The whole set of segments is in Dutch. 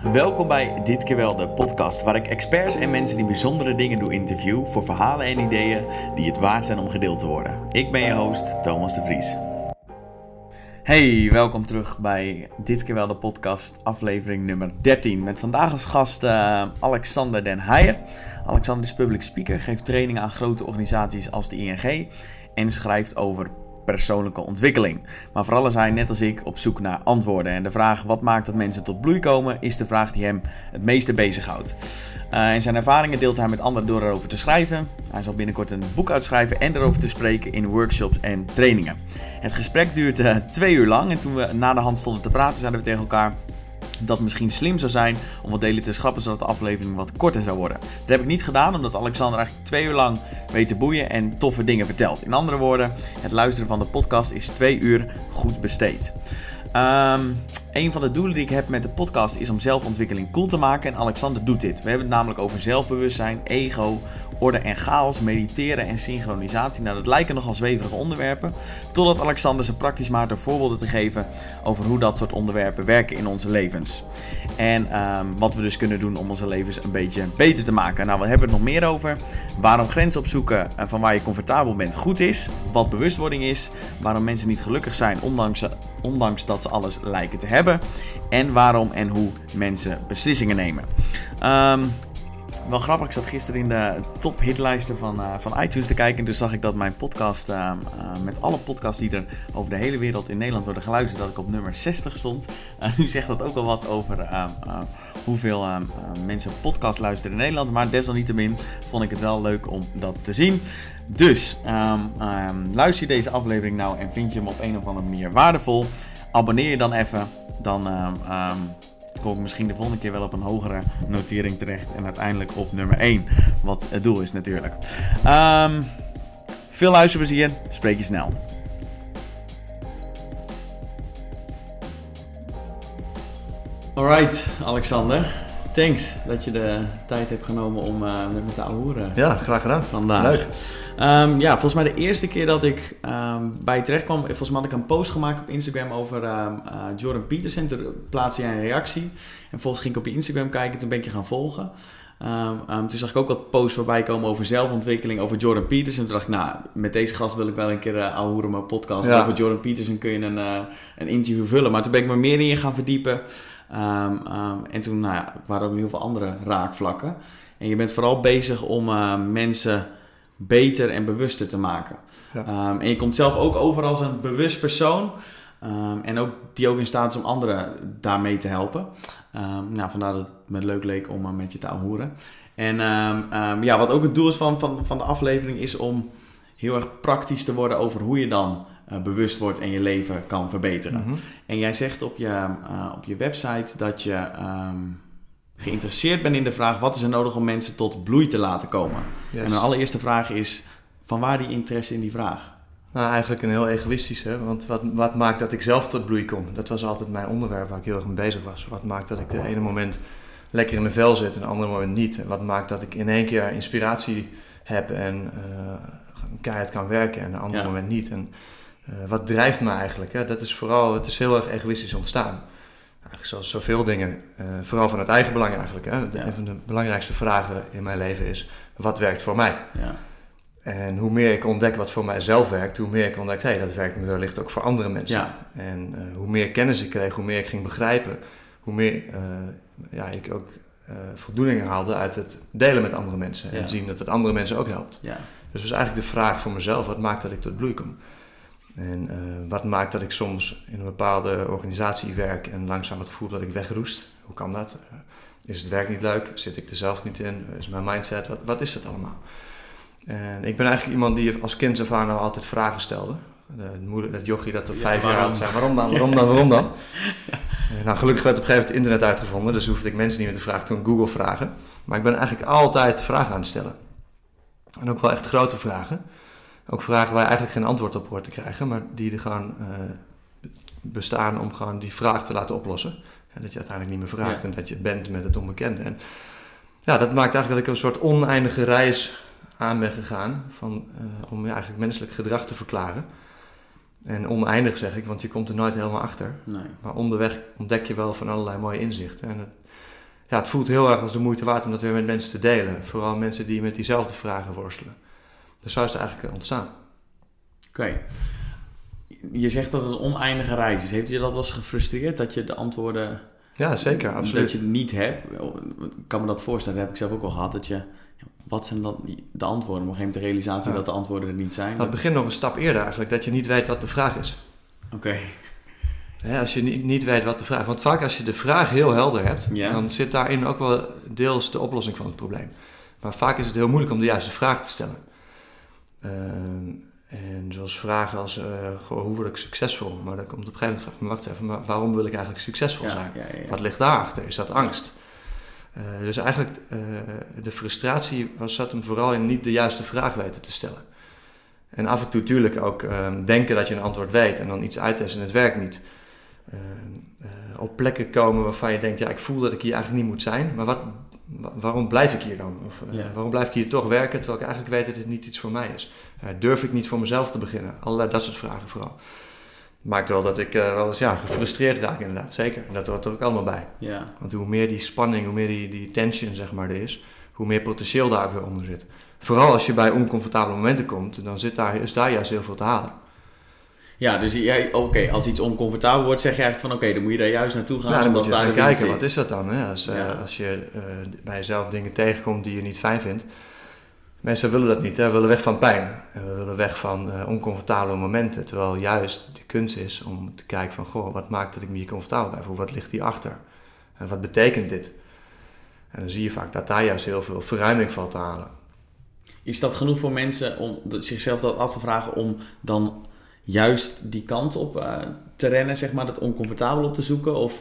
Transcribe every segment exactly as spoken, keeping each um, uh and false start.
Welkom bij Dit keer wel, de podcast waar ik experts en mensen die bijzondere dingen doen interview voor verhalen en ideeën die het waard zijn om gedeeld te worden. Ik ben je host, Thomas de Vries. Hey, welkom terug bij Dit keer wel, de podcast, aflevering nummer dertien. Met vandaag als gast uh, Alexander Den Heijer. Alexander is public speaker, geeft trainingen aan grote organisaties als de I N G en schrijft over persoonlijke ontwikkeling. Maar vooral is hij, net als ik, op zoek naar antwoorden. En de vraag wat maakt dat mensen tot bloei komen, is de vraag die hem het meeste bezighoudt. Uh, en zijn ervaringen deelt hij met anderen door erover te schrijven. Hij zal binnenkort een boek uitschrijven en erover te spreken in workshops en trainingen. Het gesprek duurt uh, twee uur lang en toen we na de hand stonden te praten, zeiden we tegen elkaar dat het misschien slim zou zijn om wat delen te schrappen zodat de aflevering wat korter zou worden. Dat heb ik niet gedaan omdat Alexander eigenlijk twee uur lang weet te boeien en toffe dingen vertelt. In andere woorden, het luisteren van de podcast is twee uur goed besteed. Um, een van de doelen die ik heb met de podcast is om zelfontwikkeling cool te maken en Alexander doet dit. We hebben het namelijk over zelfbewustzijn, ego, orde en chaos, mediteren en synchronisatie. Nou, dat lijken nogal zweverige onderwerpen, totdat Alexander ze praktisch maakt door voorbeelden te geven over hoe dat soort onderwerpen werken in onze levens. En um, wat we dus kunnen doen om onze levens een beetje beter te maken. Nou, we hebben het nog meer over. Waarom grenzen opzoeken van waar je comfortabel bent goed is. Wat bewustwording is. Waarom mensen niet gelukkig zijn ondanks, ondanks dat ze alles lijken te hebben. En waarom en hoe mensen beslissingen nemen. Um, Wel grappig, ik zat gisteren in de top hitlijsten van, uh, van iTunes te kijken. En toen zag ik dat mijn podcast, uh, uh, met alle podcasts die er over de hele wereld in Nederland worden geluisterd, dat ik op nummer zestig stond. Uh, nu zegt dat ook al wat over uh, uh, hoeveel uh, uh, mensen podcast luisteren in Nederland. Maar desalniettemin vond ik het wel leuk om dat te zien. Dus um, um, luister je deze aflevering nou en vind je hem op een of andere manier waardevol. Abonneer je dan even, dan Um, um, kom ik misschien de volgende keer wel op een hogere notering terecht en uiteindelijk op nummer één, wat het doel is natuurlijk. Um, veel luisterplezier, spreek je snel. Alright, Alexander. Thanks dat je de tijd hebt genomen om uh, met me te ouwehoeren. Ja, graag gedaan. Vandaag. Leuk. Um, ja, volgens mij de eerste keer dat ik um, bij je terecht kwam, volgens mij had ik een post gemaakt op Instagram over um, uh, Jordan Peterson. Toen plaatste jij een reactie. En vervolgens ging ik op je Instagram kijken, toen ben ik je gaan volgen. Um, um, toen zag ik ook wat posts voorbij komen over zelfontwikkeling, over Jordan Peterson. Toen dacht ik, nou, met deze gast wil ik wel een keer uh, ouwehoeren mijn podcast. Ja. Over Jordan Peterson kun je een, uh, een interview vullen. Maar toen ben ik me meer in je gaan verdiepen. Um, um, en toen nou ja, waren er ook heel veel andere raakvlakken. En je bent vooral bezig om uh, mensen beter en bewuster te maken. Ja. Um, en je komt zelf ook over als een bewust persoon. Um, en ook, die ook in staat is om anderen daarmee te helpen. Um, nou, vandaar dat het me leuk leek om uh, met je te ouwehoeren. En um, um, ja, wat ook het doel is van, van, van de aflevering is om heel erg praktisch te worden over hoe je dan uh, bewust wordt en je leven kan verbeteren. Mm-hmm. En jij zegt op je, uh, op je website dat je um, geïnteresseerd bent in de vraag wat is er nodig om mensen tot bloei te laten komen. Yes. En mijn allereerste vraag is, van waar die interesse in die vraag? Nou, eigenlijk een heel egoïstische, want wat, wat maakt dat ik zelf tot bloei kom? Dat was altijd mijn onderwerp waar ik heel erg mee bezig was. Wat maakt dat ik de ene moment lekker in mijn vel zit en de andere moment niet? En wat maakt dat ik in één keer inspiratie heb en uh, keihard kan werken en de andere ja. moment niet? En uh, wat drijft me eigenlijk? Hè? Dat is vooral, het is heel erg egoïstisch ontstaan. Eigenlijk zoals zoveel dingen, uh, vooral van het eigen belang eigenlijk. Hè? De, ja. Een van de belangrijkste vragen in mijn leven is, wat werkt voor mij? Ja. En hoe meer ik ontdek wat voor mijzelf werkt, hoe meer ik ontdek, hé, hey, dat werkt wellicht ook voor andere mensen. Ja. En uh, hoe meer kennis ik kreeg, hoe meer ik ging begrijpen, hoe meer uh, ja, ik ook uh, voldoening haalde uit het delen met andere mensen. Ja. En zien dat het andere mensen ook helpt. Ja. Dus dat is eigenlijk de vraag voor mezelf, wat maakt dat ik tot bloei kom? En uh, wat maakt dat ik soms in een bepaalde organisatie werk en langzaam het gevoel dat ik wegroest? Hoe kan dat? Uh, is het werk niet leuk? Zit ik er zelf niet in? Is mijn mindset? Wat, wat is het allemaal? En ik ben eigenlijk iemand die als kind af aan altijd vragen stelde. De moeder, dat jochie dat op ja, vijf jaar oud zei, waarom dan, waarom dan, waarom dan? Ja. Nou, gelukkig werd op een gegeven moment het internet uitgevonden, dus hoefde ik mensen niet meer te vragen, toen Google vragen. Maar ik ben eigenlijk altijd vragen aan het stellen. En ook wel echt grote vragen. Ook vragen waar je eigenlijk geen antwoord op hoort te krijgen, maar die er gewoon uh, bestaan om gewoon die vraag te laten oplossen. En dat je uiteindelijk niet meer vraagt ja. en dat je bent met het onbekende. En ja, dat maakt eigenlijk dat ik een soort oneindige reis aan ben gegaan van, uh, om ja, eigenlijk menselijk gedrag te verklaren. En oneindig zeg ik, want je komt er nooit helemaal achter. Nee. Maar onderweg ontdek je wel van allerlei mooie inzichten. En het, ja, het voelt heel erg als de moeite waard om dat weer met mensen te delen. Vooral mensen die met diezelfde vragen worstelen. Dus zo is het eigenlijk ontstaan. Oké. Okay. Je zegt dat het een oneindige reis is. Heeft je dat wel eens gefrustreerd dat je de antwoorden... Ja, zeker, absoluut. Dat je het niet hebt. Ik kan me dat voorstellen, dat heb ik zelf ook al gehad. Dat je, wat zijn dan de antwoorden? Op een gegeven moment de realisatie ja. dat de antwoorden er niet zijn. Nou, het begint nog een stap eerder eigenlijk, dat je niet weet wat de vraag is. Oké. Okay. Ja, als je niet, niet weet wat de vraag is. Want vaak als je de vraag heel helder hebt, ja. dan zit daarin ook wel deels de oplossing van het probleem. Maar vaak is het heel moeilijk om de juiste vraag te stellen. Uh, en zoals vragen als, uh, goh, hoe word ik succesvol? Maar dan komt op een gegeven moment de vraag, maar wacht even, maar waarom wil ik eigenlijk succesvol ja, zijn? Ja, ja. Wat ligt daarachter? Is dat angst? Uh, dus eigenlijk, uh, de frustratie was, zat hem vooral in niet de juiste vraag weten te stellen. En af en toe natuurlijk ook uh, denken dat je een antwoord weet en dan iets uittesten en het werkt niet. Uh, uh, op plekken komen waarvan je denkt, ja, ik voel dat ik hier eigenlijk niet moet zijn, maar wat, waarom blijf ik hier dan? Of uh, ja. waarom blijf ik hier toch werken, terwijl ik eigenlijk weet dat dit niet iets voor mij is? Uh, durf ik niet voor mezelf te beginnen? Allerlei dat soort vragen vooral. Maakt wel dat ik uh, wel eens ja, gefrustreerd raak inderdaad, zeker. En dat hoort er ook allemaal bij. Ja. Want hoe meer die spanning, hoe meer die, die tension zeg maar er is, hoe meer potentieel daar ook weer onder zit. Vooral als je bij oncomfortabele momenten komt, dan zit daar, is daar juist heel veel te halen. Ja, dus oké, okay, als iets oncomfortabel wordt, zeg je eigenlijk van oké, okay, dan moet je daar juist naartoe gaan. Nou, dan moet je daar gaan kijken, zit. Wat is dat dan? Hè? Als, ja. uh, als je uh, bij jezelf dingen tegenkomt die je niet fijn vindt. Mensen willen dat niet, hè? We willen weg van pijn. We willen weg van uh, oncomfortabele momenten. Terwijl juist de kunst is om te kijken van, goh, wat maakt dat ik me hier comfortabel bij voel? Wat ligt hierachter? En wat betekent dit? En dan zie je vaak dat daar juist heel veel verruiming valt te halen. Is dat genoeg voor mensen om zichzelf dat af te vragen om dan juist die kant op uh, te rennen, zeg maar, dat oncomfortabel op te zoeken? Of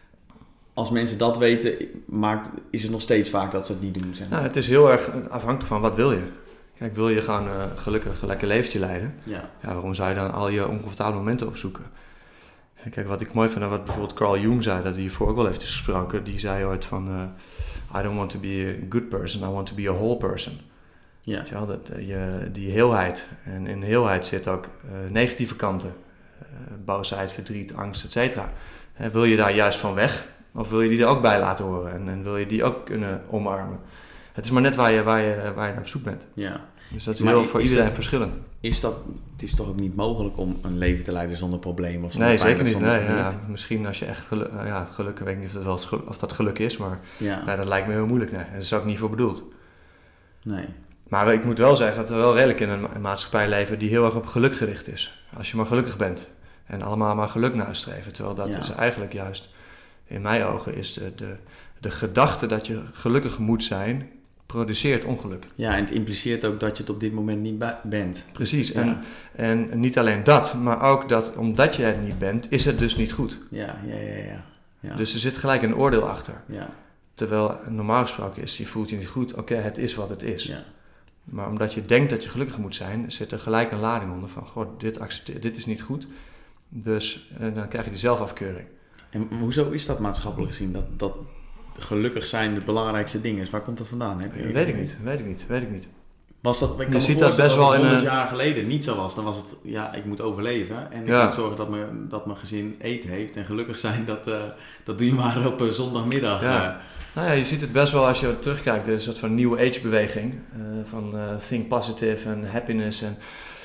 als mensen dat weten, maakt, is het nog steeds vaak dat ze het niet doen? Zeg maar? Nou, het is heel erg afhankelijk van wat wil je. Kijk, wil je gewoon uh, gelukkig een lekker leventje leiden? Ja. Ja, waarom zou je dan al je oncomfortabele momenten opzoeken? Kijk, wat ik mooi vind, wat bijvoorbeeld Carl Jung zei, dat hij hiervoor ook wel eventjes gesproken, die zei ooit van, uh, I don't want to be a good person, I want to be a whole person. Ja. Weet je wel, dat, uh, je, die heelheid, en in heelheid zit ook uh, negatieve kanten, uh, boosheid, verdriet, angst, et cetera. Uh, wil je daar juist van weg, of wil je die er ook bij laten horen en, en wil je die ook kunnen omarmen? Het is maar net waar je, waar je, waar je naar op zoek bent. Ja. Dus dat is heel, voor is iedereen het, verschillend. Is dat, het is toch ook niet mogelijk om een leven te leiden zonder problemen? Of zonder nee, pijn, zeker niet. Nee, ja, misschien als je echt geluk, ja, gelukkig, weet ik niet of dat, wel geluk, of dat geluk is, maar ja. Ja, dat lijkt me heel moeilijk. Nee. En dat is ook niet voor bedoeld. Nee. Maar ik moet wel zeggen dat we wel redelijk in een maatschappij leven die heel erg op geluk gericht is. Als je maar gelukkig bent en allemaal maar geluk nastreven. Terwijl dat ja. is eigenlijk juist, in mijn ogen, is de, de, de gedachte dat je gelukkig moet zijn, produceert ongeluk. Ja, en het impliceert ook dat je het op dit moment niet ba- bent. Precies, ja. en, en niet alleen dat, maar ook dat omdat je het niet bent, is het dus niet goed. Ja, ja, ja, ja. ja. Dus er zit gelijk een oordeel achter. Ja. Terwijl normaal gesproken is, je voelt je niet goed, oké, okay, het is wat het is. Ja. Maar omdat je denkt dat je gelukkig moet zijn, zit er gelijk een lading onder van, goh, dit, accepteer, dit is niet goed. Dus en dan krijg je die zelfafkeuring. En hoezo is dat maatschappelijk gezien, dat... dat gelukkig zijn het belangrijkste ding is. Waar komt dat vandaan? Heb je weet ik niet, weet ik niet, weet ik niet. Was dat, ik kan je me ziet dat best wel in honderd een... jaar geleden niet zo was. Dan was het, ja, ik moet overleven. En ik ja. moet zorgen dat mijn, dat mijn gezin eten heeft. En gelukkig zijn, dat, uh, dat doe je maar op uh, zondagmiddag. Ja. Uh. Nou ja, je ziet het best wel als je terugkijkt. Er is een soort van New Age beweging. Uh, van uh, think positive en happiness. En,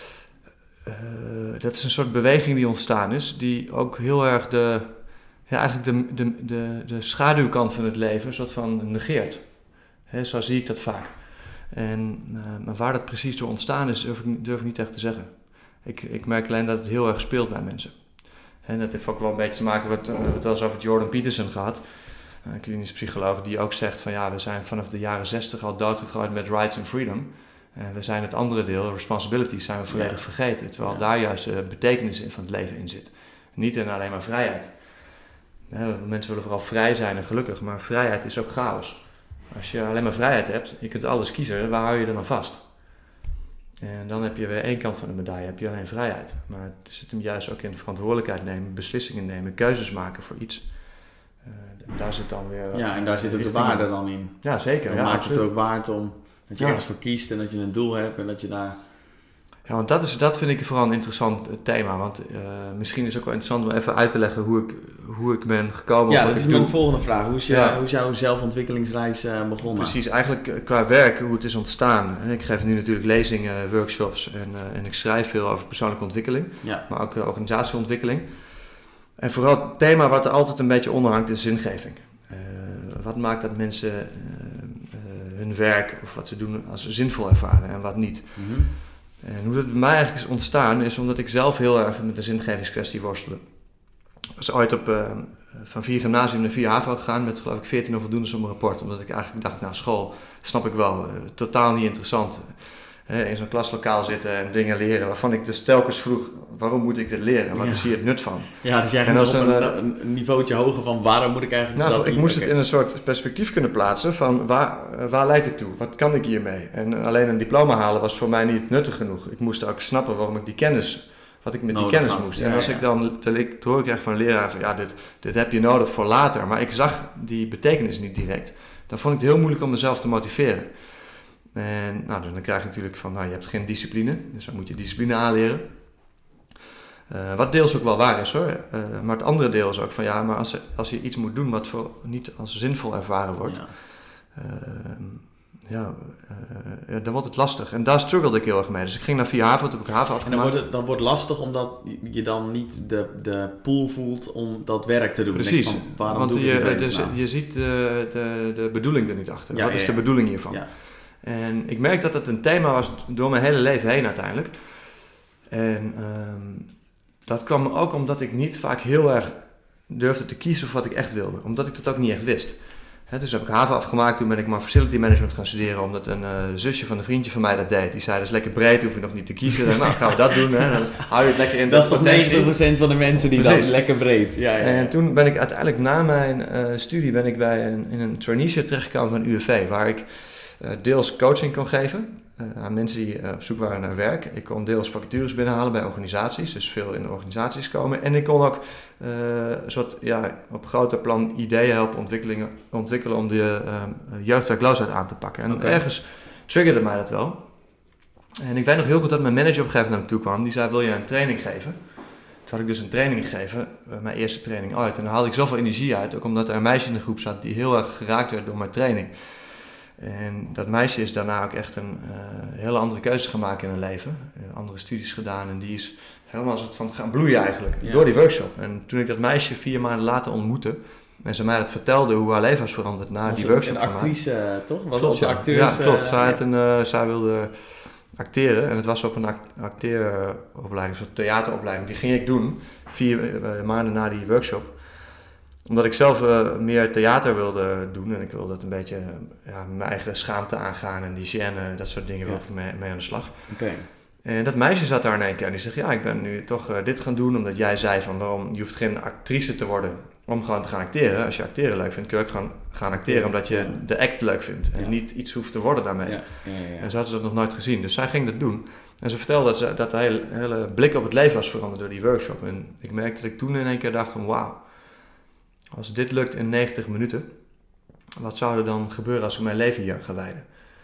uh, dat is een soort beweging die ontstaan is. Die ook heel erg de... Ja, eigenlijk de, de, de, de schaduwkant van het leven een soort van negeert. He, zo zie ik dat vaak. En, uh, maar waar dat precies door ontstaan is, durf ik, durf ik niet echt te zeggen. Ik, ik merk alleen dat het heel erg speelt bij mensen. En dat heeft ook wel een beetje te maken met, we hebben het wel eens over Jordan Peterson gehad. Een klinisch psycholoog die ook zegt van ja, we zijn vanaf de jaren zestig al doodgegooid met rights and freedom. En we zijn het andere deel, responsibilities, zijn we volledig ja. vergeten. Terwijl ja. daar juist de betekenis van het leven in zit. Niet in alleen maar vrijheid. Ja, mensen willen vooral vrij zijn en gelukkig, maar vrijheid is ook chaos. Als je alleen maar vrijheid hebt, je kunt alles kiezen, waar hou je dan aan vast? En dan heb je weer één kant van de medaille, heb je alleen vrijheid. Maar het zit hem juist ook in verantwoordelijkheid nemen, beslissingen nemen, keuzes maken voor iets. Uh, daar zit dan weer... Ja, en daar zit ook de waarde dan in. Ja, zeker. Dan ja, maakt absoluut. het ook waard om dat je ja. ergens voor kiest en dat je een doel hebt en dat je daar... Ja, want dat, is, dat vind ik vooral een interessant thema. Want uh, misschien is het ook wel interessant om even uit te leggen hoe ik, hoe ik ben gekomen. Ja, dat is mijn doe. volgende vraag. Hoe is, je, ja. hoe is jouw zelfontwikkelingsreis uh, begonnen? Precies, eigenlijk qua werk, hoe het is ontstaan. Ik geef nu natuurlijk lezingen, workshops en, uh, en ik schrijf veel over persoonlijke ontwikkeling. Ja. Maar ook uh, organisatieontwikkeling. En vooral het thema wat er altijd een beetje onder hangt is zingeving. Uh, wat maakt dat mensen uh, uh, hun werk of wat ze doen als zinvol ervaren en wat niet. Mm-hmm. En hoe dat bij mij eigenlijk is ontstaan is omdat ik zelf heel erg met de zingevingskwestie worstelde. Ik was ooit op, uh, van vier gymnasium naar vier HAVO gegaan met geloof ik veertien onvoldoendes op mijn rapport. Omdat ik eigenlijk dacht, nou school snap ik wel, uh, totaal niet interessant. Uh, in zo'n klaslokaal zitten en dingen leren waarvan ik dus telkens vroeg, waarom moet ik dit leren? Wat ja. is hier het nut van? Ja, dus jij ging op een, een, een niveautje hoger van waarom moet ik eigenlijk nou, dat ik moest okay. het in een soort perspectief kunnen plaatsen van waar, waar leidt het toe? Wat kan ik hiermee? En alleen een diploma halen was voor mij niet nuttig genoeg. Ik moest ook snappen waarom ik die kennis, wat ik met nodig die kennis had. moest. Ja, en als ja. ik dan te, te horen krijg van een leraar van ja, dit, dit heb je nodig voor later, maar ik zag die betekenis niet direct, dan vond ik het heel moeilijk om mezelf te motiveren. En nou, dan krijg je natuurlijk van, nou, je hebt geen discipline, dus dan moet je discipline aanleren. Uh, wat deels ook wel waar is hoor, uh, maar het andere deel is ook van ja, maar als, als je iets moet doen wat voor, niet als zinvol ervaren wordt, ja, uh, ja, uh, ja, dan wordt het lastig. En daar struggelde ik heel erg mee. Dus ik ging naar vier HAVO, toen heb ik HAVO afgemaakt. En dan wordt het dan wordt lastig omdat je dan niet de, de pool voelt om dat werk te doen. Precies, van, waarom want doe je, je, dus, je ziet de, de, de bedoeling er niet achter. Ja, wat ja, is ja. de bedoeling hiervan? Ja. En ik merk dat het een thema was door mijn hele leven heen uiteindelijk. En um, dat kwam ook omdat ik niet vaak heel erg durfde te kiezen voor wat ik echt wilde. Omdat ik dat ook niet echt wist. He, dus heb ik HAVO afgemaakt, toen ben ik maar facility management gaan studeren. Omdat een uh, zusje van een vriendje van mij dat deed. Die zei, dat is lekker breed, hoef je nog niet te kiezen. Dan, nou, gaan we dat doen. Hè. Dan hou je het lekker in. Dat is toch negentig procent van de mensen die Precies. dan lekker breed. Ja, ja, ja. En toen ben ik uiteindelijk na mijn uh, studie ben ik bij een, in een traineeship terechtgekomen van U W V. Waar ik uh, deels coaching kon geven. Uh, aan mensen die uh, op zoek waren naar werk. Ik kon deels vacatures binnenhalen bij organisaties, dus veel in organisaties komen. En ik kon ook uh, een soort, ja, op groter plan ideeën helpen ontwikkelingen, ontwikkelen om de uh, jeugdwerkloosheid aan te pakken. En okay. ergens triggerde mij dat wel. En ik weet nog heel goed dat mijn manager op een gegeven moment naar me toe kwam. Die zei, wil je een training geven? Toen had ik dus een training gegeven, uh, mijn eerste training ooit. En dan haalde ik zoveel energie uit, ook omdat er een meisje in de groep zat die heel erg geraakt werd door mijn training. En dat meisje is daarna ook echt een uh, hele andere keuze gaan maken in haar leven. Uh, andere studies gedaan en die is helemaal soort van gaan bloeien eigenlijk, ja. door die workshop. En toen ik dat meisje vier maanden later ontmoette en ze mij dat vertelde hoe haar leven was veranderd na was die workshop. Een actrice, uh, toch? Was klopt, ja. acteurs, ja, klopt. Uh, zij, had een, uh, zij wilde acteren en het was op een act- acteeropleiding, een soort theateropleiding. Die ging ik doen, vier uh, maanden na die workshop. Omdat ik zelf uh, meer theater wilde doen en ik wilde het een beetje uh, ja, mijn eigen schaamte aangaan en die gêne, dat soort dingen, ja. wilde ik mee, mee aan de slag. Okay. En dat meisje zat daar in één keer en die zegt, ja, ik ben nu toch uh, dit gaan doen omdat jij zei van waarom, je hoeft geen actrice te worden om gewoon te gaan acteren. Als je acteren leuk vindt, kun je ook gaan, gaan acteren omdat je de act leuk vindt en ja. niet iets hoeft te worden daarmee. Ja. Ja, ja, ja. En zo had ze dat nog nooit gezien, dus zij ging dat doen. En ze vertelde dat, ze, dat de hele, hele blik op het leven was veranderd door die workshop. En ik merkte dat ik toen in één keer dacht van wauw. Als dit lukt in negentig minuten, wat zou er dan gebeuren als ik mijn leven hier ga wijden?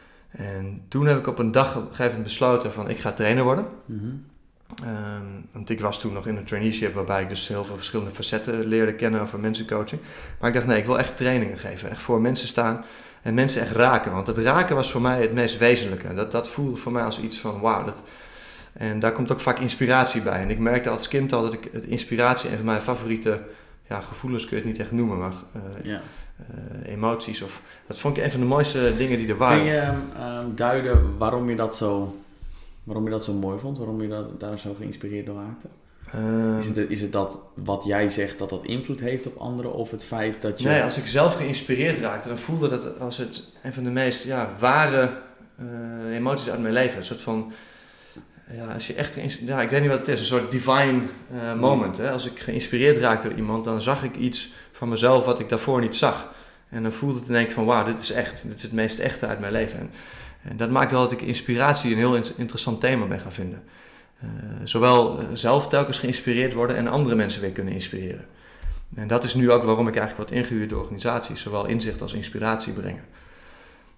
En toen heb ik op een dag op een gegeven moment besloten van ik ga trainer worden. Mm-hmm. Um, want ik was toen nog in een traineeship waarbij ik dus heel veel verschillende facetten leerde kennen over mensencoaching. Maar ik dacht nee, ik wil echt trainingen geven, echt voor mensen staan en mensen echt raken. Want het raken was voor mij het meest wezenlijke. Dat, dat voelde voor mij als iets van wauw. Dat, en daar komt ook vaak inspiratie bij. En ik merkte als kind al dat ik het inspiratie een van mijn favoriete... Ja, gevoelens kun je het niet echt noemen, maar uh, ja. uh, emoties. Of, dat vond ik een van de mooiste dingen die er waren. Kun je uh, duiden waarom je, dat zo, waarom je dat zo mooi vond? Waarom je dat, daar zo geïnspireerd door raakte? Um, is, het, is het dat wat jij zegt dat dat invloed heeft op anderen? Of het feit dat je... Nee, als ik zelf geïnspireerd raakte, dan voelde dat als het een van de meest ja, ware uh, emoties uit mijn leven. Een soort van... Ja, als je echt, ja, ik weet niet wat het is, een soort divine uh, moment. Hè? Als ik geïnspireerd raakte door iemand, dan zag ik iets van mezelf wat ik daarvoor niet zag. En dan voelde het in één keer van, wauw, dit is echt. Dit is het meest echte uit mijn leven. En, en dat maakt wel dat ik inspiratie een heel interessant thema ben gaan vinden. Uh, zowel zelf telkens geïnspireerd worden en andere mensen weer kunnen inspireren. En dat is nu ook waarom ik eigenlijk word ingehuurd door organisaties, zowel inzicht als inspiratie brengen.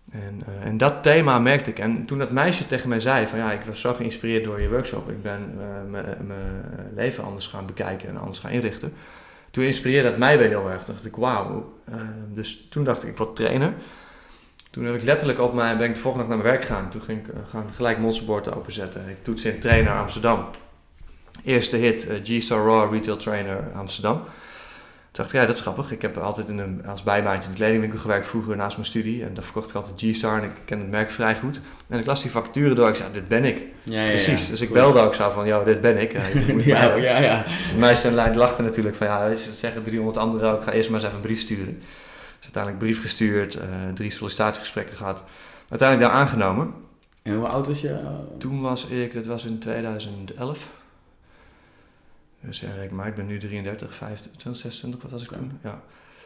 En, uh, en dat thema merkte ik. En toen dat meisje tegen mij zei van ja, ik was zo geïnspireerd door je workshop. Ik ben uh, mijn leven anders gaan bekijken en anders gaan inrichten. Toen inspireerde dat mij weer heel erg. Toen dacht ik wauw. Uh, dus toen dacht ik, ik word trainer. Toen heb ik letterlijk op mijn, ben ik de volgende dag naar mijn werk gegaan. Toen ging ik uh, gaan gelijk monsterbord openzetten. Ik toetste in trainer Amsterdam. Eerste hit, uh, G-Star Raw Retail Trainer Amsterdam. Toen dacht ik, ja, dat is grappig. Ik heb altijd in een, als bijbaantje in de kledingwinkel gewerkt vroeger naast mijn studie. En daar verkocht ik altijd G-Star en ik ken het merk vrij goed. En ik las die vacature door. Ik zei, dit ben ik. Ja, ja, Precies. ja, dus ik goed. belde ook zo van, joh, dit ben ik. Uh, je moet ja, mij ja, ja. Dus de meisje aan de lijn lachten natuurlijk van, ja, dat zeggen driehonderd anderen ook. Ik ga eerst maar eens even een brief sturen. Dus uiteindelijk brief gestuurd, uh, drie sollicitatiegesprekken gehad. Uiteindelijk daar aangenomen. En hoe oud was je? Uh... Toen was ik, dat was in tweeduizend elf. Dus ja, reken maar, ik ben nu drieëndertig, vijfentwintig, zesentwintig, wat was ik toen? Ja.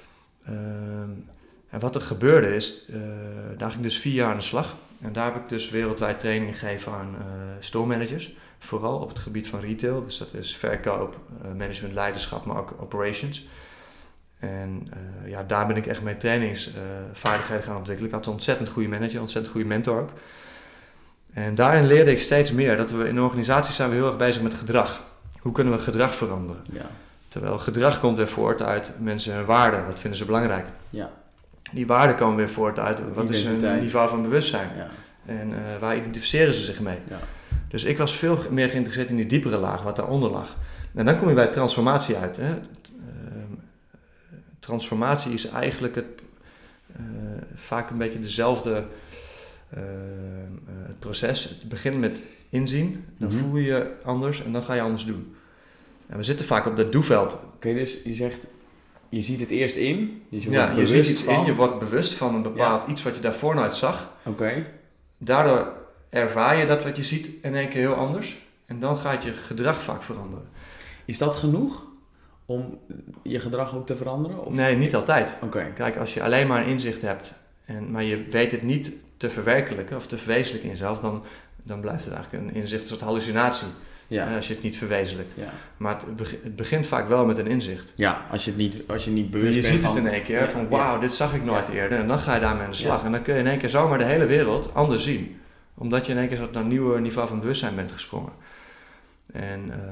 Um, en wat er gebeurde is, uh, daar ging ik dus vier jaar aan de slag. En daar heb ik dus wereldwijd trainingen gegeven aan uh, store managers. Vooral op het gebied van retail. Dus dat is verkoop, uh, management, leiderschap, maar ook operations. En uh, ja, daar ben ik echt mijn trainingsvaardigheden uh, gaan ontwikkelen. Ik had een ontzettend goede manager, een ontzettend goede mentor ook. En daarin leerde ik steeds meer dat we in de organisatie zijn we heel erg bezig met gedrag. Hoe kunnen we gedrag veranderen? Ja. Terwijl gedrag komt weer voort uit mensen hun waarden. Wat vinden ze belangrijk? Ja. Die waarden komen weer voort uit wat is hun niveau van bewustzijn. Ja. En uh, waar identificeren ze zich mee? Ja. Dus ik was veel meer geïnteresseerd in die diepere laag, wat daaronder lag. En dan kom je bij transformatie uit. Hè? Transformatie is eigenlijk het, uh, vaak een beetje dezelfde uh, uh, het proces. Het begint met inzien, dan mm-hmm. voel je je anders en dan ga je anders doen. En we zitten vaak op dat doeveld. Oké, dus je zegt, je ziet het eerst in. Dus je ja, wordt je bewust ziet iets van... in, je wordt bewust van een bepaald ja. iets wat je daarvoor nooit zag. Oké. Okay. Daardoor ervaar je dat wat je ziet in één keer heel anders. En dan gaat je gedrag vaak veranderen. Is dat genoeg om je gedrag ook te veranderen? Of? Nee, niet altijd. Okay. Kijk, als je alleen maar een inzicht hebt, en, maar je weet het niet te verwerkelijken of te verwezenlijken in jezelf, dan, dan blijft het eigenlijk een inzicht, een soort hallucinatie. Ja. Uh, als je het niet verwezenlijkt. Ja. Maar het, be- het begint vaak wel met een inzicht. Ja, als je het niet, als je niet bewust je bent. Je ziet van... het in één keer ja. van wauw, dit zag ik nooit ja. eerder. En dan ga je daarmee aan de slag. Ja. En dan kun je in één keer zomaar de hele wereld anders zien. Omdat je in één keer naar een nieuw niveau van bewustzijn bent gesprongen. En, uh,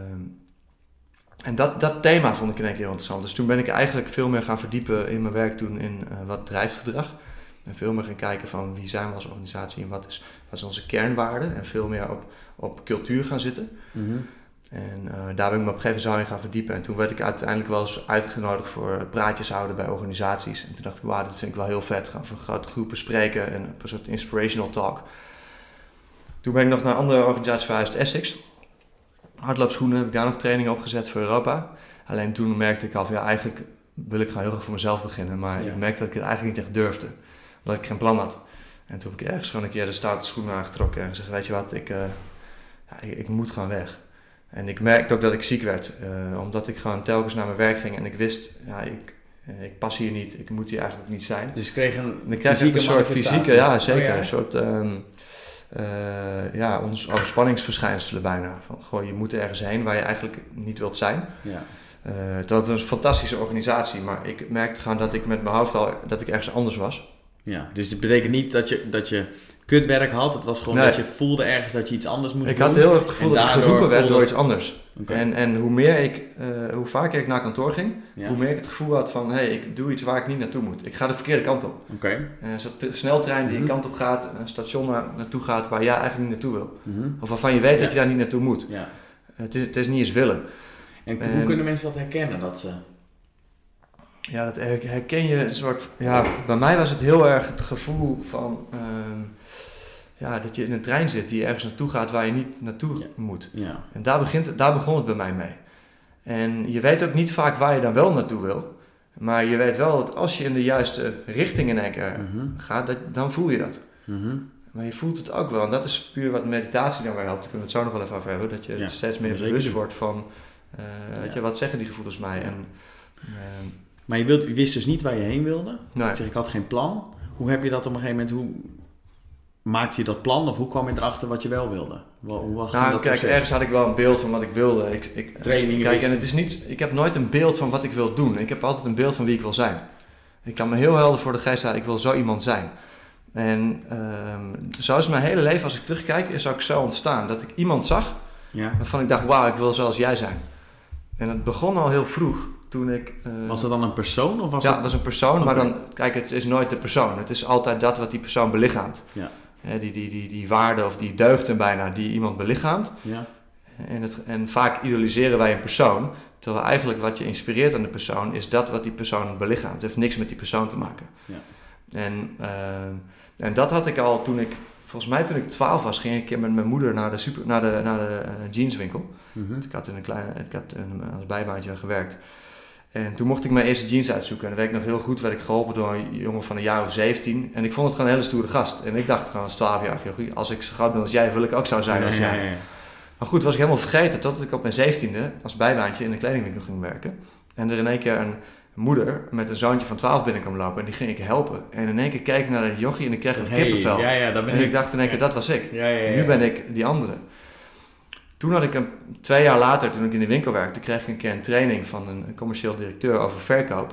en dat, dat thema vond ik in één keer heel interessant. Dus toen ben ik eigenlijk veel meer gaan verdiepen in mijn werk toen in uh, wat drijft gedrag. En veel meer gaan kijken van wie zijn we als organisatie en wat is, wat is onze kernwaarde. En veel meer op, op cultuur gaan zitten. Mm-hmm. En uh, daar ben ik me op een gegeven moment zo in gaan verdiepen. En toen werd ik uiteindelijk wel eens uitgenodigd voor praatjes houden bij organisaties. En toen dacht ik, wauw, dit vind ik wel heel vet. Gaan voor grote groepen spreken en een soort inspirational talk. Toen ben ik nog naar een andere organisatie verhuisd, Essex. Hardloopschoenen, heb ik daar nog trainingen opgezet voor Europa. Alleen toen merkte ik al van, ja, eigenlijk wil ik gewoon heel erg voor mezelf beginnen. Maar ja. ik merkte dat ik het eigenlijk niet echt durfde. Omdat ik geen plan had. En toen heb ik ergens gewoon een keer de stoute schoenen aangetrokken en gezegd, weet je wat, ik, uh, ja, ik, ik moet gewoon weg. En ik merkte ook dat ik ziek werd, uh, omdat ik gewoon telkens naar mijn werk ging en ik wist, ja, ik, uh, ik pas hier niet, ik moet hier eigenlijk niet zijn. Dus je kreeg een, ik kreeg een soort fysieke, ja zeker, oh, ja. een soort um, uh, ja, overspanningsverschijnselen bijna. Van, goh, je moet ergens heen waar je eigenlijk niet wilt zijn. Ja. Uh, dat was een fantastische organisatie, maar ik merkte gewoon dat ik met mijn hoofd al, dat ik ergens anders was. Ja, dus het betekent niet dat je, dat je kutwerk had. Het was gewoon nee. dat je voelde ergens dat je iets anders moest ik doen. Ik had heel erg het gevoel dat ik geroepen werd door iets anders. Okay. En, en hoe meer ik, uh, hoe vaker ik naar kantoor ging, ja. hoe meer ik het gevoel had van, hé, hey, ik doe iets waar ik niet naartoe moet. Ik ga de verkeerde kant op. Okay. Uh, Zo'n t- sneltrein die mm-hmm. een kant op gaat, een station naar, naartoe gaat waar jij eigenlijk niet naartoe wil. Mm-hmm. Of waarvan je weet ja. dat je daar niet naartoe moet. Ja. Uh, het, is, het is niet eens willen. En, en hoe kunnen mensen dat herkennen? Dat ze... Ja, dat herken je een soort... Ja, bij mij was het heel erg het gevoel van... Um, ja, dat je in een trein zit die ergens naartoe gaat waar je niet naartoe ja. moet. Ja. En daar, begint, daar begon het bij mij mee. En je weet ook niet vaak waar je dan wel naartoe wil. Maar je weet wel dat als je in de juiste richting in één keer mm-hmm. gaat, dat, dan voel je dat. Mm-hmm. Maar je voelt het ook wel. En dat is puur wat meditatie dan weer helpt. Daar kunnen we het zo nog wel even over hebben. Dat je ja. steeds meer bewust wordt van... Uh, ja. weet je, wat zeggen die gevoelens mij? Ja. En, uh, maar je, wilt, je wist dus niet waar je heen wilde. Nee. Ik zeg, ik had geen plan. Hoe heb je dat op een gegeven moment... Hoe maakte je dat plan? Of hoe kwam je erachter wat je wel wilde? Hoe was nou, dat kijk, proces? Ergens had ik wel een beeld van wat ik wilde. Ik, ik, Trainingen. Kijk, en het is niet... Ik heb nooit een beeld van wat ik wil doen. Ik heb altijd een beeld van wie ik wil zijn. Ik kan me heel helder voor de geest halen, ik wil zo iemand zijn. En um, zo is mijn hele leven, als ik terugkijk, is ook zo ontstaan. Dat ik iemand zag Ja. waarvan ik dacht, wauw, ik wil zoals jij zijn. En het begon al heel vroeg. Toen ik, uh, Was dat dan een persoon? Of was ja, dat... het was een persoon, Okay. maar dan, kijk, het is nooit de persoon. Het is altijd dat wat die persoon belichaamt. Ja. He, die, die, die, die waarde of die deugden bijna die iemand belichaamt. Ja. En, het, en vaak idoliseren wij een persoon, terwijl eigenlijk wat je inspireert aan de persoon is dat wat die persoon belichaamt. Het heeft niks met die persoon te maken. Ja. En, uh, en dat had ik al toen ik, volgens mij toen ik twaalf was, ging ik een keer met mijn moeder naar de, super, naar de, naar de uh, jeanswinkel. Mm-hmm. Ik had, in een kleine, ik had in, als bijbaantje gewerkt. En toen mocht ik mijn eerste jeans uitzoeken. En dan weet ik nog heel goed, werd ik geholpen door een jongen van een jaar of zeventien. En ik vond het gewoon een hele stoere gast. En ik dacht gewoon als twaalf jaar, als ik zo groot ben als jij, wil ik ook zo zijn als ja, jij. ja, ja. Maar goed, was ik helemaal vergeten totdat ik op mijn zeventiende als bijbaantje in een kledingwinkel ging werken. En er in één keer een moeder met een zoontje van twaalf binnen kwam lopen en die ging ik helpen. En in één keer keek ik naar dat jochie en ik kreeg een Hey, kippenvel. ja, ja, dat ben en ik. ik dacht in één keer, dat was ik. Ja, ja, ja. Nu ben ik die andere. Toen had ik een, twee jaar later, toen ik in de winkel werkte, kreeg ik een keer een training van een commercieel directeur over verkoop.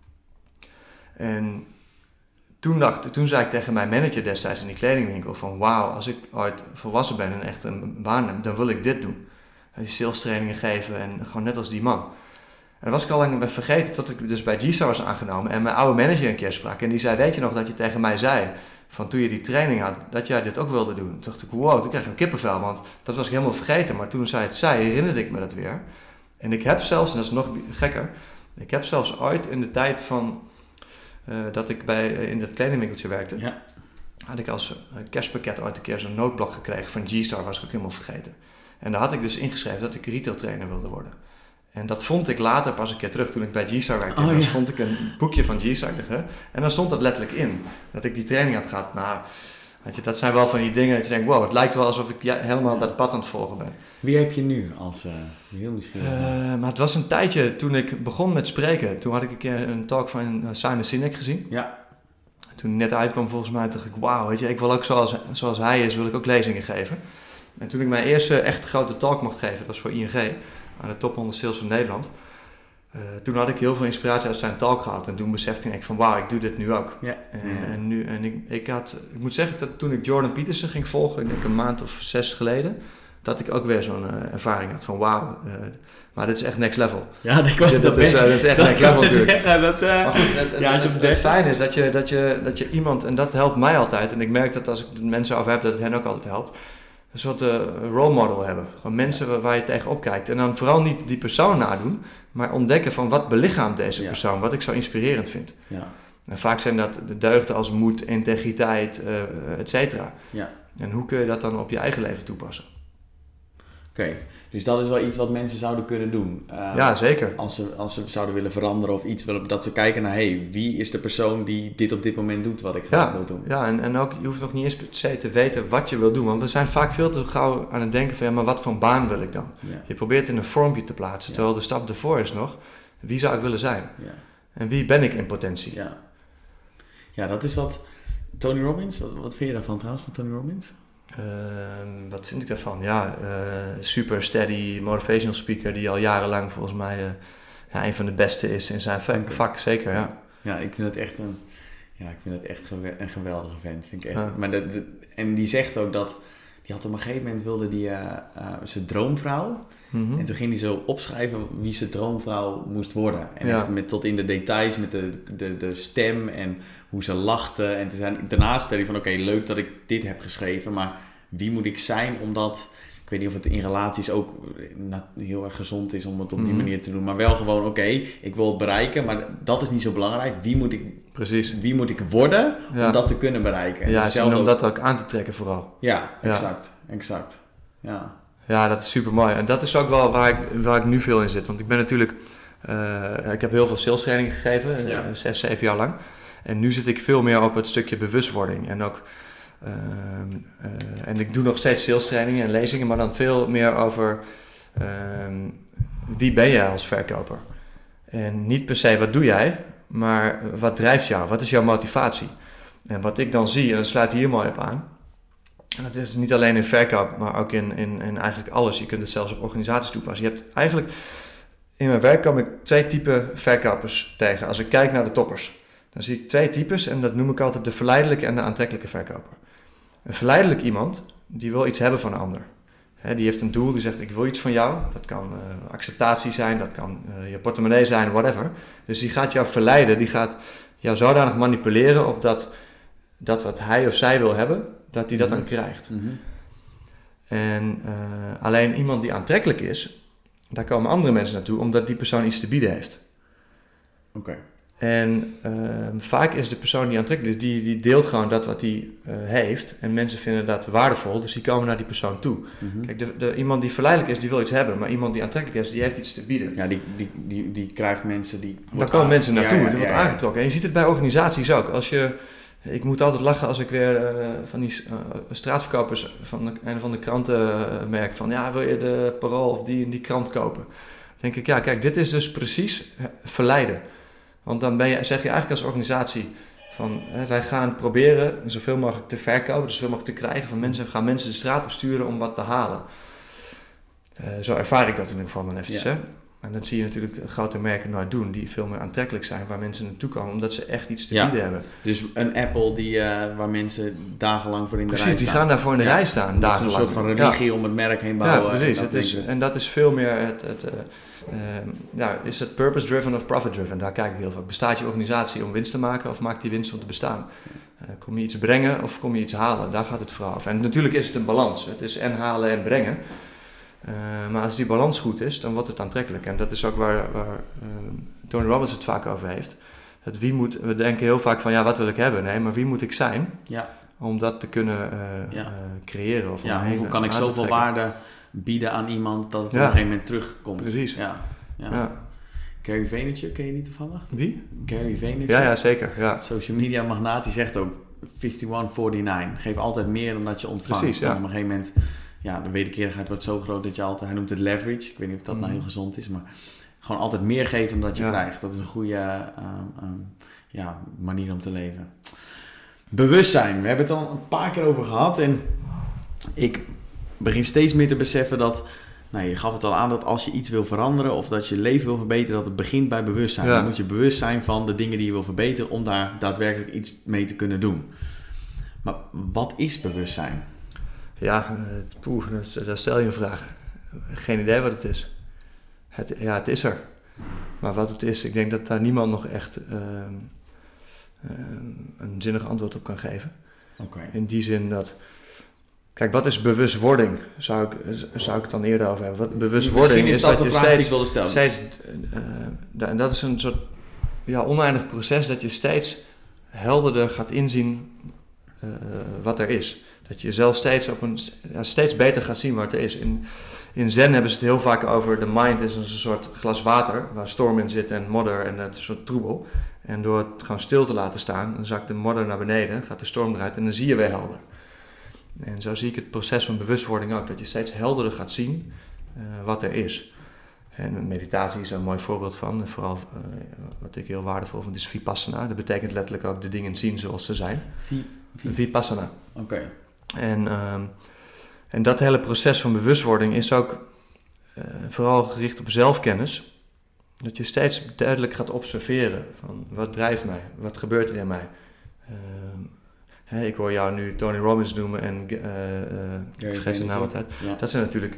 En toen, dacht, toen zei ik tegen mijn manager destijds in die kledingwinkel van wauw, als ik ooit volwassen ben en echt een baan heb, dan wil ik dit doen. Die sales trainingen geven en gewoon net als die man. En dat was ik al lang vergeten tot ik dus bij G-Star was aangenomen en mijn oude manager een keer sprak. En die zei, weet je nog dat je tegen mij zei, van toen je die training had, dat jij dit ook wilde doen. Toen dacht ik, wow, toen kreeg ik een kippenvel, want dat was ik helemaal vergeten. Maar toen zij het zei, herinnerde ik me dat weer. En ik heb zelfs, en dat is nog gekker, ik heb zelfs ooit in de tijd van, uh, dat ik bij, uh, in dat kledingwinkeltje werkte, Ja. had ik als uh, kerstpakket ooit een keer zo'n noodblok gekregen van G-Star, was ik ook helemaal vergeten. En daar had ik dus ingeschreven dat ik retail trainer wilde worden. En dat vond ik later pas een keer terug toen ik bij G-Star werkte. Oh, en dan ja. vond ik een boekje van G-Star. En dan stond dat letterlijk in. Dat ik die training had gehad. Nou, weet je, dat zijn wel van die dingen dat je denkt, wow, het lijkt wel alsof ik ja, helemaal dat pad aan het volgen ben. Wie heb je nu als uh, heel nieuwsgierig? Uh, maar het was een tijdje toen ik begon met spreken. Toen had ik een keer een talk van Simon Sinek gezien. Ja. Toen hij net uitkwam volgens mij, dacht ik, wauw, weet je, ik wil ook zoals, zoals hij is, wil ik ook lezingen geven. En toen ik mijn eerste echt grote talk mocht geven, dat was voor I N G, aan de top honderd sales van Nederland. Uh, toen had ik heel veel inspiratie uit zijn talk gehad. En toen besefte ik van, wauw, ik doe dit nu ook. Ja. En, Ja. en, nu, en ik, ik had, ik moet zeggen dat toen ik Jordan Peterson ging volgen, ik denk een maand of zes geleden, dat ik ook weer zo'n uh, ervaring had van, wauw, uh, maar dit is echt next level. Ja, dat, dat, dat, is, uh, dat is echt dat next level natuurlijk. Ja, dat, uh, maar goed, het, het, ja, het, het, het fijn is dat je, dat, je, dat je iemand, en dat helpt mij altijd, en ik merk dat als ik de mensen over heb, dat het hen ook altijd helpt, een soort uh, role model hebben. Gewoon mensen waar, waar je tegenop kijkt. En dan vooral niet die persoon nadoen, maar ontdekken van wat belichaamt deze ja. persoon, wat ik zo inspirerend vind. Ja. En vaak zijn dat de deugden als moed, integriteit, uh, et cetera. Ja. En hoe kun je dat dan op je eigen leven toepassen? Oké, okay. Dus dat is wel iets wat mensen zouden kunnen doen. Uh, ja, zeker. Als ze, als ze zouden willen veranderen of iets willen, dat ze kijken naar, hey, wie is de persoon die dit op dit moment doet wat ik graag ja, wil doen. Ja, en, en ook, je hoeft nog niet eens per se te weten wat je wil doen. Want we zijn vaak veel te gauw aan het denken van, ja, maar wat voor baan wil ik dan? Ja. Je probeert in een vormpje te plaatsen, ja. Terwijl de stap ervoor is nog, wie zou ik willen zijn? Ja. En wie ben ik in potentie? Ja, ja dat is wat Tony Robbins, wat, wat vind je daarvan trouwens, van Tony Robbins? Uh, wat vind ik daarvan? Ja, uh, super steady motivational speaker die al jarenlang volgens mij uh, ja, een van de beste is in zijn vak, okay. vak zeker. Ja. Ja, ik vind het echt een, ja, ik vind het echt gewe- een geweldige vent. Vind ik echt. Ja. Maar de, de, en die zegt ook dat, die had op een gegeven moment wilde die uh, uh, zijn droomvrouw. Mm-hmm. En toen ging hij zo opschrijven wie zijn droomvrouw moest worden. En ja. echt met, tot in de details met de, de, de stem en hoe ze lachte. En toen zijn, daarnaast zei hij van oké, okay, leuk dat ik dit heb geschreven. Maar wie moet ik zijn omdat... Ik weet niet of het in relaties ook heel erg gezond is om het op die mm-hmm. manier te doen. Maar wel gewoon oké, okay, ik wil het bereiken. Maar dat is niet zo belangrijk. Wie moet ik, Precies. Wie moet ik worden ja. om dat te kunnen bereiken? Ja, dus om ook... dat ook aan te trekken vooral. Ja, exact. Ja. exact. Ja. Ja, dat is super mooi. En dat is ook wel waar ik, waar ik nu veel in zit. Want ik ben natuurlijk... Uh, ik heb heel veel sales training gegeven. Ja. Uh, zes, zeven jaar lang. En nu zit ik veel meer op het stukje bewustwording. En ook... Uh, uh, en ik doe nog steeds sales trainingen en lezingen. Maar dan veel meer over... Uh, wie ben jij als verkoper? En niet per se wat doe jij. Maar wat drijft jou? Wat is jouw motivatie? En wat ik dan zie... En dat sluit hier mooi op aan... En dat is niet alleen in verkoop, maar ook in, in, in eigenlijk alles. Je kunt het zelfs op organisaties toepassen. Je hebt eigenlijk, in mijn werk kom ik twee typen verkopers tegen. Als ik kijk naar de toppers. dan zie ik twee types en dat noem ik altijd de verleidelijke en de aantrekkelijke verkoper. Een verleidelijk iemand, die wil iets hebben van een ander. He, die heeft een doel, die zegt ik wil iets van jou. Dat kan uh, acceptatie zijn, dat kan uh, je portemonnee zijn, whatever. Dus die gaat jou verleiden, die gaat jou zodanig manipuleren op dat, dat wat hij of zij wil hebben, dat hij dat dan krijgt. Mm-hmm. En uh, alleen iemand die aantrekkelijk is, daar komen andere mensen naartoe, omdat die persoon iets te bieden heeft. Oké. Okay. En uh, vaak is de persoon die aantrekkelijk is, die, die deelt gewoon dat wat hij uh, heeft. En mensen vinden dat waardevol, dus die komen naar die persoon toe. Mm-hmm. Kijk, de, de, iemand die verleidelijk is, die wil iets hebben. Maar iemand die aantrekkelijk is, die heeft iets te bieden. Ja, die, die, die, die krijgt mensen die... Daar komen mensen naartoe, ja, ja, die wordt ja, ja. aangetrokken. En je ziet het bij organisaties ook. Als je... Ik moet altijd lachen als ik weer uh, van die uh, straatverkopers van de, een van de kranten uh, merk van... Ja, wil je de Parool of die, die krant kopen? Dan denk ik, ja, kijk, dit is dus precies uh, verleiden. Want dan ben je, zeg je eigenlijk als organisatie van... Uh, wij gaan proberen zoveel mogelijk te verkopen, dus zoveel mogelijk te krijgen van mensen. We gaan mensen de straat op sturen om wat te halen. Uh, zo ervaar ik dat in ieder geval dan eventjes, ja. Hè? En dat zie je natuurlijk grote merken nooit doen, die veel meer aantrekkelijk zijn, waar mensen naartoe komen, omdat ze echt iets te ja. bieden hebben. Dus een Apple die, uh, waar mensen dagenlang voor in de precies, rij staan. Precies, die gaan daarvoor in de ja. rij staan, dat dagenlang. is een soort van religie ja. om het merk heen bouwen. Ja, precies. En dat, het is, en dat is veel meer het... het uh, uh, ja, is het purpose-driven of profit-driven? Daar kijk ik heel vaak. Bestaat je organisatie om winst te maken of maakt die winst om te bestaan? Uh, kom je iets brengen of kom je iets halen? Daar gaat het vooral over. En natuurlijk is het een balans. Het is en halen en brengen. Uh, maar als die balans goed is, dan wordt het aantrekkelijk. En dat is ook waar, waar uh, Tony Robbins het vaak over heeft. Het wie moet, we denken heel vaak van, ja, wat wil ik hebben? Nee, maar wie moet ik zijn ja. om dat te kunnen uh, ja. uh, creëren? Of ja, hoeveel kan ik zoveel waarde bieden aan iemand dat het ja. op een gegeven moment terugkomt? Precies. Ja. Ja. Ja. Gary Vaynerchuk, ken je die toevallig? Wie? Gary Vaynerchuk. Ja, ja, zeker. Ja. Social media magnaat, die zegt ook vijfenvijftig negenenveertig. Geef altijd meer dan dat je ontvangt. Precies, ja. En op een gegeven moment... Ja, de wederkerigheid wordt zo groot dat je altijd... Hij noemt het leverage. Ik weet niet of dat mm. nou heel gezond is, maar... Gewoon altijd meer geven dan dat je ja. krijgt. Dat is een goede um, um, ja, manier om te leven. Bewustzijn. We hebben het al een paar keer over gehad. En ik begin steeds meer te beseffen dat... Nou, je gaf het al aan dat als je iets wil veranderen... of dat je leven wil verbeteren, dat het begint bij bewustzijn. Ja. Dan moet je bewust zijn van de dingen die je wil verbeteren... om daar daadwerkelijk iets mee te kunnen doen. Maar wat is bewustzijn? Ja, poeh, daar stel je een vraag. Geen idee wat het is. Het, ja, het is er. Maar wat het is, ik denk dat daar niemand nog echt uh, uh, een zinnig antwoord op kan geven. Okay. In die zin dat... Kijk, wat is bewustwording? Zou ik, zou ik het dan eerder over hebben. Wat bewustwording is, is dat, dat je steeds... wilde stellen. steeds uh, en dat is een soort ja, oneindig proces dat je steeds helderder gaat inzien uh, wat er is. Dat je jezelf steeds, op een, ja, steeds beter gaat zien wat er is. In, in Zen hebben ze het heel vaak over de mind is een soort glas water waar storm in zit en modder en het soort troebel. En door het gewoon stil te laten staan, dan zakt de modder naar beneden, gaat de storm eruit en dan zie je weer helder. En zo zie ik het proces van bewustwording ook, dat je steeds helderder gaat zien uh, wat er is. En meditatie is er een mooi voorbeeld van. En vooral uh, wat ik heel waardevol vind is Vipassana. Dat betekent letterlijk ook de dingen zien zoals ze zijn. Vi, vi. Vipassana. Oké. Okay. En, um, en dat hele proces van bewustwording is ook uh, vooral gericht op zelfkennis. Dat je steeds duidelijk gaat observeren van wat drijft mij, wat gebeurt er in mij. Uh, hè, ik hoor jou nu Tony Robbins noemen en uh, uh, ik vergeet zijn naam altijd. Ja. Dat zijn natuurlijk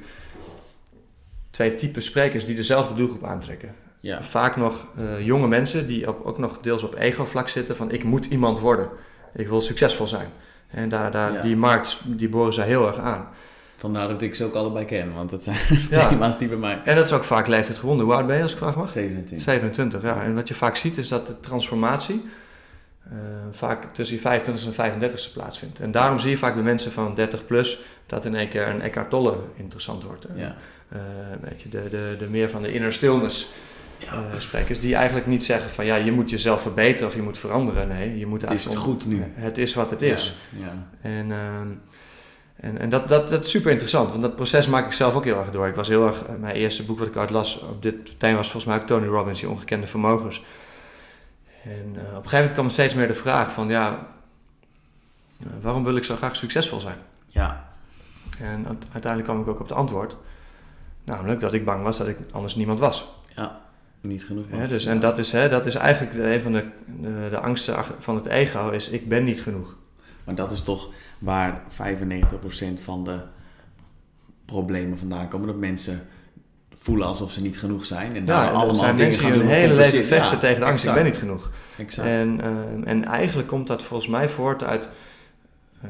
twee typen sprekers die dezelfde doelgroep aantrekken. Ja. Vaak nog uh, jonge mensen die op, ook nog deels op ego-vlak zitten van ik moet iemand worden. Ik wil succesvol zijn. En daar, daar, ja. die markt, die boren zij heel erg aan. Vandaar dat ik ze ook allebei ken, want dat zijn ja. thema's die bij mij... En dat is ook vaak leeftijd gebonden. Hoe oud ben je als ik vraag mag? zevenentwintig. zevenentwintig, ja. En wat je vaak ziet is dat de transformatie uh, vaak tussen je vijfentwintigste en vijfendertigste plaatsvindt. En daarom zie je vaak bij mensen van dertig plus dat in één keer een Eckhart Tolle interessant wordt. Ja. Uh, weet je, de, de, de meer van de inner stillness ja. uh, sprekers die eigenlijk niet zeggen van ja, je moet jezelf verbeteren of je moet veranderen. Nee, je moet het is goed nu. Het is wat het is. Ja. Ja. En, uh, en, en dat, dat, dat is super interessant, want dat proces maak ik zelf ook heel erg door. Ik was heel erg, uh, mijn eerste boek wat ik uit las op dit thema was volgens mij ook Tony Robbins, Die Ongekende Vermogens. En uh, op een gegeven moment kwam er steeds meer de vraag van ja, uh, waarom wil ik zo graag succesvol zijn? Ja. En uiteindelijk kwam ik ook op het antwoord. Namelijk dat ik bang was dat ik anders niemand was. Ja. niet genoeg was. Ja, dus, en dat is, hè, dat is eigenlijk een van de, de, de angsten van het ego, is ik ben niet genoeg. Maar dat is toch waar vijfennegentig procent van de problemen vandaan komen. Dat mensen voelen alsof ze niet genoeg zijn. En daar ja, allemaal zijn dingen mensen gaan die hun doen hele om leven compenseren. vechten Ja, tegen de angst, exact. ik ben niet genoeg. Exact. En, uh, en eigenlijk komt dat volgens mij voort uit... Uh,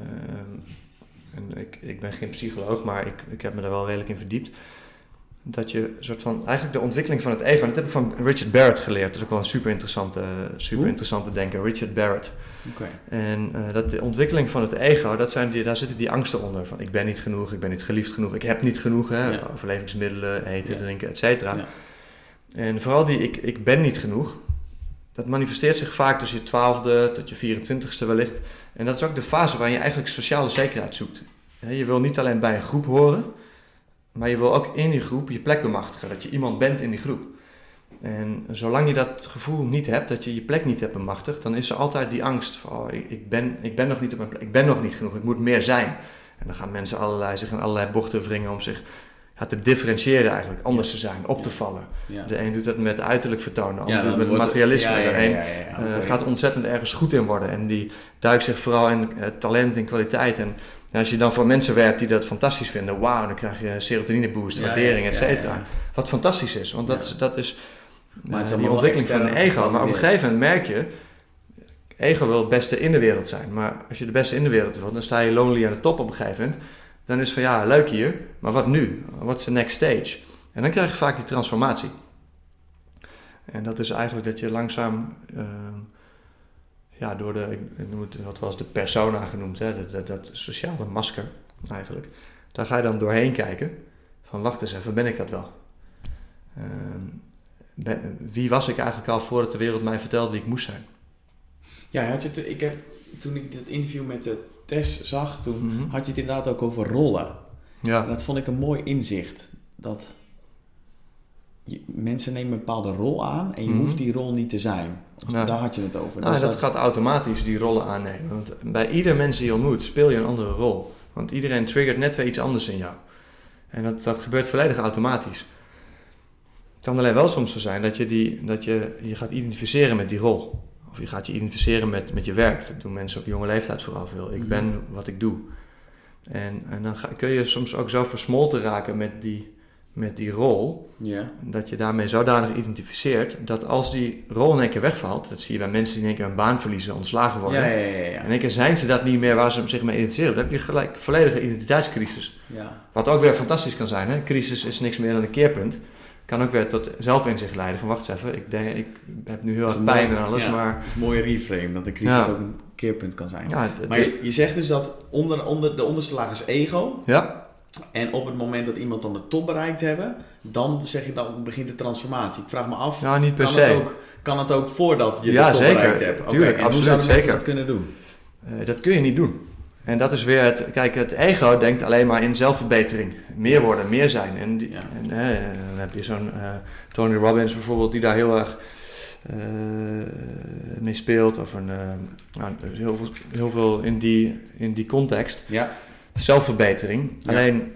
en ik, ik ben geen psycholoog, maar ik, ik heb me daar wel redelijk in verdiept. Dat je een soort van... Eigenlijk de ontwikkeling van het ego... En dat heb ik van Richard Barrett geleerd. Dat is ook wel een super interessante, super interessante denker. Richard Barrett. Okay. En uh, dat de ontwikkeling van het ego... Dat zijn die, daar zitten die angsten onder. Van ik ben niet genoeg, ik ben niet geliefd genoeg. Ik heb niet genoeg. Hè, ja. Overlevingsmiddelen, eten, ja. drinken, et cetera. Ja. En vooral die ik, ik ben niet genoeg... Dat manifesteert zich vaak tussen je twaalfde tot je vierentwintigste wellicht. En dat is ook de fase waarin je eigenlijk sociale zekerheid zoekt. Je wil niet alleen bij een groep horen, maar je wil ook in die groep je plek bemachtigen. Dat je iemand bent in die groep. En zolang je dat gevoel niet hebt, dat je je plek niet hebt bemachtigd, dan is er altijd die angst van, oh, ik, ben, ik ben nog niet op mijn plek, ik ben nog niet genoeg, ik moet meer zijn. En dan gaan mensen allerlei, zich in allerlei bochten wringen om zich ja, te differentiëren eigenlijk, anders ja. te zijn, op te vallen. Ja. De een doet dat met uiterlijk vertonen, de ander ja, doet het met materialisme. Het, ja, ja, ja, ja, ja, de een uh, gaat ontzettend ergens goed in worden en die duikt zich vooral in uh, talent en kwaliteit. En ja, als je dan voor mensen werkt die dat fantastisch vinden, wauw, dan krijg je serotonine boost, ja, waardering, ja, et cetera. Ja, ja. Wat fantastisch is, want dat, ja. dat is uh, is die ontwikkeling van een ego. Maar op een gegeven moment merk je, ego wil het beste in de wereld zijn. Maar als je de beste in de wereld wilt, dan sta je lonely aan de top op een gegeven moment. Dan is het van ja, leuk hier, maar wat nu? What's the next stage? En dan krijg je vaak die transformatie. En dat is eigenlijk dat je langzaam, uh, ja, door de, ik noem het wat was de persona genoemd, hè, dat, dat, dat sociale masker eigenlijk. Daar ga je dan doorheen kijken, van wacht eens even, ben ik dat wel? Uh, ben, wie was ik eigenlijk al voordat de wereld mij vertelde wie ik moest zijn? Ja, had je te, ik heb, toen ik dat interview met de Tess zag, toen mm-hmm. had je het inderdaad ook over rollen. Ja. En dat vond ik een mooi inzicht. Dat je, mensen nemen een bepaalde rol aan en je mm-hmm. hoeft die rol niet te zijn. Ja. Daar had je het over. Nou, dus dat, dat gaat automatisch die rollen aannemen. Want bij ieder mens die je ontmoet speel je een andere rol. Want iedereen triggert net weer iets anders in jou. En dat, dat gebeurt volledig automatisch. Het kan alleen wel soms zo zijn dat je die, dat je, je gaat identificeren met die rol. Of je gaat je identificeren met, met je werk. Dat doen mensen op jonge leeftijd vooral veel. Ik ben wat ik doe. En, en dan ga, kun je soms ook zo versmolten raken met die, met die rol. Yeah. Dat je daarmee zodanig identificeert. Dat als die rol in één keer wegvalt. Dat zie je bij mensen die in één keer een baan verliezen. Ontslagen worden. Ja, ja, ja, ja. En in één keer zijn ze dat niet meer waar ze zich mee identificeren. Dan heb je gelijk volledige identiteitscrisis. Ja. Wat ook weer fantastisch kan zijn. Hè? Crisis is niks meer dan een keerpunt. Kan ook weer tot zelfinzicht leiden van wacht eens even, ik denk, ik heb nu heel erg pijn mooi, en alles, ja, maar... Het is een mooie reframe, dat de crisis ja. ook een keerpunt kan zijn. Ja, d- maar je, je zegt dus dat onder, onder de onderste laag is ego. Ja. En op het moment dat iemand dan de top bereikt hebben, dan zeg je dan begint de transformatie. Ik vraag me af, ja, niet per kan, se. Het ook, kan het ook voordat je ja, de top zeker. bereikt hebt? Tuurlijk, okay, absoluut, hoe zouden zeker. dat kunnen doen? Uh, dat kun je niet doen. En dat is weer het, kijk, het ego denkt alleen maar in zelfverbetering. Meer worden, meer zijn. En, die, ja. en uh, dan heb je zo'n uh, Tony Robbins bijvoorbeeld, die daar heel erg uh, mee speelt. Of een, uh, nou, heel, veel, heel veel in die, in die context. Ja. Zelfverbetering. Ja. Alleen,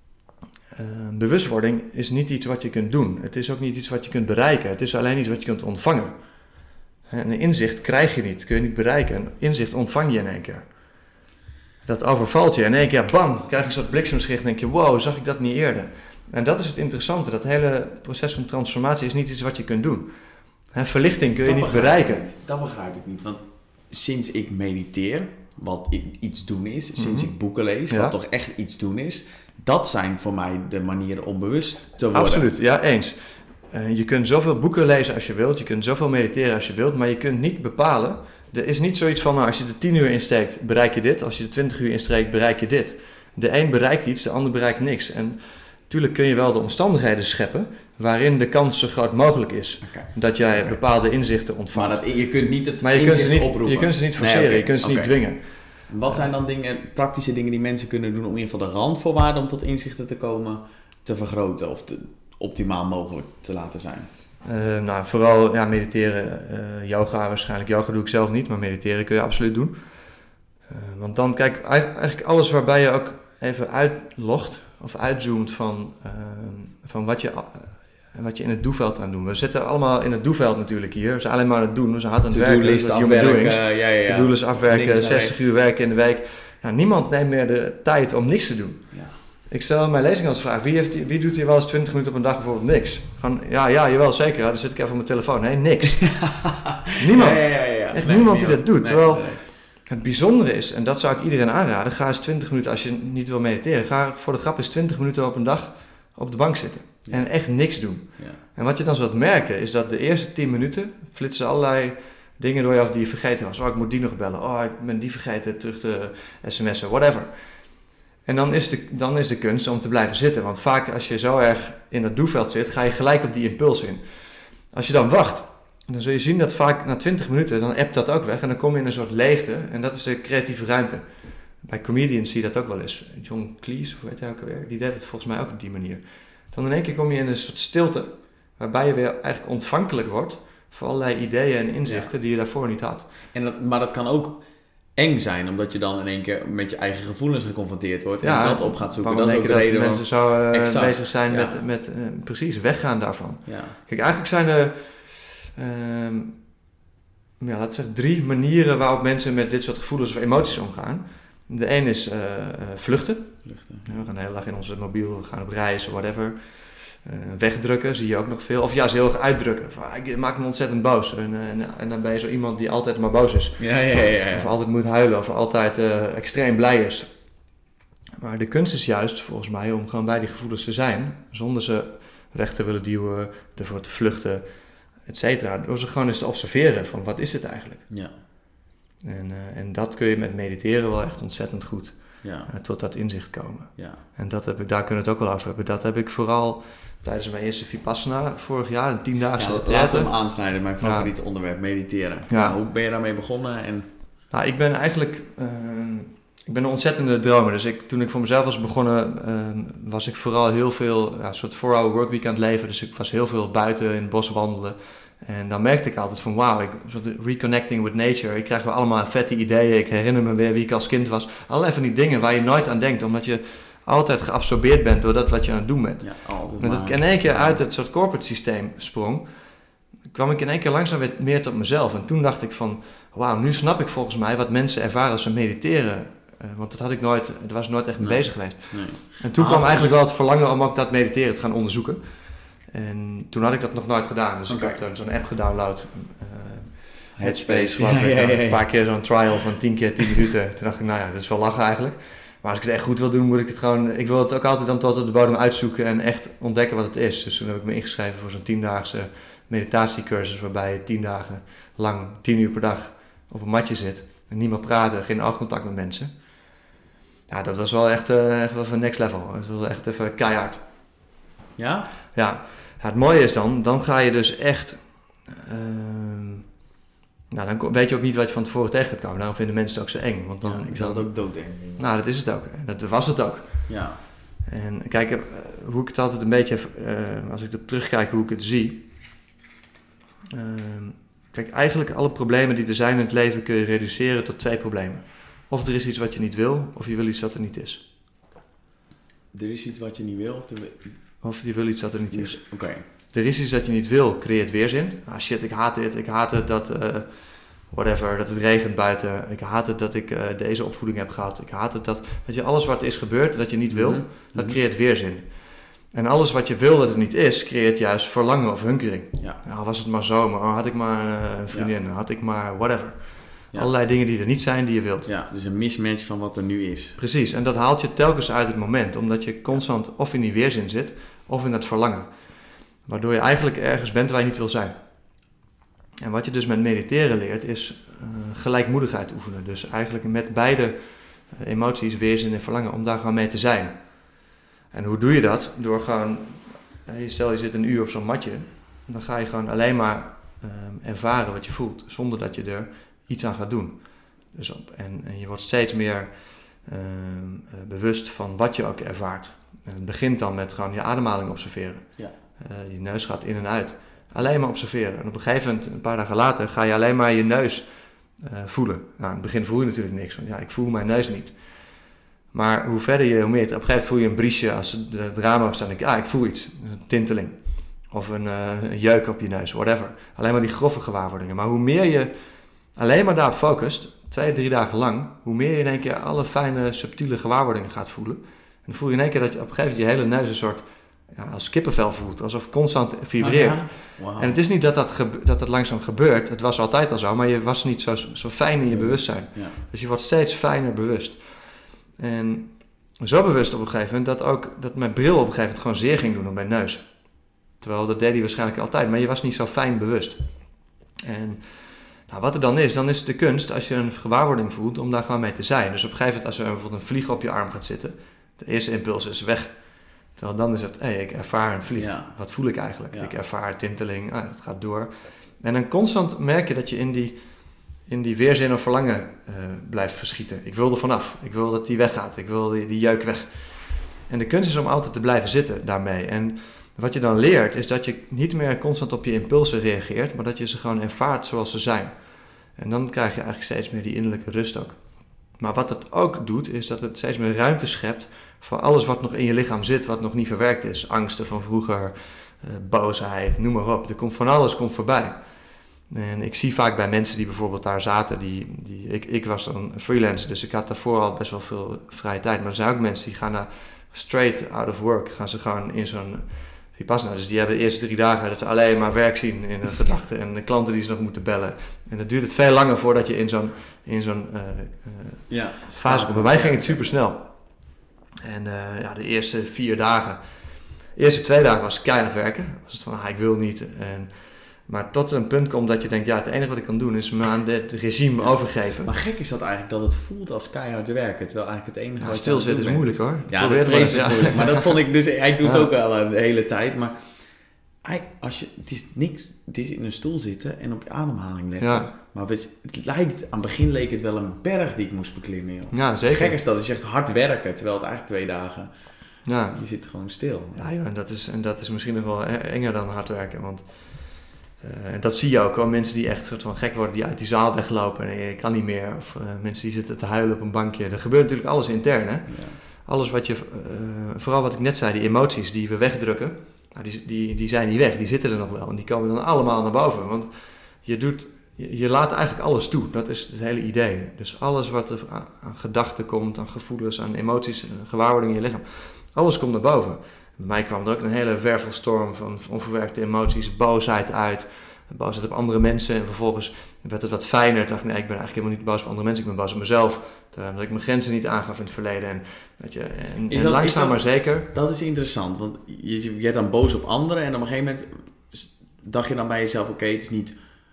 uh, bewustwording is niet iets wat je kunt doen. Het is ook niet iets wat je kunt bereiken. Het is alleen iets wat je kunt ontvangen. En een inzicht krijg je niet, kun je niet bereiken. Een inzicht ontvang je in één keer. Dat overvalt je en in één keer, bam, krijg je een soort bliksemschicht en denk je, wow, zag ik dat niet eerder? En dat is het interessante, dat hele proces van transformatie is niet iets wat je kunt doen. He, verlichting kun je dat niet bereiken. Niet. Dat begrijp ik niet, want sinds ik mediteer, wat iets doen is, mm-hmm. sinds ik boeken lees, ja. wat toch echt iets doen is, dat zijn voor mij de manieren om bewust te worden. Absoluut, ja, eens. Uh, je kunt zoveel boeken lezen als je wilt, je kunt zoveel mediteren als je wilt, maar je kunt niet bepalen. Er is niet zoiets van, nou, als je er tien uur insteekt, bereik je dit. Als je er twintig uur insteekt, bereik je dit. De een bereikt iets, de ander bereikt niks. En natuurlijk kun je wel de omstandigheden scheppen waarin de kans zo groot mogelijk is. Okay. Dat jij okay. bepaalde inzichten ontvangt. Maar dat, je kunt niet het maar je inzicht kunt ze niet, oproepen. Je kunt ze niet forceren, nee, okay. je kunt ze okay. niet dwingen. Wat zijn dan dingen, praktische dingen die mensen kunnen doen om in ieder geval de randvoorwaarden om tot inzichten te komen te vergroten of te, optimaal mogelijk te laten zijn? Uh, nou, vooral ja, mediteren, uh, yoga waarschijnlijk. Yoga doe ik zelf niet, maar mediteren kun je absoluut doen. Uh, want dan, kijk, eigenlijk alles waarbij je ook even uitlogt of uitzoomt van, uh, van wat je... Uh, wat je in het doeveld aan het doen. We zitten allemaal in het doeveld natuurlijk hier. We zijn alleen maar aan het doen. We zijn hard aan het werken. To-do-list afwerken. Ja, ja, ja. To-do-list afwerken, zestig uur werken in de week. Ja, niemand neemt meer de tijd om niks te doen. Ja. Ik stel in mijn lezing als vraag, wie, heeft, wie doet hier wel eens twintig minuten op een dag bijvoorbeeld niks? Gewoon, ja, ja, jawel, zeker. Ja, dan zit ik even op mijn telefoon. Nee, niks. Niemand. Ja, ja, ja, ja. Echt nee, niemand die dat doet. Nee, Terwijl nee, nee. het bijzondere is, en dat zou ik iedereen aanraden, ga eens twintig minuten, als je niet wil mediteren, ga voor de grap eens twintig minuten op een dag op de bank zitten. Ja. En echt niks doen. Ja. En wat je dan zult merken, is dat de eerste tien minuten flitsen allerlei dingen door je af die je vergeten was. Oh, ik moet die nog bellen. Oh, ik ben die vergeten, terug te sms'en, whatever. En dan is, de, dan is de kunst om te blijven zitten. Want vaak als je zo erg in het doeveld zit, ga je gelijk op die impuls in. Als je dan wacht, dan zul je zien dat vaak na twintig minuten, dan appt dat ook weg. En dan kom je in een soort leegte. En dat is de creatieve ruimte. Bij comedians zie je dat ook wel eens. John Cleese, of weet hij ook alweer, die deed het volgens mij ook op die manier. Dan in één keer kom je in een soort stilte, waarbij je weer eigenlijk ontvankelijk wordt voor allerlei ideeën en inzichten ja. die je daarvoor niet had. En dat, maar dat kan ook eng zijn, omdat je dan in één keer met je eigen gevoelens geconfronteerd wordt en ja, dat op gaat zoeken. Dat is ook de reden dat mensen zo uh, bezig zijn ja. met, met uh, precies weggaan daarvan. Ja. Kijk, eigenlijk zijn er uh, ja, laten we zeggen, drie manieren waarop mensen met dit soort gevoelens of emoties omgaan. De een is uh, uh, vluchten. vluchten. Ja, we gaan de hele dag in onze mobiel, we gaan op reis, whatever. Uh, wegdrukken zie je ook nog veel. Of juist heel erg uitdrukken. Van, ah, ik maak me ontzettend boos. En, en, en dan ben je zo iemand die altijd maar boos is. Ja, ja, ja, ja. Of altijd moet huilen. Of altijd uh, extreem blij is. Maar de kunst is juist, volgens mij, om gewoon bij die gevoelens te zijn. Zonder ze weg te willen duwen, ervoor te vluchten, et cetera. Door ze gewoon eens te observeren van, wat is het eigenlijk? Ja. En, uh, en dat kun je met mediteren wel echt ontzettend goed. Ja. Uh, tot dat inzicht komen. Ja. En dat heb ik, daar kunnen we het ook wel over hebben. Dat heb ik vooral tijdens mijn eerste Vipassana vorig jaar, een tiendaagse ja, laten we hem aansnijden, mijn favoriete ja. onderwerp, mediteren. Ja. Nou, hoe ben je daarmee begonnen? En... Nou, ik ben eigenlijk, uh, ik ben een ontzettende dromer. Dus ik, toen ik voor mezelf was begonnen, uh, was ik vooral heel veel, ja, een soort four-hour workweek aan het leven. Dus ik was heel veel buiten in het bos wandelen. En dan merkte ik altijd van wauw, ik soort reconnecting with nature. Ik krijg weer allemaal vette ideeën. Ik herinner me weer wie ik als kind was. Allerlei van die dingen waar je nooit aan denkt, omdat je altijd geabsorbeerd bent door dat wat je aan het doen bent. Ja, altijd en dat ik in één keer uit het soort corporate systeem sprong, kwam ik in één keer langzaam weer meer tot mezelf. En toen dacht ik van, wauw, nu snap ik volgens mij wat mensen ervaren als ze mediteren. Uh, want dat had ik nooit, daar was ik nooit echt mee nee. bezig geweest. Nee. En toen ah, kwam eigenlijk wel het verlangen om ook dat mediteren te gaan onderzoeken. En toen had ik dat nog nooit gedaan. Dus okay. ik had zo'n app gedownload. Uh, Headspace, geloof ja, ik. Ja, ja, ja. Een paar keer zo'n trial van tien keer tien minuten. Toen dacht ik, nou ja, dat is wel lachen eigenlijk. Maar als ik het echt goed wil doen, moet ik het gewoon... Ik wil het ook altijd dan tot op de bodem uitzoeken en echt ontdekken wat het is. Dus toen heb ik me ingeschreven voor zo'n tiendaagse meditatiecursus, waarbij je tien dagen lang, tien uur per dag op een matje zit. En niet meer praten, geen oogcontact met mensen. Ja, dat was wel echt, uh, echt wel van next level. Dat was wel echt even keihard. Ja? Ja. Ja, het mooie is dan, dan ga je dus echt... Uh, nou, dan weet je ook niet wat je van tevoren tegen gaat komen. Daarom vinden mensen het ook zo eng. Want dan, ja, ik zou het ook doodeng. Nou, dat is het ook. Dat was het ook. Ja. En kijk, uh, hoe ik het altijd een beetje... Uh, als ik erop terugkijk hoe ik het zie... Uh, kijk, eigenlijk alle problemen die er zijn in het leven kun je reduceren tot twee problemen. Of er is iets wat je niet wil, of je wil iets dat er niet is. Er is iets wat je niet wil, of... Er... Of je wil iets dat er niet is. Oké. Okay. Er is iets dat je niet wil, creëert weerzin. Ah shit, ik haat dit. Ik haat het dat, uh, whatever, dat het regent buiten. Ik haat het dat ik uh, deze opvoeding heb gehad. Ik haat het dat, dat je alles wat is gebeurd, dat je niet wil, mm-hmm. dat creëert weerzin. En alles wat je wil dat het niet is, creëert juist verlangen of hunkering. Ja. Nou, was het maar zomer, oh, had ik maar uh, een vriendin, ja. had ik maar whatever. Ja. Allerlei dingen die er niet zijn die je wilt. Ja, dus een mismatch van wat er nu is. Precies, en dat haalt je telkens uit het moment, omdat je constant of in die weerzin zit, of in dat verlangen. Waardoor je eigenlijk ergens bent waar je niet wil zijn. En wat je dus met mediteren leert, is uh, gelijkmoedigheid oefenen. Dus eigenlijk met beide uh, emoties, weerzin en verlangen, om daar gewoon mee te zijn. En hoe doe je dat? Door gewoon, uh, stel je zit een uur op zo'n matje, dan ga je gewoon alleen maar uh, ervaren wat je voelt, zonder dat je er iets aan gaat doen. Dus op, en, en je wordt steeds meer uh, uh, bewust van wat je ook ervaart. En het begint dan met gewoon je ademhaling observeren. Ja. Uh, je neus gaat in en uit. Alleen maar observeren. En op een gegeven moment, een paar dagen later, ga je alleen maar je neus uh, voelen. Nou, in het begin voel je natuurlijk niks. Want ja, ik voel mijn neus niet. Maar hoe verder je, hoe meer... Op een gegeven moment voel je een briesje als de, de ramen opstaan. Ik, ah, ik voel iets. Een tinteling. Of een, uh, een jeuk op je neus, whatever. Alleen maar die grove gewaarwordingen. Maar hoe meer je alleen maar daarop focust, twee, drie dagen lang, hoe meer je in één keer alle fijne, subtiele gewaarwordingen gaat voelen. En dan voel je in één keer dat je op een gegeven moment je hele neus een soort, ja, als kippenvel voelt. Alsof het constant vibreert. Oh ja? Wow. En het is niet dat dat, gebe- dat dat langzaam gebeurt. Het was altijd al zo, maar je was niet zo, zo fijn in je bewustzijn. Ja. Dus je wordt steeds fijner bewust. En zo bewust op een gegeven moment dat ook dat mijn bril op een gegeven moment gewoon zeer ging doen op mijn neus. Terwijl dat deed hij waarschijnlijk altijd, maar je was niet zo fijn bewust. En nou, wat er dan is, dan is het de kunst, als je een gewaarwording voelt, om daar gewoon mee te zijn. Dus op een gegeven moment, als er bijvoorbeeld een vlieg op je arm gaat zitten, de eerste impuls is weg. Terwijl dan is het, hé, hey, ik ervaar een vlieg. Ja. Wat voel ik eigenlijk? Ja. Ik ervaar tinteling, ah, het gaat door. En dan constant merk je dat je in die, in die weerzin of verlangen uh, blijft verschieten. Ik wil er vanaf. Ik wil dat die weggaat. Ik wil die, die jeuk weg. En de kunst is om altijd te blijven zitten daarmee. En wat je dan leert, is dat je niet meer constant op je impulsen reageert, maar dat je ze gewoon ervaart zoals ze zijn. En dan krijg je eigenlijk steeds meer die innerlijke rust ook. Maar wat het ook doet, is dat het steeds meer ruimte schept voor alles wat nog in je lichaam zit, wat nog niet verwerkt is. Angsten van vroeger, uh, boosheid, noem maar op. Er komt van alles komt voorbij. En ik zie vaak bij mensen die bijvoorbeeld daar zaten, die, die, ik, ik was dan freelancer, dus ik had daarvoor al best wel veel vrije tijd. Maar er zijn ook mensen die gaan naar straight out of work, gaan ze gewoon in zo'n Vipassana. Dus die hebben de eerste drie dagen dat ze alleen maar werk zien in hun gedachten en de klanten die ze nog moeten bellen. En dan duurt het veel langer voordat je in zo'n, in zo'n uh, uh, ja, fase komt. Bij mij ging het super snel. En uh, ja, de eerste vier dagen, de eerste twee dagen was keihard werken. Was het van, ah, ik wil niet. En, maar tot een punt komt dat je denkt, ja, het enige wat ik kan doen is me aan dit regime ja. overgeven. Maar gek is dat eigenlijk, dat het voelt als keihard werken. Terwijl eigenlijk het enige ja, wat stilzitten is moeilijk hoor. Ja, dat is vreselijk ja. moeilijk. Maar dat vond ik dus, hij doet ja. ook al de hele tijd. Maar als je, het is niks, het is in een stoel zitten en op je ademhaling letten. Ja. Maar het, het lijkt, aan het begin leek het wel een berg die ik moest beklimmen. Joh. Ja, zeker. Gek is dat, je zegt hard werken, terwijl het eigenlijk twee dagen, ja. je zit gewoon stil. Ja, joh, en, dat is, en dat is misschien nog wel enger dan hard werken, want Uh, en dat zie je ook hoor, mensen die echt soort van gek worden, die uit die zaal weglopen en ik kan niet meer. Of uh, mensen die zitten te huilen op een bankje. Er gebeurt natuurlijk alles intern hè. Ja. Alles wat je, uh, vooral wat ik net zei, die emoties die we wegdrukken, nou, die, die, die zijn niet weg, die zitten er nog wel. En die komen dan allemaal naar boven, want je doet, je, je laat eigenlijk alles toe. Dat is het hele idee. Dus alles wat er aan, aan gedachten komt, aan gevoelens, aan emoties, gewaarwordingen in je lichaam, alles komt naar boven. Bij mij kwam er ook een hele wervelstorm van onverwerkte emoties, boosheid uit, boosheid op andere mensen. En vervolgens werd het wat fijner. Ik dacht, nee, ik ben eigenlijk helemaal niet boos op andere mensen, ik ben boos op mezelf. Omdat ik mijn grenzen niet aangaf in het verleden. En, weet je, en, en dat, langzaam dat, maar zeker. Dat is interessant, want je, je bent dan boos op anderen en op een gegeven moment dacht je dan bij jezelf, oké, okay, het is niet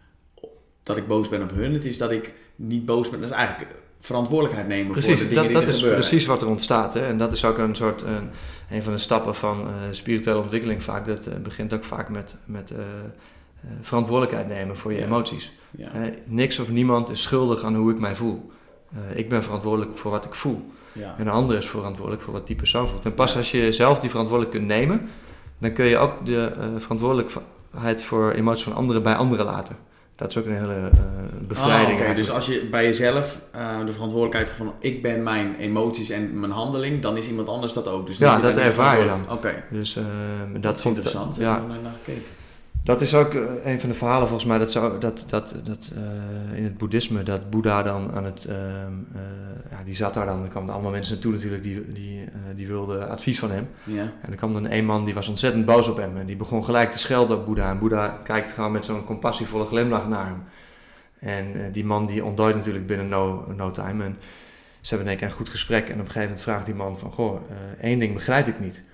dat ik boos ben op hun, het is dat ik niet boos ben. Dat is eigenlijk verantwoordelijkheid nemen precies, voor de dingen dat, die dat er gebeuren. Dat is precies wat er ontstaat. Hè? En dat is ook een soort, een, een van de stappen van uh, spirituele ontwikkeling vaak. Dat uh, begint ook vaak met, met uh, uh, verantwoordelijkheid nemen voor je ja. emoties. Ja. Uh, niks of niemand is schuldig aan hoe ik mij voel. Uh, ik ben verantwoordelijk voor wat ik voel. Ja. En de ander is verantwoordelijk voor wat die persoon voelt. En pas ja. als je zelf die verantwoordelijkheid kunt nemen, dan kun je ook de uh, verantwoordelijkheid voor emoties van anderen bij anderen laten. Dat is ook een hele uh, bevrijding. Oh, okay. Dus als je bij jezelf uh, de verantwoordelijkheid van ik ben mijn emoties en mijn handeling, dan is iemand anders dat ook. Dus ja, dat ervaar je dan. Oké. Okay. Dus uh, dat, dat is interessant. Ja. Ik heb er naar gekeken. Dat is ook uh, een van de verhalen volgens mij dat, zo, dat, dat, dat uh, in het boeddhisme, dat Boeddha dan aan het, uh, uh, ja, die zat daar dan, er kwamen allemaal mensen naartoe natuurlijk die, die, uh, die wilden advies van hem. Ja. En er kwam dan een man die was ontzettend boos op hem en die begon gelijk te schelden op Boeddha. En Boeddha kijkt gewoon met zo'n compassievolle glimlach naar hem. En uh, die man die ontdooit natuurlijk binnen no, no time en ze hebben in één keer een goed gesprek en op een gegeven moment vraagt die man van, goh, uh, één ding begrijp ik niet.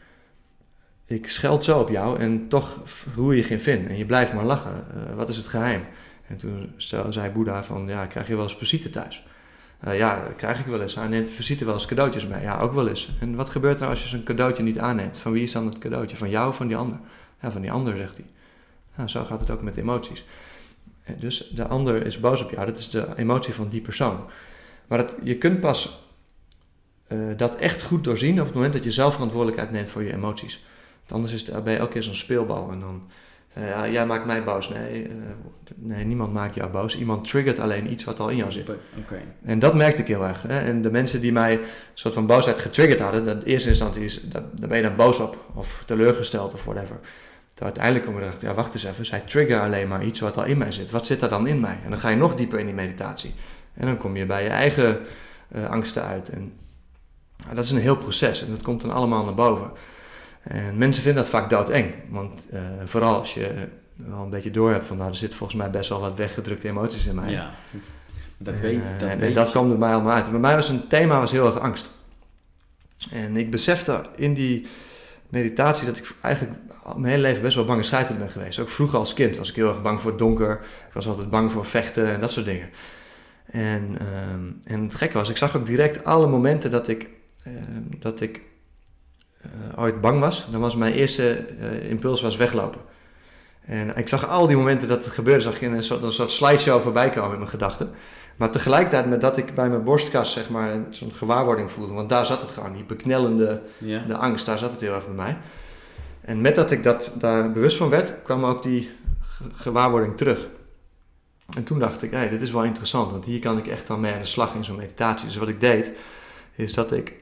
Ik scheld zo op jou en toch roer je geen vin en je blijft maar lachen. Uh, wat is het geheim? En toen zei Boeddha van, ja, krijg je wel eens visite thuis? Uh, ja, dat krijg ik wel eens. Hij neemt visite wel eens cadeautjes mee. Ja, ook wel eens. En wat gebeurt er nou als je zo'n cadeautje niet aanneemt? Van wie is dan het cadeautje? Van jou of van die ander? Ja, van die ander, zegt hij. Nou, zo gaat het ook met emoties. En dus de ander is boos op jou. Dat is de emotie van die persoon. Maar dat, je kunt pas uh, dat echt goed doorzien op het moment dat je zelf verantwoordelijkheid neemt voor je emoties. Anders is het bij elke keer zo'n speelbal. En dan, uh, ja, jij maakt mij boos. Nee, uh, nee, niemand maakt jou boos. Iemand triggert alleen iets wat al in jou zit. Okay. En dat merkte ik heel erg. Hè? En de mensen die mij een soort van boosheid getriggerd hadden, dat in eerste instantie is, daar ben je dan boos op. Of teleurgesteld of whatever. Toen uiteindelijk kom ik erachter, ja wacht eens even, zij triggeren alleen maar iets wat al in mij zit. Wat zit er dan in mij? En dan ga je nog dieper in die meditatie. En dan kom je bij je eigen uh, angsten uit. En uh, dat is een heel proces en dat komt dan allemaal naar boven. En mensen vinden dat vaak doodeng. Want uh, vooral als je wel een beetje door hebt van, nou er zit volgens mij best wel wat weggedrukte emoties in mij. Ja, dat, dat weet uh, dat En, weet en dat kwam er mij allemaal uit. En bij mij was een thema was heel erg angst. En ik besefte in die meditatie dat ik eigenlijk mijn hele leven best wel bang en scheidend ben geweest. Ook vroeger als kind was ik heel erg bang voor het donker. Ik was altijd bang voor vechten en dat soort dingen. En, um, en het gekke was, ik zag ook direct alle momenten dat ik, uh, dat ik uh, ooit bang was. Dan was mijn eerste uh, impuls was weglopen. En ik zag al die momenten dat het gebeurde, zag ik in een soort, een soort slideshow voorbij komen in mijn gedachten. Maar tegelijkertijd met dat ik bij mijn borstkas zeg maar zo'n gewaarwording voelde. Want daar zat het gewoon, die beknellende ja. de angst, daar zat het heel erg bij mij. En met dat ik dat, daar bewust van werd, kwam ook die gewaarwording terug. En toen dacht ik, hé, hey, dit is wel interessant, want hier kan ik echt dan mee aan de slag in zo'n meditatie. Dus wat ik deed, is dat ik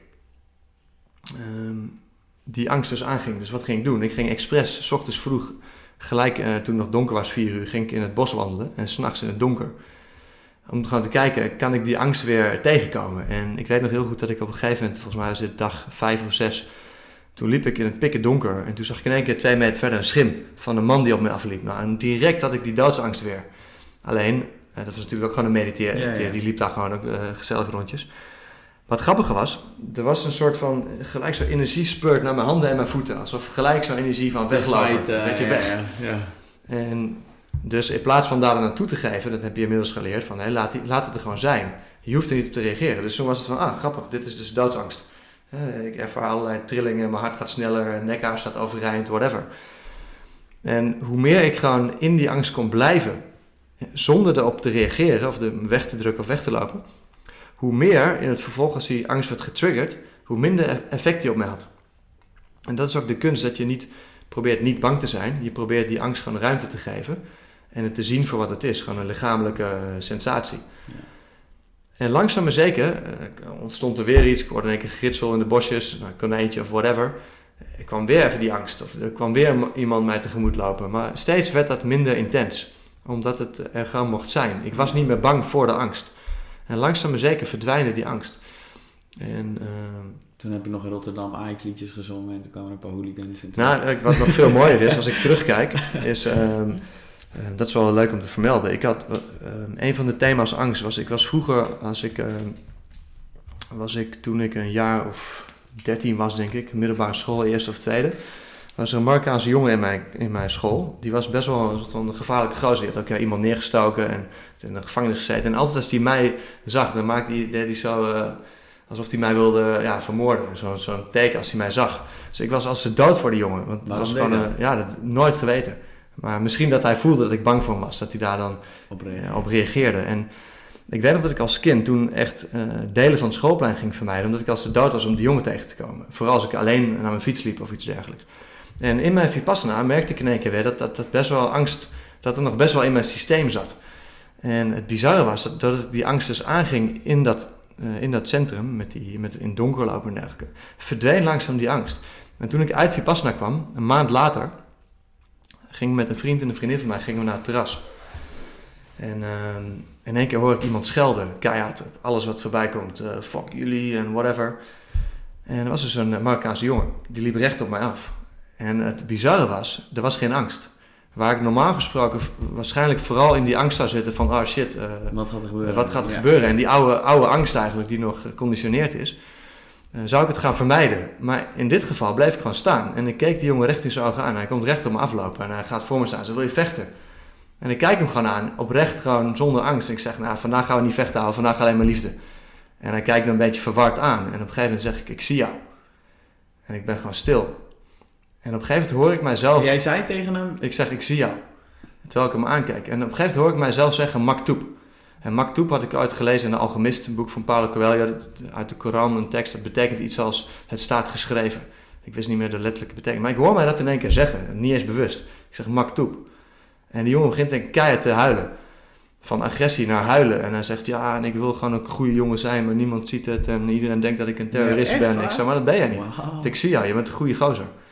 um, die angst dus aanging. Dus wat ging ik doen? Ik ging expres, 's ochtends vroeg, gelijk uh, toen het nog donker was, vier uur, ging ik in het bos wandelen en 's nachts in het donker. Om gewoon te kijken, kan ik die angst weer tegenkomen? En ik weet nog heel goed dat ik op een gegeven moment, volgens mij was het dag vijf of zes, toen liep ik in het pikken donker en toen zag ik in één keer twee meter verder een schim van een man die op mij afliep. Nou, en direct had ik die doodsangst weer. Alleen, dat was natuurlijk ook gewoon een mediteer, ja, ja. die liep daar gewoon ook uh, gezellig rondjes. Wat grappiger was, er was een soort van, gelijk zo'n energiespurt naar mijn handen en mijn voeten. Alsof gelijk zo'n energie van weglopen, uh, weet je, weg. Ja, ja, ja. En dus in plaats van daar naartoe te geven, dat heb je inmiddels geleerd, van hey, laat, die, laat het er gewoon zijn. Je hoeft er niet op te reageren. Dus toen was het van, ah, grappig, dit is dus doodsangst. Uh, ik ervaar allerlei trillingen, mijn hart gaat sneller, nekhaar staat overeind, whatever. En hoe meer ik gewoon in die angst kon blijven, zonder erop te reageren of de weg te drukken of weg te lopen, hoe meer in het vervolg als die angst werd getriggerd, hoe minder effect die op mij had. En dat is ook de kunst, dat je niet probeert niet bang te zijn, je probeert die angst gewoon ruimte te geven en het te zien voor wat het is, gewoon een lichamelijke uh, sensatie. Ja. En langzaam maar zeker uh, ontstond er weer iets, ik hoorde in één keer gritsel in de bosjes, een konijntje of whatever. Ik kwam weer even die angst, of er kwam weer iemand mij tegemoet lopen, maar steeds werd dat minder intens, omdat het er gewoon mocht zijn. Ik was niet meer bang voor de angst. En langzaam maar zeker verdwijnen die angst. En, uh, toen heb ik nog in Rotterdam Ajax-liedjes gezongen en toen kwamen er een paar hooligans. En nou, wat nog veel mooier is, als ik terugkijk, is, um, uh, dat is wel leuk om te vermelden. Ik had, uh, um, een van de thema's angst was, ik was vroeger, als ik, uh, was ik toen ik een jaar of dertien was denk ik, middelbare school, eerste of tweede, was er een Marokkaanse jongen in mijn, in mijn school. Die was best wel een soort van gevaarlijke gozer. Die had ook uh, iemand neergestoken en in de gevangenis gezeten. En altijd als hij mij zag, dan maakte hij, deed hij zo uh, alsof hij mij wilde ja, vermoorden. Zo, zo'n teken als hij mij zag. Dus ik was als de dood voor die jongen. Want dat was gewoon, uh, ja, dat nooit geweten. Maar misschien dat hij voelde dat ik bang voor hem was. Dat hij daar dan op reageerde. Uh, op reageerde. En ik weet nog dat ik als kind toen echt uh, delen van het schoolplein ging vermijden. Omdat ik als de dood was om die jongen tegen te komen. Vooral als ik alleen naar mijn fiets liep of iets dergelijks. En in mijn Vipassana merkte ik in één keer weer dat, dat, dat best wel angst, dat er nog best wel in mijn systeem zat. En het bizarre was dat, dat ik die angst dus aanging in dat, uh, in dat centrum, met, die, met in donker lopen en dergelijke. Verdween langzaam die angst. En toen ik uit Vipassana kwam, een maand later, ging ik met een vriend en een vriendin van mij gingen we naar het terras. En uh, in één keer hoor ik iemand schelden, keihard, alles wat voorbij komt, uh, fuck jullie en whatever. En er was dus een Marokkaanse jongen, die liep recht op mij af. En het bizarre was, er was geen angst. Waar ik normaal gesproken waarschijnlijk vooral in die angst zou zitten van, oh shit, uh, wat gaat er gebeuren? Wat gaat er ja. gebeuren? En die oude, oude angst eigenlijk, die nog geconditioneerd is, uh, zou ik het gaan vermijden. Maar in dit geval bleef ik gewoon staan. En ik keek die jongen recht in zijn ogen aan. Hij komt recht op me aflopen en hij gaat voor me staan. Zo, wil je vechten? En ik kijk hem gewoon aan, oprecht gewoon zonder angst. En ik zeg, nou, vandaag gaan we niet vechten houden, vandaag alleen maar liefde. En hij kijkt me een beetje verward aan. En op een gegeven moment zeg ik, ik zie jou. En ik ben gewoon stil. En op een gegeven moment hoor ik mijzelf... Jij zei tegen hem? Ik zeg, ik zie jou. Terwijl ik hem aankijk. En op een gegeven moment hoor ik mijzelf zeggen, Maktub. En Maktub had ik ooit gelezen in de Alchemist, een boek van Paulo Coelho, uit de Koran, een tekst, dat betekent iets als, het staat geschreven. Ik wist niet meer de letterlijke betekenis. Maar ik hoor mij dat in één keer zeggen, niet eens bewust. Ik zeg, Maktub. En die jongen begint denk ik keihard te huilen. Van agressie naar huilen. En hij zegt, ja, en ik wil gewoon een goede jongen zijn, maar niemand ziet het. En iedereen denkt dat ik een terrorist ja, ben. Waar? Ik zeg, maar dat ben jij niet. Wow. Ik zie jou, je bent een goede gozer.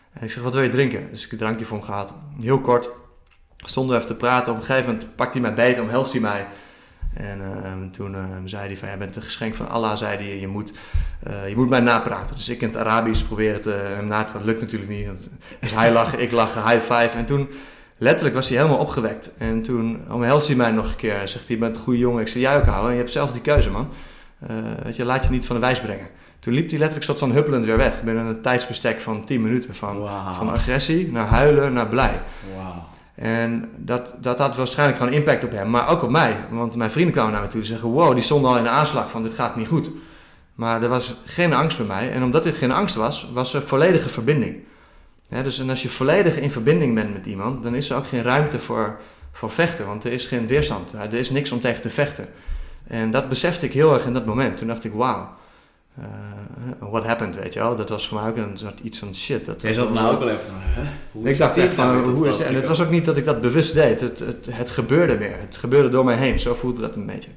En ik zeg, wat wil je drinken? Dus ik heb een drankje voor hem gehaald. Heel kort, stonden we even te praten. Op een gegeven moment pakt hij mij beet, omhelst hij mij. En uh, toen uh, zei hij van, jij bent een geschenk van Allah, zei hij, je moet, uh, je moet mij napraten. Dus ik in het Arabisch probeerde te, hem na te praten, lukt natuurlijk niet. Want, dus hij lachen, ik lachen, high five. En toen, letterlijk was hij helemaal opgewekt. En toen omhelst hij mij nog een keer, zegt hij, je bent een goede jongen. Ik zei, jij ook houden, en je hebt zelf die keuze, man. Uh, weet je, laat je niet van de wijs brengen. Toen liep hij letterlijk soort van huppelend weer weg, binnen een tijdsbestek van tien minuten. Van, wow. van agressie naar huilen naar blij. Wow. En dat, dat had waarschijnlijk gewoon impact op hem, maar ook op mij. Want mijn vrienden kwamen naar me toe en zeggen, wow, die stonden al in de aanslag van dit gaat niet goed. Maar er was geen angst bij mij. En omdat er geen angst was, was er volledige verbinding. Ja, dus en als je volledig in verbinding bent met iemand, dan is er ook geen ruimte voor, voor vechten. Want er is geen weerstand. Er is niks om tegen te vechten. En dat besefte ik heel erg in dat moment. Toen dacht ik, wauw. Uh, what happened, weet je wel. Dat was voor mij ook een soort iets van shit. Dat Jij zat nou ook wel even huh? Hoe ik dacht echt van, hoe is het? En het was ook niet dat ik dat bewust deed. Het, het, het gebeurde meer. Het gebeurde door mij heen. Zo voelde dat een beetje.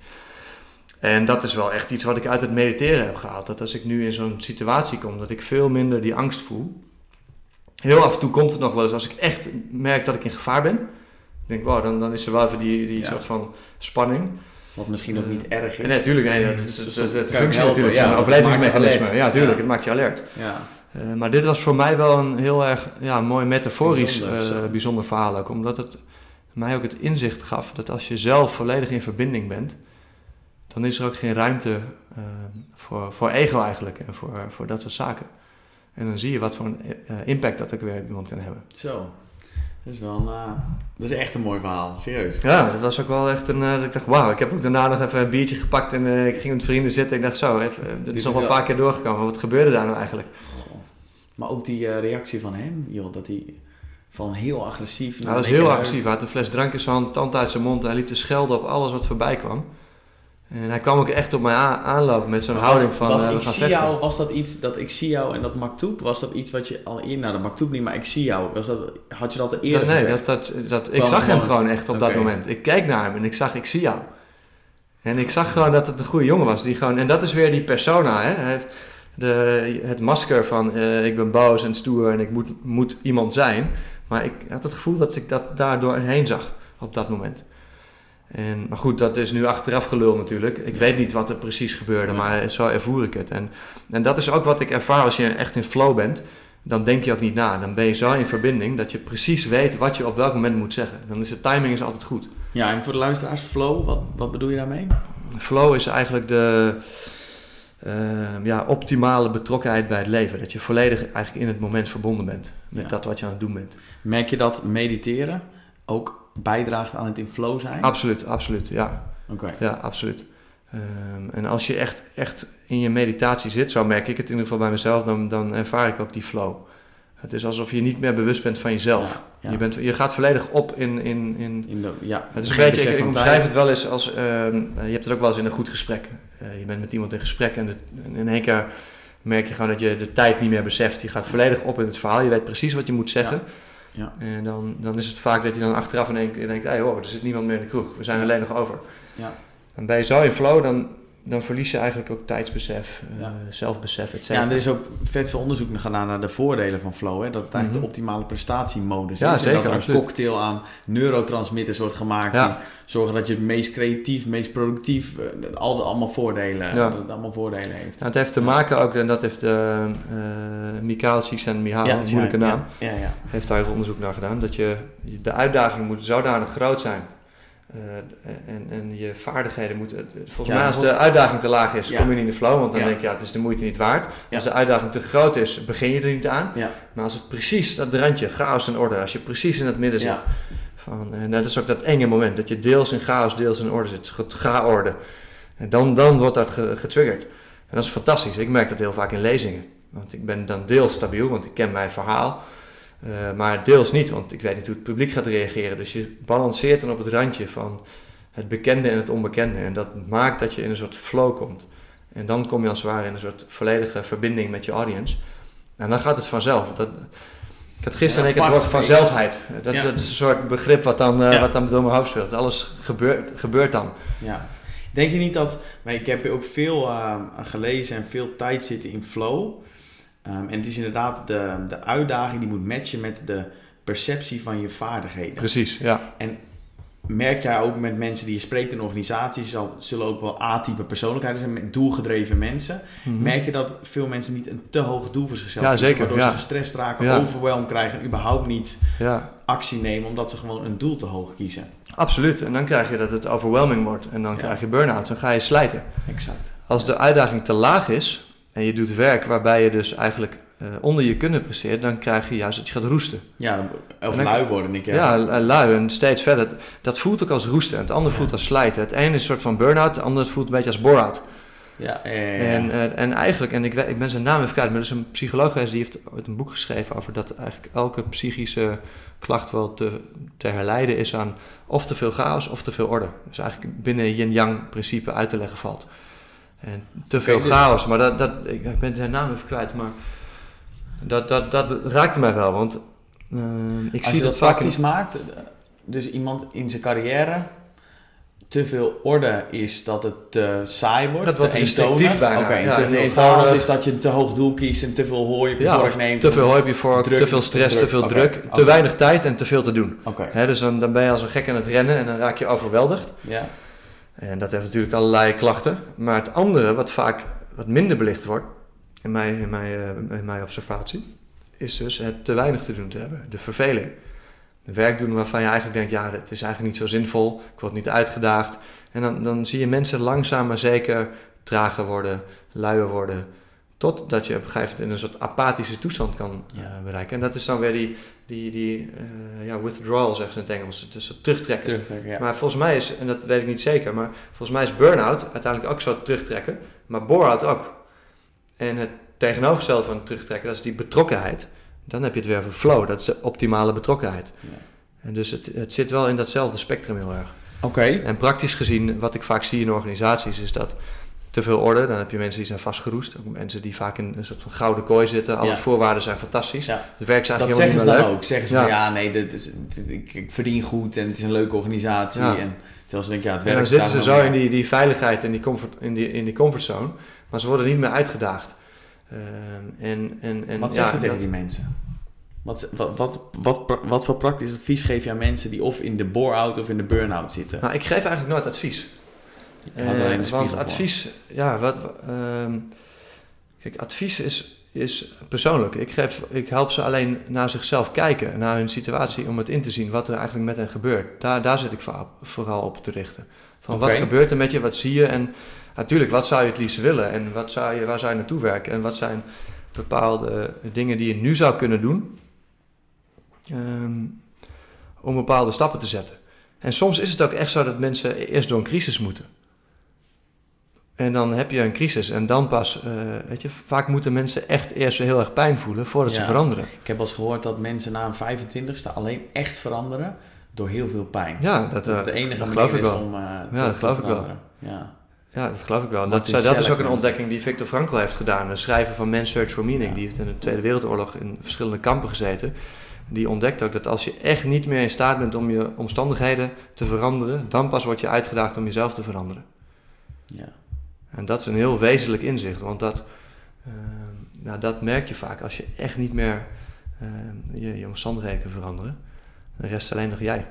En dat is wel echt iets wat ik uit het mediteren heb gehaald. Dat als ik nu in zo'n situatie kom, dat ik veel minder die angst voel. Heel af en toe komt het nog wel eens als ik echt merk dat ik in gevaar ben. Ik denk, wow, dan, dan is er wel even die, die ja. soort van spanning. Wat misschien ook niet erg is. Nee, natuurlijk. Nee, dat is het, het, het, het functie natuurlijk. Ja, een overlevingsmechanisme. Ja, tuurlijk. Ja. Het maakt je alert. Ja. Uh, maar dit was voor mij wel een heel erg ja, mooi metaforisch bijzonder, uh, bijzonder verhaal ook. Omdat het mij ook het inzicht gaf dat als je zelf volledig in verbinding bent, dan is er ook geen ruimte uh, voor, voor ego eigenlijk en voor, voor dat soort zaken. En dan zie je wat voor een uh, impact dat ook weer iemand kan hebben. Zo. Dat is wel een, uh, dat is echt een mooi verhaal, serieus. Ja, dat was ook wel echt een, uh, dat ik dacht, wauw, ik heb ook daarna nog even een biertje gepakt en uh, ik ging met vrienden zitten. Ik dacht zo, even, uh, dit is al wel een paar keer doorgekomen, wat gebeurde daar nou eigenlijk? Goh. Maar ook die uh, reactie van hem, joh, dat hij van heel agressief... Hij was heel agressief, hij had een fles drank in zijn hand, tand uit zijn mond en hij liep te schelden op alles wat voorbij kwam. En hij kwam ook echt op mij aan, aanlopen met zo'n houding was, van was, uh, ik we gaan zie vechten. jou, was dat iets dat ik zie jou en dat Maktoub, was dat iets wat je al eerder, nou dat Maktoub niet, maar ik zie jou, was dat, had je dat al eerder dat, nee, gezegd? dat, dat, dat, ik zag hem gewoon echt op okay. dat moment. Ik keek naar hem en ik zag, ik zie jou. En ik zag gewoon dat het een goede jongen was. Die gewoon, en dat is weer die persona, hè. Hij heeft de, het masker van uh, ik ben boos en stoer en ik moet, moet iemand zijn. Maar ik had het gevoel dat ik dat daar doorheen zag op dat moment. En, maar goed, dat is nu achteraf gelul natuurlijk. Ik weet niet wat er precies gebeurde, ja. maar zo ervoer ik het. En, en dat is ook wat ik ervaar als je echt in flow bent. Dan denk je ook niet na. Dan ben je zo in verbinding dat je precies weet wat je op welk moment moet zeggen. Dan is de timing is altijd goed. Ja, en voor de luisteraars, flow, wat, wat bedoel je daarmee? Flow is eigenlijk de uh, ja, optimale betrokkenheid bij het leven. Dat je volledig eigenlijk in het moment verbonden bent met ja. dat wat je aan het doen bent. Merk je dat mediteren ook bijdraagt aan het in flow zijn? Absoluut, absoluut, ja. Oké. Okay. Ja, absoluut. Um, en als je echt, echt in je meditatie zit, zo merk ik het in ieder geval bij mezelf, dan, dan ervaar ik ook die flow. Het is alsof je niet meer bewust bent van jezelf. Ja, ja. Je, bent, je gaat volledig op in... in, in, in de, ja, het is een beetje, ik, ik omschrijf het wel eens als... Uh, je hebt het ook wel eens in een goed gesprek. Uh, je bent met iemand in gesprek en, de, en in één keer merk je gewoon dat je de tijd niet meer beseft. Je gaat volledig op in het verhaal. Je weet precies wat je moet zeggen. Ja. Ja. En dan, dan is het vaak dat je dan achteraf in één keer denkt... Hey, wow, er zit niemand meer in de kroeg. We zijn ja. alleen nog over. Ja. Dan ben je zo in flow, dan... dan verlies je eigenlijk ook tijdsbesef, ja. uh, zelfbesef, et cetera. Ja, en er is ook vet veel onderzoek gedaan naar de voordelen van flow. Hè? Dat het eigenlijk mm-hmm. de optimale prestatiemodus ja, is. Zeker, en dat er absoluut. een cocktail aan neurotransmitters wordt gemaakt. Ja. Die zorgen dat je het meest creatief, meest productief, uh, al, allemaal voordelen, ja. dat het allemaal voordelen heeft. Nou, het heeft te maken ook, en dat heeft uh, uh, Mikhail Csikszentmihalyi, ja, een moeilijke ja, naam, ja, ja, ja. heeft daar heel veel onderzoek naar gedaan. Dat je, de uitdaging moet zodanig groot zijn. Uh, en, en je vaardigheden moeten... Volgens ja, mij als de uitdaging te laag is, ja. kom je niet in de flow. Want dan ja. denk je, ja, het is de moeite niet waard. Ja. Als de uitdaging te groot is, begin je er niet aan. Ja. Maar als het precies dat randje, chaos en orde, als je precies in het midden zit. Ja. Van, en dat is ook dat enge moment, dat je deels in chaos, deels in orde zit. Ga-orde. En dan, dan wordt dat ge- getriggerd. En dat is fantastisch. Ik merk dat heel vaak in lezingen. Want ik ben dan deels stabiel, want ik ken mijn verhaal. Uh, maar deels niet, want ik weet niet hoe het publiek gaat reageren. Dus je balanceert dan op het randje van het bekende en het onbekende. En dat maakt dat je in een soort flow komt. En dan kom je als het ware in een soort volledige verbinding met je audience. En dan gaat het vanzelf. Dat, ik had gisteren ja, het woord vanzelfheid. Dat, ja. dat is een soort begrip wat dan, uh, ja. wat dan door mijn hoofd speelt. Alles gebeurt, gebeurt dan. Ja. Denk je niet dat... Maar ik heb ook veel uh, gelezen en veel tijd zitten in flow... Um, en het is inderdaad de, de uitdaging die moet matchen met de perceptie van je vaardigheden. Precies, ja. En merk jij ook met mensen die je spreekt in organisaties, zal, zullen ook wel A-type persoonlijkheden zijn, doelgedreven mensen. Mm-hmm. Merk je dat veel mensen niet een te hoog doel voor zichzelf hebben? Ja, zeker. Waardoor ja. ze gestrest raken, ja. overwhelm krijgen en überhaupt niet ja. actie nemen, omdat ze gewoon een doel te hoog kiezen. Absoluut. En dan krijg je dat het overwhelming wordt en dan ja. krijg je burn-outs en ga je slijten. Exact. Als de uitdaging te laag is en je doet werk waarbij je dus eigenlijk uh, onder je kunnen presteert, dan krijg je juist dat je gaat roesten. Ja, of dan, lui worden. Ik, ja, ja, lui en steeds verder. Dat voelt ook als roesten en het andere ja. voelt als slijten. Het ene is een soort van burn-out, het andere voelt een beetje als bore-out. Ja, ja, ja, ja. En, uh, en eigenlijk, en ik, ik ben zijn naam even kwijt, maar er is een psycholoog geweest die heeft ooit een boek geschreven over dat eigenlijk elke psychische klacht wel te, te herleiden is aan of te veel chaos of te veel orde. Dus eigenlijk binnen het yin-yang principe uit te leggen valt. En te veel okay, chaos, maar dat, dat, ik ben zijn naam even kwijt, maar dat, dat, dat raakte mij wel, want uh, ik Als zie je dat dat vaak praktisch in... maakt, dus iemand in zijn carrière te veel orde is dat het te saai wordt, dat wordt restrictief bijna. Oké, okay, ja, te veel chaos is dat je een te hoog doel kiest en te veel hooi op je ja, vork neemt. te veel hooi op je vork, druk, te veel stress, druk, te veel okay, druk, okay. te weinig tijd en te veel te doen. Okay. He, dus dan, dan ben je als een gek aan het rennen en dan raak je overweldigd. Ja. En dat heeft natuurlijk allerlei klachten. Maar het andere, wat vaak wat minder belicht wordt, in mijn, in mijn, uh, in mijn observatie, is dus het te weinig te doen te hebben. De verveling. De werk doen waarvan je eigenlijk denkt, ja, dat is eigenlijk niet zo zinvol. Ik word niet uitgedaagd. En dan, dan zie je mensen langzaam maar zeker trager worden, luier worden, totdat je op een gegeven moment in een soort apathische toestand kan uh, bereiken. En dat is dan weer die, die, die uh, ja, withdrawal, zeggen ze in het Engels, dus het terugtrekken. terugtrekken ja. Maar volgens mij is, en dat weet ik niet zeker, maar volgens mij is burn-out uiteindelijk ook zo terugtrekken, maar bore-out ook. En het tegenovergestelde van terugtrekken, dat is die betrokkenheid. Dan heb je het weer over flow, dat is de optimale betrokkenheid. Ja. En dus het, het zit wel in datzelfde spectrum heel erg. Oké. Okay. En praktisch gezien, wat ik vaak zie in organisaties, is dat te veel orde, dan heb je mensen die zijn vastgeroest. Ook mensen die vaak in een soort van gouden kooi zitten. Alle ja. voorwaarden zijn fantastisch. Ja. Het werk is eigenlijk dat helemaal niet meer leuk. Dat zeggen ze dan ook. Zeggen ze ja. van ja, nee, dit is, dit, ik, ik verdien goed en het is een leuke organisatie. Ja. En terwijl ze denken, ja, het werk en dan zitten ze zo in die, die veiligheid en die comfort, in, die, in die comfortzone, maar ze worden niet meer uitgedaagd. Uh, en, en, en, wat zeg ja, je tegen dat, die mensen? Wat, wat, wat, wat, wat voor praktisch advies geef je aan mensen die of in de bore-out of in de burn-out zitten? Nou, ik geef eigenlijk nooit advies. Uh, want advies, ja, wat, uh, kijk, advies is, is persoonlijk. Ik, geef, ik help ze alleen naar zichzelf kijken, naar hun situatie, om het in te zien wat er eigenlijk met hen gebeurt. Daar, daar zit ik vooral op te richten. Van okay. Wat gebeurt er met je, wat zie je en natuurlijk, wat zou je het liefst willen en wat zou je, waar zou je naartoe werken en wat zijn bepaalde dingen die je nu zou kunnen doen um, om bepaalde stappen te zetten. En soms is het ook echt zo dat mensen eerst door een crisis moeten. En dan heb je een crisis en dan pas, uh, weet je, vaak moeten mensen echt eerst heel erg pijn voelen voordat ja, ze veranderen. Ik heb al eens gehoord dat mensen na een vijfentwintigste alleen echt veranderen door heel veel pijn. Ja, dat, uh, dat de enige dat manier geloof ik is wel. om uh, te, ja, dat geloof te ik wel. Ja. ja, dat geloof ik wel. Dat, dat, dat is ook een ontdekking die Viktor Frankl heeft gedaan. Een schrijver van Man's Search for Meaning. Ja. Die heeft in de Tweede Wereldoorlog in verschillende kampen gezeten. Die ontdekt ook dat als je echt niet meer in staat bent om je omstandigheden te veranderen, dan pas word je uitgedaagd om jezelf te veranderen. Ja. En dat is een heel wezenlijk inzicht, want dat, uh, nou, dat merk je vaak als je echt niet meer uh, je, je omstandigheden kan veranderen. Dan rest alleen nog jij.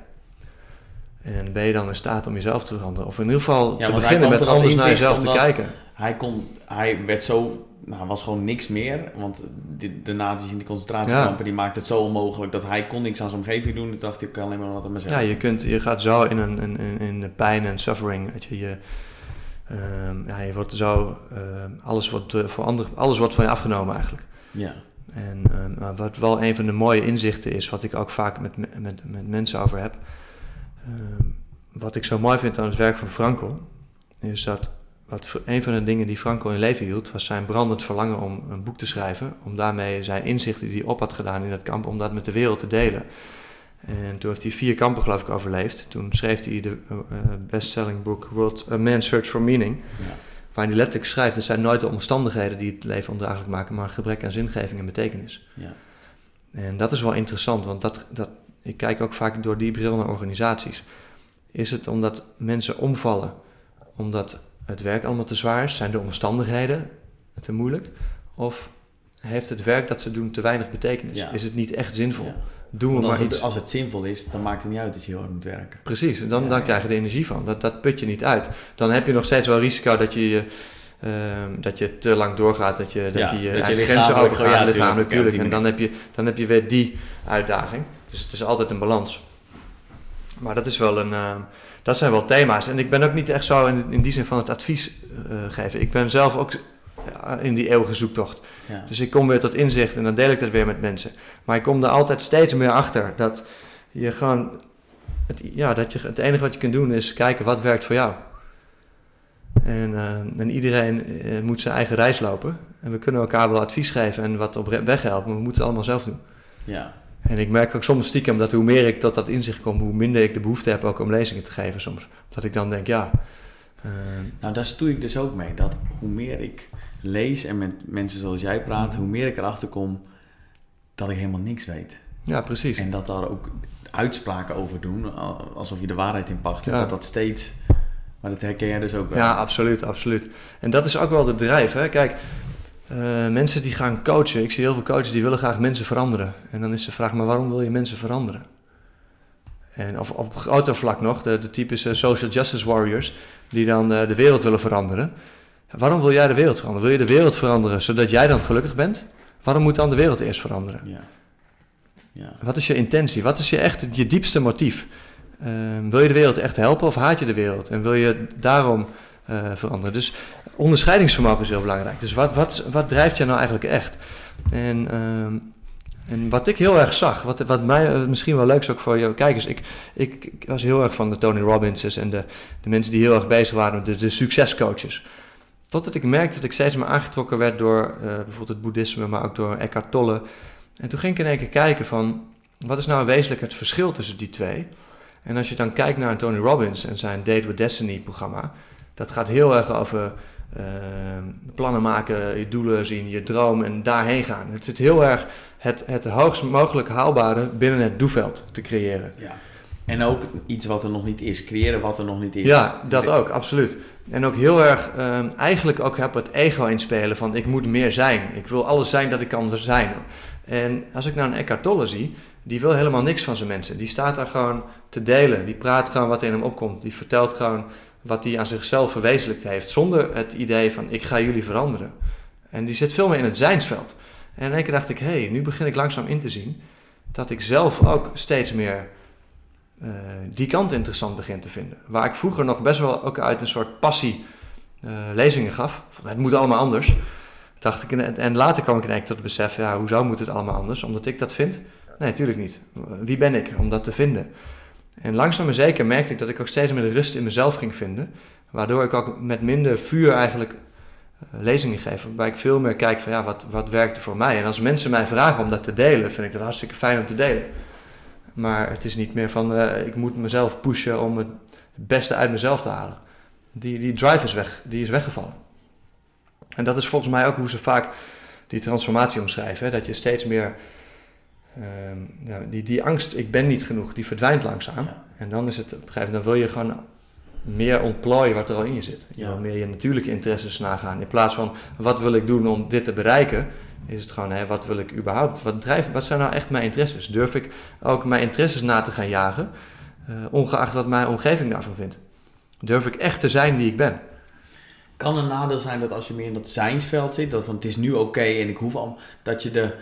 En ben je dan in staat om jezelf te veranderen? Of in ieder geval ja, te beginnen met anders naar jezelf te kijken. Hij, kon, hij werd zo, nou, was gewoon niks meer. Want de, de nazi's in die concentratiekampen, ja. die maakten het zo onmogelijk dat hij kon niks aan zijn omgeving doen. Toen dacht ik, ik kan alleen maar wat aan mezelf. Ja, je, kunt, je gaat zo in, een, in, in, in de pijn en suffering. Weet je, je, um, ja, je wordt zo, uh, alles, wordt, uh, voor andere, alles wordt van je afgenomen eigenlijk. Ja. En um, wat wel een van de mooie inzichten is, wat ik ook vaak met, met, met mensen over heb. Um, wat ik zo mooi vind aan het werk van Frankl, is dat wat een van de dingen die Frankl in leven hield, was zijn brandend verlangen om een boek te schrijven, om daarmee zijn inzichten die hij op had gedaan in het kamp, om dat met de wereld te delen. En toen heeft hij vier kampen geloof ik overleefd. Toen schreef hij de uh, bestselling boek World, A Man's Search for Meaning, ja. waar hij letterlijk schrijft, het zijn nooit de omstandigheden die het leven ondraaglijk maken, maar een gebrek aan zingeving en betekenis. Ja. En dat is wel interessant, want dat, dat, ik kijk ook vaak door die bril naar organisaties. Is het omdat mensen omvallen, omdat het werk allemaal te zwaar is, zijn de omstandigheden te moeilijk? Of heeft het werk dat ze doen te weinig betekenis. Ja. Is het niet echt zinvol? Ja. Doen we maar als iets. Het, als het zinvol is, dan maakt het niet uit dat je heel hard moet werken. Precies, dan, ja, dan ja. krijg je er energie van. Dat, dat put je niet uit. Dan heb je nog steeds wel risico dat je, uh, dat je te lang doorgaat. Dat je, dat ja, je, je dat je grenzen overgaat. Ja, lichaam, natuurlijk. Ja, en dan heb, je, dan heb je weer die uitdaging. Dus het is altijd een balans. Maar dat is wel een... Uh, dat zijn wel thema's. En ik ben ook niet echt zo in, in die zin van het advies uh, geven. Ik ben zelf ook in die eeuwige zoektocht. Ja. Dus ik kom weer tot inzicht en dan deel ik dat weer met mensen. Maar ik kom er altijd steeds meer achter dat je gewoon... Het, ja, dat je, het enige wat je kunt doen is kijken wat werkt voor jou. En, uh, en iedereen uh, moet zijn eigen reis lopen. En we kunnen elkaar wel advies geven en wat op weg helpen, maar we moeten het allemaal zelf doen. Ja. En ik merk ook soms stiekem dat hoe meer ik tot dat inzicht kom, hoe minder ik de behoefte heb ook om lezingen te geven soms. Dat ik dan denk, ja... Uh, nou, daar stoei ik dus ook mee. Dat hoe meer ik lees en met mensen zoals jij praat, hoe meer ik erachter kom dat ik helemaal niks weet. Ja, precies. En dat daar ook uitspraken over doen, alsof je de waarheid in pacht hebt. Ja. Dat dat steeds... Maar dat herken jij dus ook wel. Ja, absoluut, absoluut. En dat is ook wel de drijf, hè. Kijk... Uh, mensen die gaan coachen, ik zie heel veel coaches die willen graag mensen veranderen. En dan is de vraag, maar waarom wil je mensen veranderen? En of op groter vlak nog, de, de typische social justice warriors die dan uh, de wereld willen veranderen. Waarom wil jij de wereld veranderen? Wil je de wereld veranderen zodat jij dan gelukkig bent? Waarom moet dan de wereld eerst veranderen? Ja. Ja. Wat is je intentie? Wat is je echt je diepste motief? Uh, wil je de wereld echt helpen of haat je de wereld? En wil je daarom uh, veranderen? Dus onderscheidingsvermogen is heel belangrijk. Dus wat, wat, wat drijft je nou eigenlijk echt? En, uh, en wat ik heel erg zag, wat, wat mij uh, misschien wel leuk is ook voor jouw kijkers. Ik, ik, ik was heel erg van de Tony Robbins en de, de mensen die heel erg bezig waren met de, de succescoaches. Totdat ik merkte dat ik steeds meer aangetrokken werd door uh, bijvoorbeeld het boeddhisme, maar ook door Eckhart Tolle. En toen ging ik in één keer kijken van, wat is nou wezenlijk het verschil tussen die twee? En als je dan kijkt naar Tony Robbins en zijn Date with Destiny programma, dat gaat heel erg over uh, plannen maken, je doelen zien, je droom en daarheen gaan. Het zit heel erg het, het hoogst mogelijk haalbare binnen het doelveld te creëren. Ja. En ook iets wat er nog niet is, creëren wat er nog niet is. Ja, dat ook, absoluut. En ook heel erg, um, eigenlijk ook op het ego inspelen van ik moet meer zijn. Ik wil alles zijn dat ik kan zijn. En als ik nou een Eckhart Tolle zie, die wil helemaal niks van zijn mensen. Die staat daar gewoon te delen. Die praat gewoon wat in hem opkomt. Die vertelt gewoon wat hij aan zichzelf verwezenlijkt heeft. Zonder het idee van ik ga jullie veranderen. En die zit veel meer in het zijnsveld. En in één keer dacht ik, hé, hey, nu begin ik langzaam in te zien dat ik zelf ook steeds meer uh, die kant interessant begin te vinden. Waar ik vroeger nog best wel ook uit een soort passie uh, lezingen gaf. Van, het moet allemaal anders. Dacht ik, en, en later kwam ik in één keer tot het besef, ja, hoezo moet het allemaal anders? Omdat ik dat vind? Nee, natuurlijk niet. Wie ben ik om dat te vinden? En langzaam maar zeker merkte ik dat ik ook steeds meer de rust in mezelf ging vinden. Waardoor ik ook met minder vuur eigenlijk uh, lezingen geef. Waarbij ik veel meer kijk van ja, wat, wat werkte voor mij? En als mensen mij vragen om dat te delen, vind ik dat hartstikke fijn om te delen. Maar het is niet meer van uh, ik moet mezelf pushen om het beste uit mezelf te halen. Die, die drive is weg, die is weggevallen. En dat is volgens mij ook hoe ze vaak die transformatie omschrijven. Hè? Dat je steeds meer... Uh, ja, die, die angst, ik ben niet genoeg, die verdwijnt langzaam. Ja. En dan is het op een gegeven moment, dan wil je gewoon meer ontplooien wat er al in je zit. Je ja. wil meer je natuurlijke interesses nagaan. In plaats van, wat wil ik doen om dit te bereiken? Is het gewoon, hè, wat wil ik überhaupt? Wat drijft, wat zijn nou echt mijn interesses? Durf ik ook mijn interesses na te gaan jagen? Uh, ongeacht wat mijn omgeving daarvan vindt. Durf ik echt te zijn die ik ben? Kan een nadeel zijn dat als je meer in dat zijnsveld zit, dat van het is nu oké okay en ik hoef al, dat je de...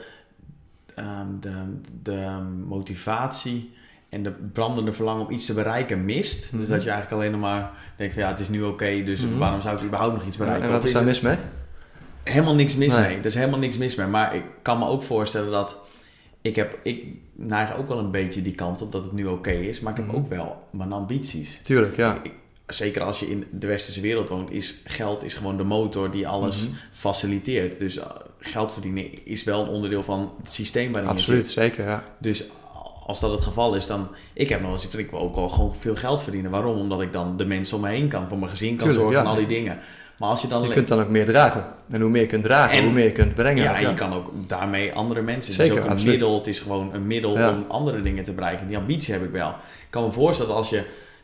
Um, de, de motivatie en de brandende verlangen om iets te bereiken mist. Mm-hmm. Dus dat je eigenlijk alleen nog maar denkt van ja, het is nu oké, okay, dus mm-hmm. waarom zou ik überhaupt nog iets bereiken? En wat is daar mis mee? Helemaal niks mis nee. mee. Er is helemaal niks mis mee. Maar ik kan me ook voorstellen dat ik heb, ik neig ook wel een beetje die kant op dat het nu oké okay is, maar ik heb mm-hmm. ook wel mijn ambities. Tuurlijk, ja. Ik, ik, zeker als je in de westerse wereld woont, is geld is gewoon de motor die alles mm-hmm. faciliteert. Dus uh, geld verdienen is wel een onderdeel van het systeem waarin Absoluut, je zit. Zeker, ja. Dus als dat het geval is, dan... Ik heb nog eens iets van, ik wil ook wel gewoon veel geld verdienen. Waarom? Omdat ik dan de mensen om me heen kan, voor mijn gezin kan Tuurlijk, zorgen ja. en al die dingen. Maar als je dan... Je alleen... kunt dan ook meer dragen. En hoe meer je kunt dragen, en, hoe meer je kunt brengen. Ja, ook, en ja. je kan ook daarmee andere mensen... Zeker, het is ook een absoluut. middel, het is gewoon een middel ja. om andere dingen te bereiken. Die ambitie heb ik wel. Ik kan me voorstellen dat als je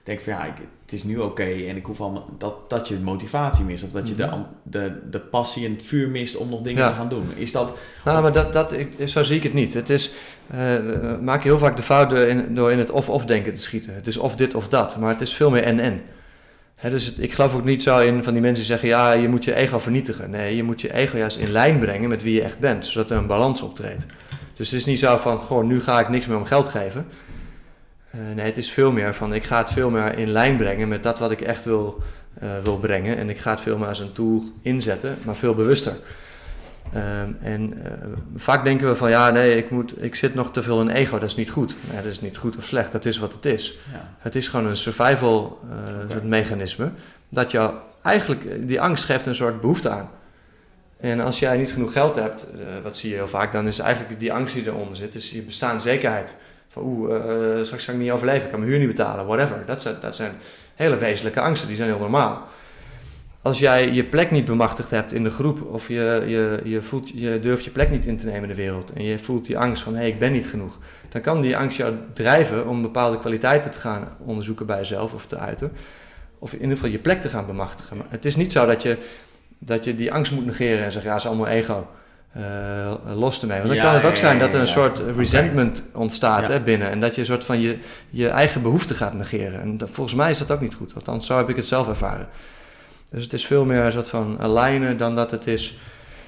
denkt van ja, ik, het is nu oké okay en ik hoef allemaal dat, dat je motivatie mist of dat je de, de, de passie en het vuur mist om nog dingen ja. te gaan doen. Is dat... Nou, maar dat, dat, ik, zo zie ik het niet. Het is, uh, maak je heel vaak de fout door in, door in het of-of denken te schieten. Het is of dit of dat, maar het is veel meer en-en. He, dus het, ik geloof ook niet zo in van die mensen die zeggen, ja, je moet je ego vernietigen. Nee, je moet je ego juist in lijn brengen met wie je echt bent, zodat er een balans optreedt. Dus het is niet zo van, goh, nu ga ik niks meer om geld geven. Uh, nee, het is veel meer van, ik ga het veel meer in lijn brengen met dat wat ik echt wil, uh, wil brengen. En ik ga het veel meer als een tool inzetten, maar veel bewuster. Um, en uh, vaak denken we van, ja, nee, ik, moet, ik zit nog te veel in ego, dat is niet goed. Nee, dat is niet goed of slecht, dat is wat het is. Ja. Het is gewoon een survival uh, okay. soort mechanisme, dat jou eigenlijk, die angst geeft een soort behoefte aan. En als jij niet genoeg geld hebt, uh, wat zie je heel vaak, dan is eigenlijk die angst die eronder zit, is je bestaanszekerheid. Van oeh, uh, straks ga ik niet overleven, ik kan mijn huur niet betalen, whatever. Dat zijn, dat zijn hele wezenlijke angsten, die zijn heel normaal. Als jij je plek niet bemachtigd hebt in de groep, of je, je, je, voelt, je durft je plek niet in te nemen in de wereld, en je voelt die angst van, hé, hey, ik ben niet genoeg, dan kan die angst jou drijven om bepaalde kwaliteiten te gaan onderzoeken bij jezelf of te uiten, of in ieder geval je plek te gaan bemachtigen. Maar het is niet zo dat je, dat je die angst moet negeren en zeggen, ja, het is allemaal ego. Uh, los ermee. Want dan ja, kan het ook ja, zijn dat er een ja. soort resentment okay. ontstaat ja. hè, binnen. En dat je een soort van je, je eigen behoeften gaat negeren. En dat, volgens mij is dat ook niet goed. Althans, zo heb ik het zelf ervaren. Dus het is veel meer een soort van alignen dan dat het is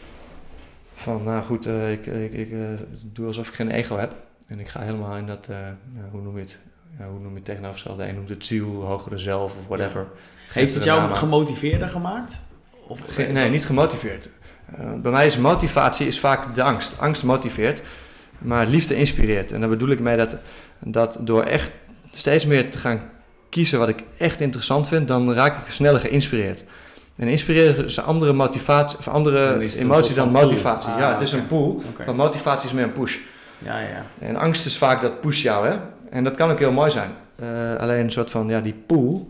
van, nou goed, uh, ik, ik, ik uh, doe alsof ik geen ego heb. En ik ga helemaal in dat, uh, uh, hoe noem je het? Ja, hoe noem je het tegenovergestelde? De een noemt het ziel, hogere zelf of whatever. Ja. Heeft het jou gemotiveerder gemaakt? Of, Ge- nee, niet gemotiveerd. Uh, bij mij is motivatie is vaak de angst. Angst motiveert, maar liefde inspireert. En daar bedoel ik mee dat, dat door echt steeds meer te gaan kiezen wat ik echt interessant vind, dan raak ik sneller geïnspireerd. En inspireren is een andere motivatie, of andere emotie dan motivatie. Ah, ja, het is okay. een pull, okay. maar motivatie is meer een push. Ja, ja. En angst is vaak dat push jou, hè. En dat kan ook heel mooi zijn. Uh, alleen een soort van, ja, die pull,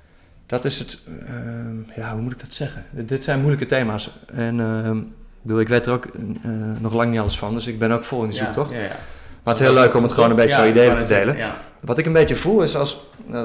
dat is het, uh, ja, hoe moet ik dat zeggen? Dit zijn moeilijke thema's. En uh, bedoel, ik weet er ook uh, nog lang niet alles van, dus ik ben ook vol in de zoektocht. Ja, ja, ja. Maar het is heel leuk om het gewoon een beetje ja, zo ideeën te delen. Ja. Wat ik een beetje voel is als,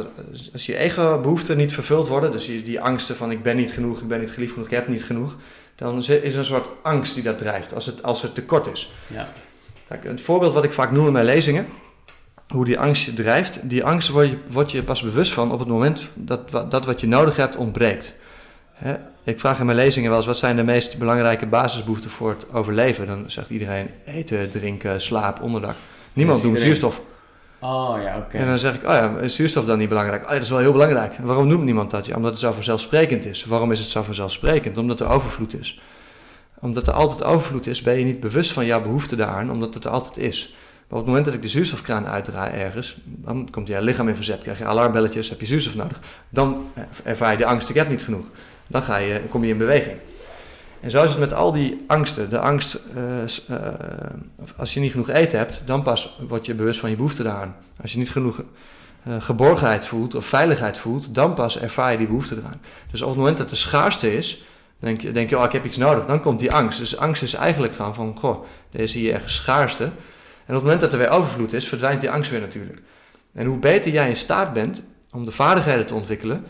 als je ego-behoeften niet vervuld worden, dus die, die angsten van ik ben niet genoeg, ik ben niet geliefd genoeg, ik heb niet genoeg, dan is er een soort angst die dat drijft, als het, als het tekort is. Ja. Kijk, het voorbeeld wat ik vaak noem in mijn lezingen, hoe die angst je drijft, die angst word je, word je pas bewust van op het moment dat, dat wat je nodig hebt ontbreekt. Hè? Ik vraag in mijn lezingen wel eens, wat zijn de meest belangrijke basisbehoeften voor het overleven? Dan zegt iedereen eten, drinken, slaap, onderdak. Niemand noemt zuurstof. Oh ja, oké. Okay. En dan zeg ik, oh ja, is zuurstof dan niet belangrijk? Oh ja, dat is wel heel belangrijk. Waarom noemt niemand dat? Ja, omdat het zo vanzelfsprekend is. Waarom is het zo vanzelfsprekend? Omdat er overvloed is. Omdat er altijd overvloed is, ben je niet bewust van jouw behoefte daaraan, omdat het er altijd is. Maar op het moment dat ik de zuurstofkraan uitdraai ergens, dan komt je lichaam in verzet, krijg je alarmbelletjes, heb je zuurstof nodig. Dan ervaar je de angst, ik heb niet genoeg. Dan ga je, kom je in beweging. En zo is het met al die angsten. De angst, uh, uh, als je niet genoeg eten hebt, dan pas word je bewust van je behoefte daaraan. Als je niet genoeg uh, geborgenheid voelt of veiligheid voelt, dan pas ervaar je die behoefte eraan. Dus op het moment dat de schaarste is, denk je, denk je oh, ik heb iets nodig, dan komt die angst. Dus angst is eigenlijk gaan van, goh, er is hier ergens schaarste. En op het moment dat er weer overvloed is, verdwijnt die angst weer natuurlijk. En hoe beter jij in staat bent om de vaardigheden te ontwikkelen,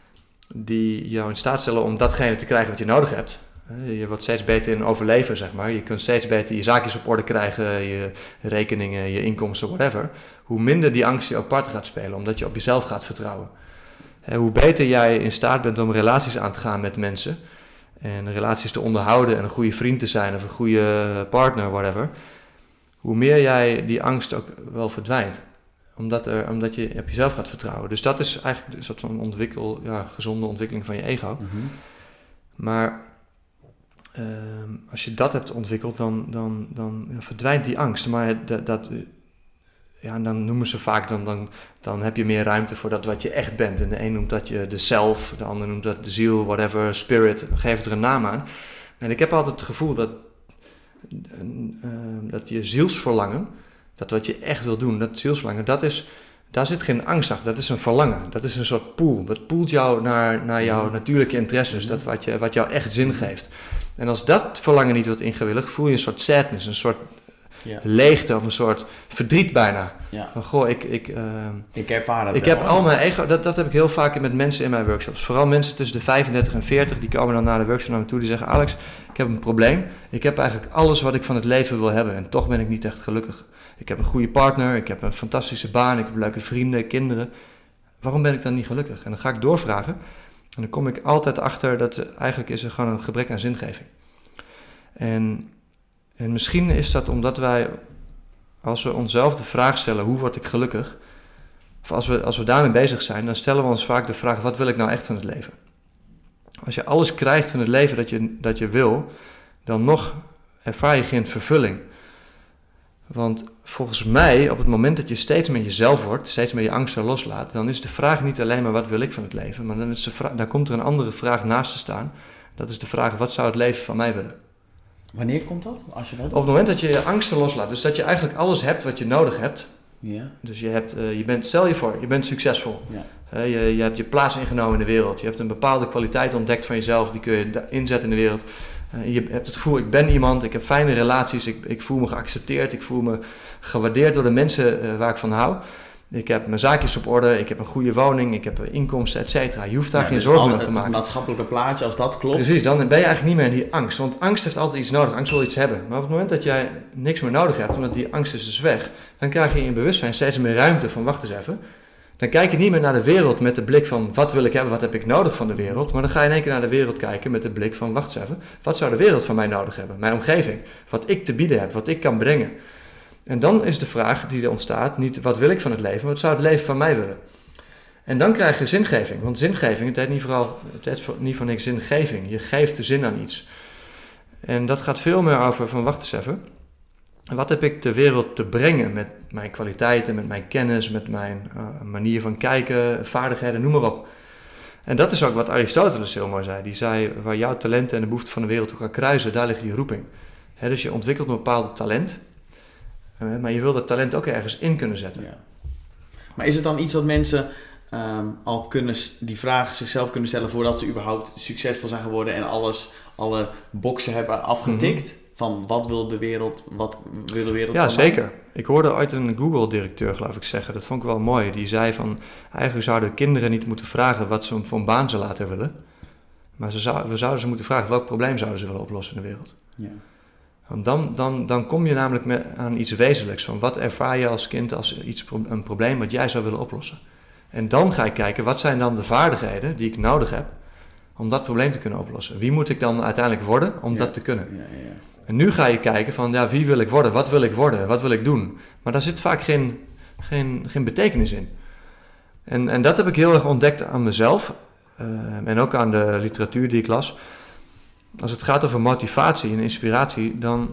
die jou in staat stellen om datgene te krijgen wat je nodig hebt. Je wordt steeds beter in overleven, zeg maar. Je kunt steeds beter je zaakjes op orde krijgen, je rekeningen, je inkomsten, whatever. Hoe minder die angst je ook parten gaat spelen, omdat je op jezelf gaat vertrouwen. Hoe beter jij in staat bent om relaties aan te gaan met mensen, en relaties te onderhouden en een goede vriend te zijn of een goede partner, whatever, hoe meer jij die angst ook wel verdwijnt. Omdat, er, omdat je op jezelf gaat vertrouwen. Dus dat is eigenlijk een soort van ontwikkel, ja, gezonde ontwikkeling van je ego. Mm-hmm. Maar uh, als je dat hebt ontwikkeld, dan, dan, dan ja, verdwijnt die angst. Maar dat, dat, ja, dan noemen ze vaak, dan, dan, dan heb je meer ruimte voor dat wat je echt bent. En de een noemt dat je de self, de ander noemt dat de ziel, whatever, spirit. Geef het er een naam aan. En ik heb altijd het gevoel dat, uh, dat je zielsverlangen, dat wat je echt wil doen, dat zielsverlangen, dat is, daar zit geen angst achter. Dat is een verlangen. Dat is een soort pool. Dat poelt jou naar, naar jouw natuurlijke interesses. Dat wat, je, wat jou echt zin geeft. En als dat verlangen niet wordt ingewilligd, voel je een soort sadness, een soort ja. leegte of een soort verdriet bijna. Ja. Van goh, ik... Ik, uh, ik ervaar dat Ik wel, heb al mijn ego... Dat, dat heb ik heel vaak met mensen in mijn workshops. Vooral mensen tussen de vijfendertig en veertig, die komen dan naar de workshop naar me toe. Die zeggen, Alex, ik heb een probleem. Ik heb eigenlijk alles wat ik van het leven wil hebben. En toch ben ik niet echt gelukkig. Ik heb een goede partner, ik heb een fantastische baan, ik heb leuke vrienden, kinderen. Waarom ben ik dan niet gelukkig? En dan ga ik doorvragen. En dan kom ik altijd achter dat eigenlijk is er gewoon een gebrek aan zingeving. En, en misschien is dat omdat wij, als we onszelf de vraag stellen, hoe word ik gelukkig? Of als we, als we daarmee bezig zijn, dan stellen we ons vaak de vraag, wat wil ik nou echt van het leven? Als je alles krijgt van het leven dat je, dat je wil, dan nog ervaar je geen vervulling. Want volgens mij, op het moment dat je steeds meer jezelf wordt, steeds meer je angsten loslaat, dan is de vraag niet alleen maar wat wil ik van het leven, maar dan, is de vraag, dan komt er een andere vraag naast te staan. Dat is de vraag, wat zou het leven van mij willen? Wanneer komt dat? Als je dat op het moment dat je je angsten loslaat, dus dat je eigenlijk alles hebt wat je nodig hebt. Ja. Dus je hebt, uh, je bent, stel je voor, je bent succesvol. Ja. Uh, je, je hebt je plaats ingenomen in de wereld. Je hebt een bepaalde kwaliteit ontdekt van jezelf, die kun je inzetten in de wereld. Uh, je hebt het gevoel, ik ben iemand, ik heb fijne relaties, ik, ik voel me geaccepteerd, ik voel me gewaardeerd door de mensen uh, waar ik van hou. Ik heb mijn zaakjes op orde, ik heb een goede woning, ik heb inkomsten, et cetera. Je hoeft daar ja, geen dus zorgen meer om te maken. Het maatschappelijke plaatje, als dat klopt. Precies, dan ben je eigenlijk niet meer in die angst. Want angst heeft altijd iets nodig, angst wil iets hebben. Maar op het moment dat jij niks meer nodig hebt, omdat die angst is dus weg, dan krijg je in je bewustzijn steeds meer ruimte van, wacht eens even. Dan kijk je niet meer naar de wereld met de blik van, wat wil ik hebben, wat heb ik nodig van de wereld. Maar dan ga je in één keer naar de wereld kijken met de blik van, wacht eens even. Wat zou de wereld van mij nodig hebben? Mijn omgeving, wat ik te bieden heb, wat ik kan brengen. En dan is de vraag die er ontstaat, niet wat wil ik van het leven, maar wat zou het leven van mij willen? En dan krijg je zingeving, want zingeving, het heet niet, vooral, het heet niet voor niks zingeving. Je geeft de zin aan iets. En dat gaat veel meer over van, wacht eens even, wat heb ik de wereld te brengen met mijn kwaliteiten, met mijn kennis, met mijn uh, manier van kijken, vaardigheden, noem maar op. En dat is ook wat Aristoteles heel mooi zei. Die zei, waar jouw talenten en de behoeften van de wereld elkaar kruisen, daar ligt die roeping. He, dus je ontwikkelt een bepaald talent, maar je wil dat talent ook ergens in kunnen zetten. Ja. Maar is het dan iets wat mensen um, al kunnen, die vraag zichzelf kunnen stellen voordat ze überhaupt succesvol zijn geworden en alles, alle boxen hebben afgetikt? Mm-hmm. Van wat wil de wereld, wat wil de wereld ja, van zeker. mij? Ik hoorde ooit een Google-directeur, geloof ik, zeggen, dat vond ik wel mooi. Die zei van, eigenlijk zouden kinderen niet moeten vragen wat ze voor een baan ze later willen. Maar ze zou, we zouden ze moeten vragen, welk probleem zouden ze willen oplossen in de wereld? Ja. Want dan, dan, dan kom je namelijk met, aan iets wezenlijks. Van wat ervaar je als kind als iets, een probleem wat jij zou willen oplossen? En dan ga ik kijken, wat zijn dan de vaardigheden die ik nodig heb om dat probleem te kunnen oplossen? Wie moet ik dan uiteindelijk worden om ja. dat te kunnen? Ja, ja, ja. En nu ga je kijken van, ja, wie wil ik worden? Wat wil ik worden? Wat wil ik doen? Maar daar zit vaak geen, geen, geen betekenis in. En, en dat heb ik heel erg ontdekt aan mezelf. Uh, en ook aan de literatuur die ik las. Als het gaat over motivatie en inspiratie, dan,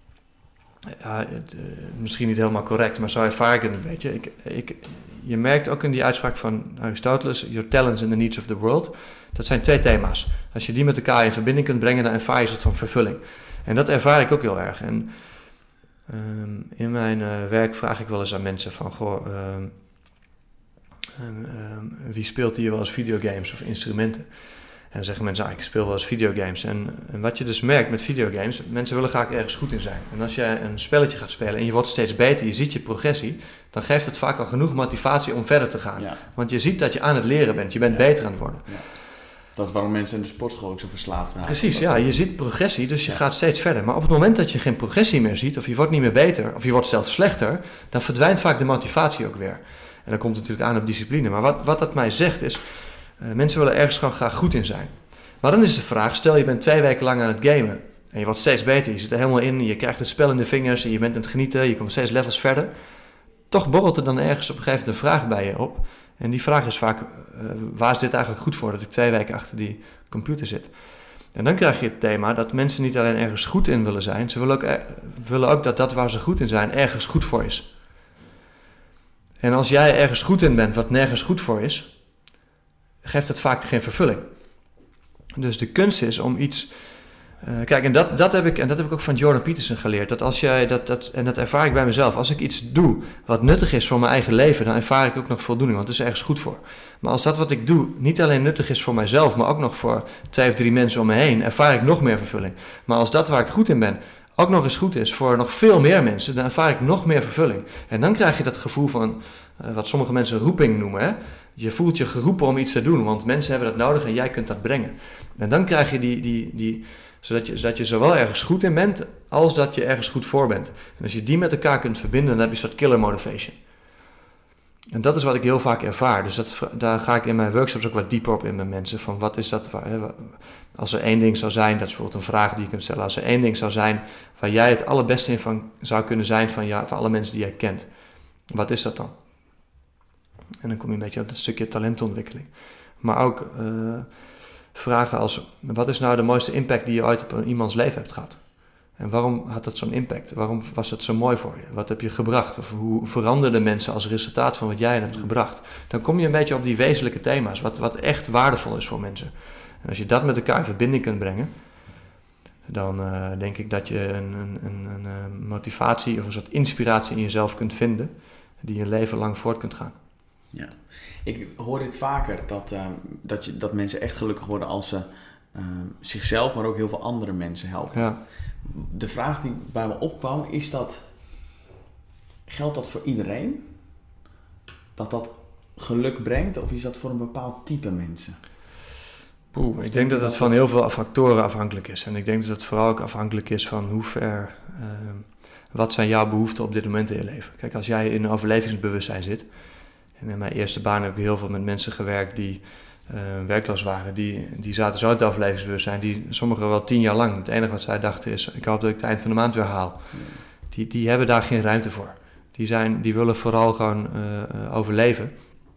ja, het, uh, misschien niet helemaal correct, maar zo ervaar ik het een beetje. Ik, ik, je merkt ook in die uitspraak van Aristoteles, your talents and the needs of the world, dat zijn twee thema's. Als je die met elkaar in verbinding kunt brengen, dan ervaar je een soort van vervulling. En dat ervaar ik ook heel erg. En um, in mijn uh, werk vraag ik wel eens aan mensen van, goh, um, um, um, wie speelt hier wel eens videogames of instrumenten? En dan zeggen mensen, ah, ik speel wel eens videogames. En, en wat je dus merkt met videogames, mensen willen graag ergens goed in zijn. En als je een spelletje gaat spelen en je wordt steeds beter, je ziet je progressie, dan geeft het vaak al genoeg motivatie om verder te gaan. Ja. Want je ziet dat je aan het leren bent, je bent ja. beter aan het worden. Ja. Dat is waarom mensen in de sportschool ook zo verslaafd raken. Precies, ja, je ziet progressie, dus je ja. gaat steeds verder. Maar op het moment dat je geen progressie meer ziet, of je wordt niet meer beter, of je wordt zelfs slechter, dan verdwijnt vaak de motivatie ook weer. En dan komt het natuurlijk aan op discipline. Maar wat, wat dat mij zegt is, Uh, mensen willen ergens gewoon graag goed in zijn. Maar dan is de vraag, stel je bent twee weken lang aan het gamen en je wordt steeds beter, je zit er helemaal in, je krijgt het spel in de vingers en je bent aan het genieten, je komt steeds levels verder. Toch borrelt er dan ergens op een gegeven moment een vraag bij je op. En die vraag is vaak, uh, waar is dit eigenlijk goed voor dat ik twee weken achter die computer zit? En dan krijg je het thema dat mensen niet alleen ergens goed in willen zijn, ze willen ook, er, willen ook dat dat waar ze goed in zijn ergens goed voor is. En als jij ergens goed in bent wat nergens goed voor is, geeft het vaak geen vervulling. Dus de kunst is om iets... Uh, kijk, en dat, dat, heb ik, en dat heb ik ook van Jordan Peterson geleerd. Dat als jij dat, dat, en dat ervaar ik bij mezelf. Als ik iets doe wat nuttig is voor mijn eigen leven, dan ervaar ik ook nog voldoening, want het is ergens goed voor. Maar als dat wat ik doe niet alleen nuttig is voor mijzelf, maar ook nog voor twee of drie mensen om me heen, ervaar ik nog meer vervulling. Maar als dat waar ik goed in ben ook nog eens goed is voor nog veel meer mensen, dan ervaar ik nog meer vervulling. En dan krijg je dat gevoel van, uh, wat sommige mensen roeping noemen. Hè? Je voelt je geroepen om iets te doen, want mensen hebben dat nodig en jij kunt dat brengen. En dan krijg je die, die, die zodat je, zodat je zowel ergens goed in bent, als dat je ergens goed voor bent. En als je die met elkaar kunt verbinden, dan heb je een soort killer motivation. En dat is wat ik heel vaak ervaar. Dus dat, daar ga ik in mijn workshops ook wat dieper op in met mensen. Van wat is dat, waar, hè, als er één ding zou zijn, dat is bijvoorbeeld een vraag die je kunt stellen. Als er één ding zou zijn waar jij het allerbeste in van zou kunnen zijn van, ja, van alle mensen die jij kent. Wat is dat dan? En dan kom je een beetje op dat stukje talentontwikkeling. Maar ook uh, vragen als, wat is nou de mooiste impact die je ooit op iemands leven hebt gehad? En waarom had dat zo'n impact? Waarom was het zo mooi voor je? Wat heb je gebracht? Of hoe veranderden mensen als resultaat van wat jij hebt gebracht? Dan kom je een beetje op die wezenlijke thema's, wat, wat echt waardevol is voor mensen. En als je dat met elkaar in verbinding kunt brengen, dan uh, denk ik dat je een, een, een, een motivatie of een soort inspiratie in jezelf kunt vinden, die je leven lang voort kunt gaan. Ja, ik hoor dit vaker, dat, uh, dat, je, dat mensen echt gelukkig worden als ze uh, zichzelf, maar ook heel veel andere mensen helpen. Ja. De vraag die bij me opkwam, is dat, geldt dat voor iedereen? Dat dat geluk brengt, of is dat voor een bepaald type mensen? Poeh, ik denk dat het van heel veel factoren afhankelijk is. En ik denk dat het vooral ook afhankelijk is van hoe ver, uh, wat zijn jouw behoeften op dit moment in je leven. Kijk, als jij in een overlevingsbewustzijn zit, en in mijn eerste baan heb ik heel veel met mensen gewerkt die uh, werkloos waren, die, die zaten zo in het overlevingsbewustzijn, die sommigen wel tien jaar lang. Het enige wat zij dachten is, ik hoop dat ik het eind van de maand weer haal. Ja. Die, die hebben daar geen ruimte voor. Die, zijn, die willen vooral gewoon uh, overleven.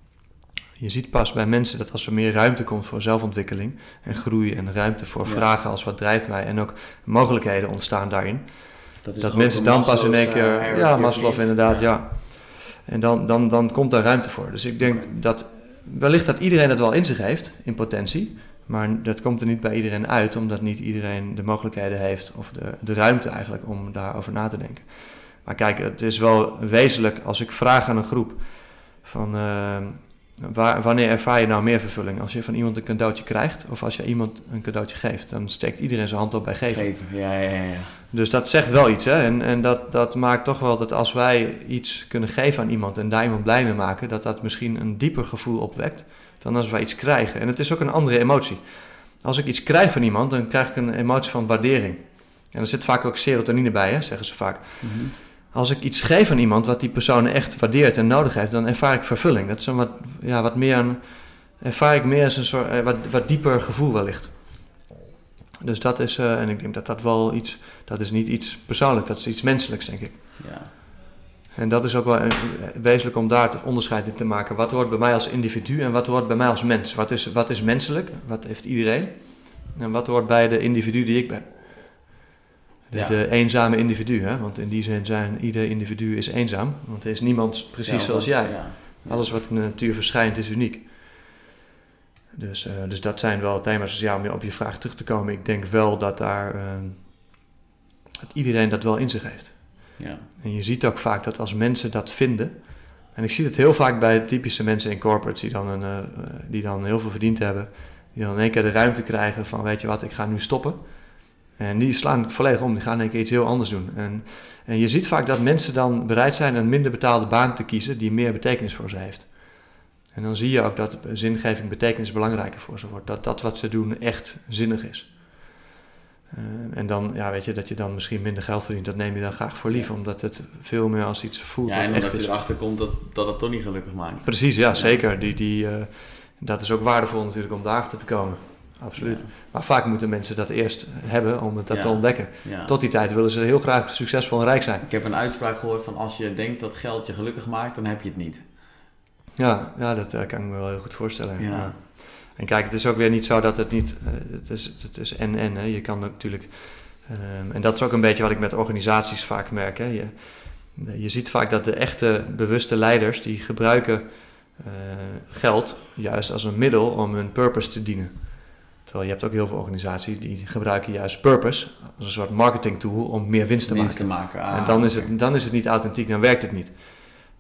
Je ziet pas bij mensen dat als er meer ruimte komt voor zelfontwikkeling en groei en ruimte voor ja. vragen als wat drijft mij en ook mogelijkheden ontstaan daarin. Dat, dat mensen dan pas in één keer, uh, ja, Maslow inderdaad, ja. ja. En dan, dan, dan komt daar ruimte voor. Dus ik denk okay. dat wellicht dat iedereen het wel in zich heeft, in potentie. Maar dat komt er niet bij iedereen uit, omdat niet iedereen de mogelijkheden heeft of de, de ruimte eigenlijk om daarover na te denken. Maar kijk, het is wel wezenlijk als ik vraag aan een groep van uh, waar, wanneer ervaar je nou meer vervulling? Als je van iemand een cadeautje krijgt of als je iemand een cadeautje geeft, dan steekt iedereen zijn hand op bij geven. Geven, ja, ja, ja. Dus dat zegt wel iets, hè? En, en dat, dat maakt toch wel dat als wij iets kunnen geven aan iemand en daar iemand blij mee maken, dat dat misschien een dieper gevoel opwekt dan als wij iets krijgen. En het is ook een andere emotie. Als ik iets krijg van iemand, dan krijg ik een emotie van waardering. En er zit vaak ook serotonine bij, hè? Zeggen ze vaak. Mm-hmm. Als ik iets geef aan iemand wat die persoon echt waardeert en nodig heeft, dan ervaar ik vervulling. Dat is een wat, ja, wat meer een, ervaar ik meer als een soort, wat, wat dieper gevoel wellicht. Dus dat is, uh, en ik denk dat dat wel iets, dat is niet iets persoonlijk, dat is iets menselijks, denk ik. Ja. En dat is ook wel een, wezenlijk om daar het onderscheid in te maken. Wat hoort bij mij als individu en wat hoort bij mij als mens? Wat is, wat is menselijk? Wat heeft iedereen? En wat hoort bij de individu die ik ben? De, ja. de eenzame individu, hè? Want in die zin zijn ieder individu is eenzaam. Want er is niemand precies Zelfde, zoals jij. Ja. Ja. Alles wat in de natuur verschijnt is uniek. Dus, uh, dus dat zijn wel thema's. Dus ja, om op je vraag terug te komen. Ik denk wel dat daar uh, dat iedereen dat wel in zich heeft. Ja. En je ziet ook vaak dat als mensen dat vinden. En ik zie het heel vaak bij typische mensen in corporates die dan, een, uh, die dan heel veel verdiend hebben. Die dan in één keer de ruimte krijgen van weet je wat, ik ga nu stoppen. En die slaan volledig om, die gaan in één keer iets heel anders doen. En, en je ziet vaak dat mensen dan bereid zijn een minder betaalde baan te kiezen die meer betekenis voor ze heeft. En dan zie je ook dat zingeving, betekenis belangrijker voor ze wordt. Dat dat wat ze doen echt zinnig is. Uh, en dan, ja, weet je, dat je dan misschien minder geld verdient, dat neem je dan graag voor lief, ja. Omdat het veel meer als iets voelt. Ja, en omdat je erachter komt dat, dat het toch niet gelukkig maakt. Precies, ja, ja. zeker. Die, die, uh, dat is ook waardevol natuurlijk om daarachter te komen. Absoluut. Ja. Maar vaak moeten mensen dat eerst hebben om het dat ja. te ontdekken. Ja. Tot die tijd willen ze heel graag succesvol en rijk zijn. Ik heb een uitspraak gehoord van als je denkt dat geld je gelukkig maakt, dan heb je het niet. Ja, ja dat uh, kan ik me wel heel goed voorstellen. Ja. Ja. En kijk, het is ook weer niet zo dat het niet... Uh, het is, het is en en. Hè. Je kan natuurlijk... Um, en dat is ook een beetje wat ik met organisaties vaak merk. Hè. Je, je ziet vaak dat de echte bewuste leiders, die gebruiken uh, geld juist als een middel om hun purpose te dienen. Terwijl je hebt ook heel veel organisaties die gebruiken juist purpose als een soort marketing tool om meer winst te winst maken. Te maken. Ah, en dan, okay. is het, dan is het niet authentiek, dan werkt het niet.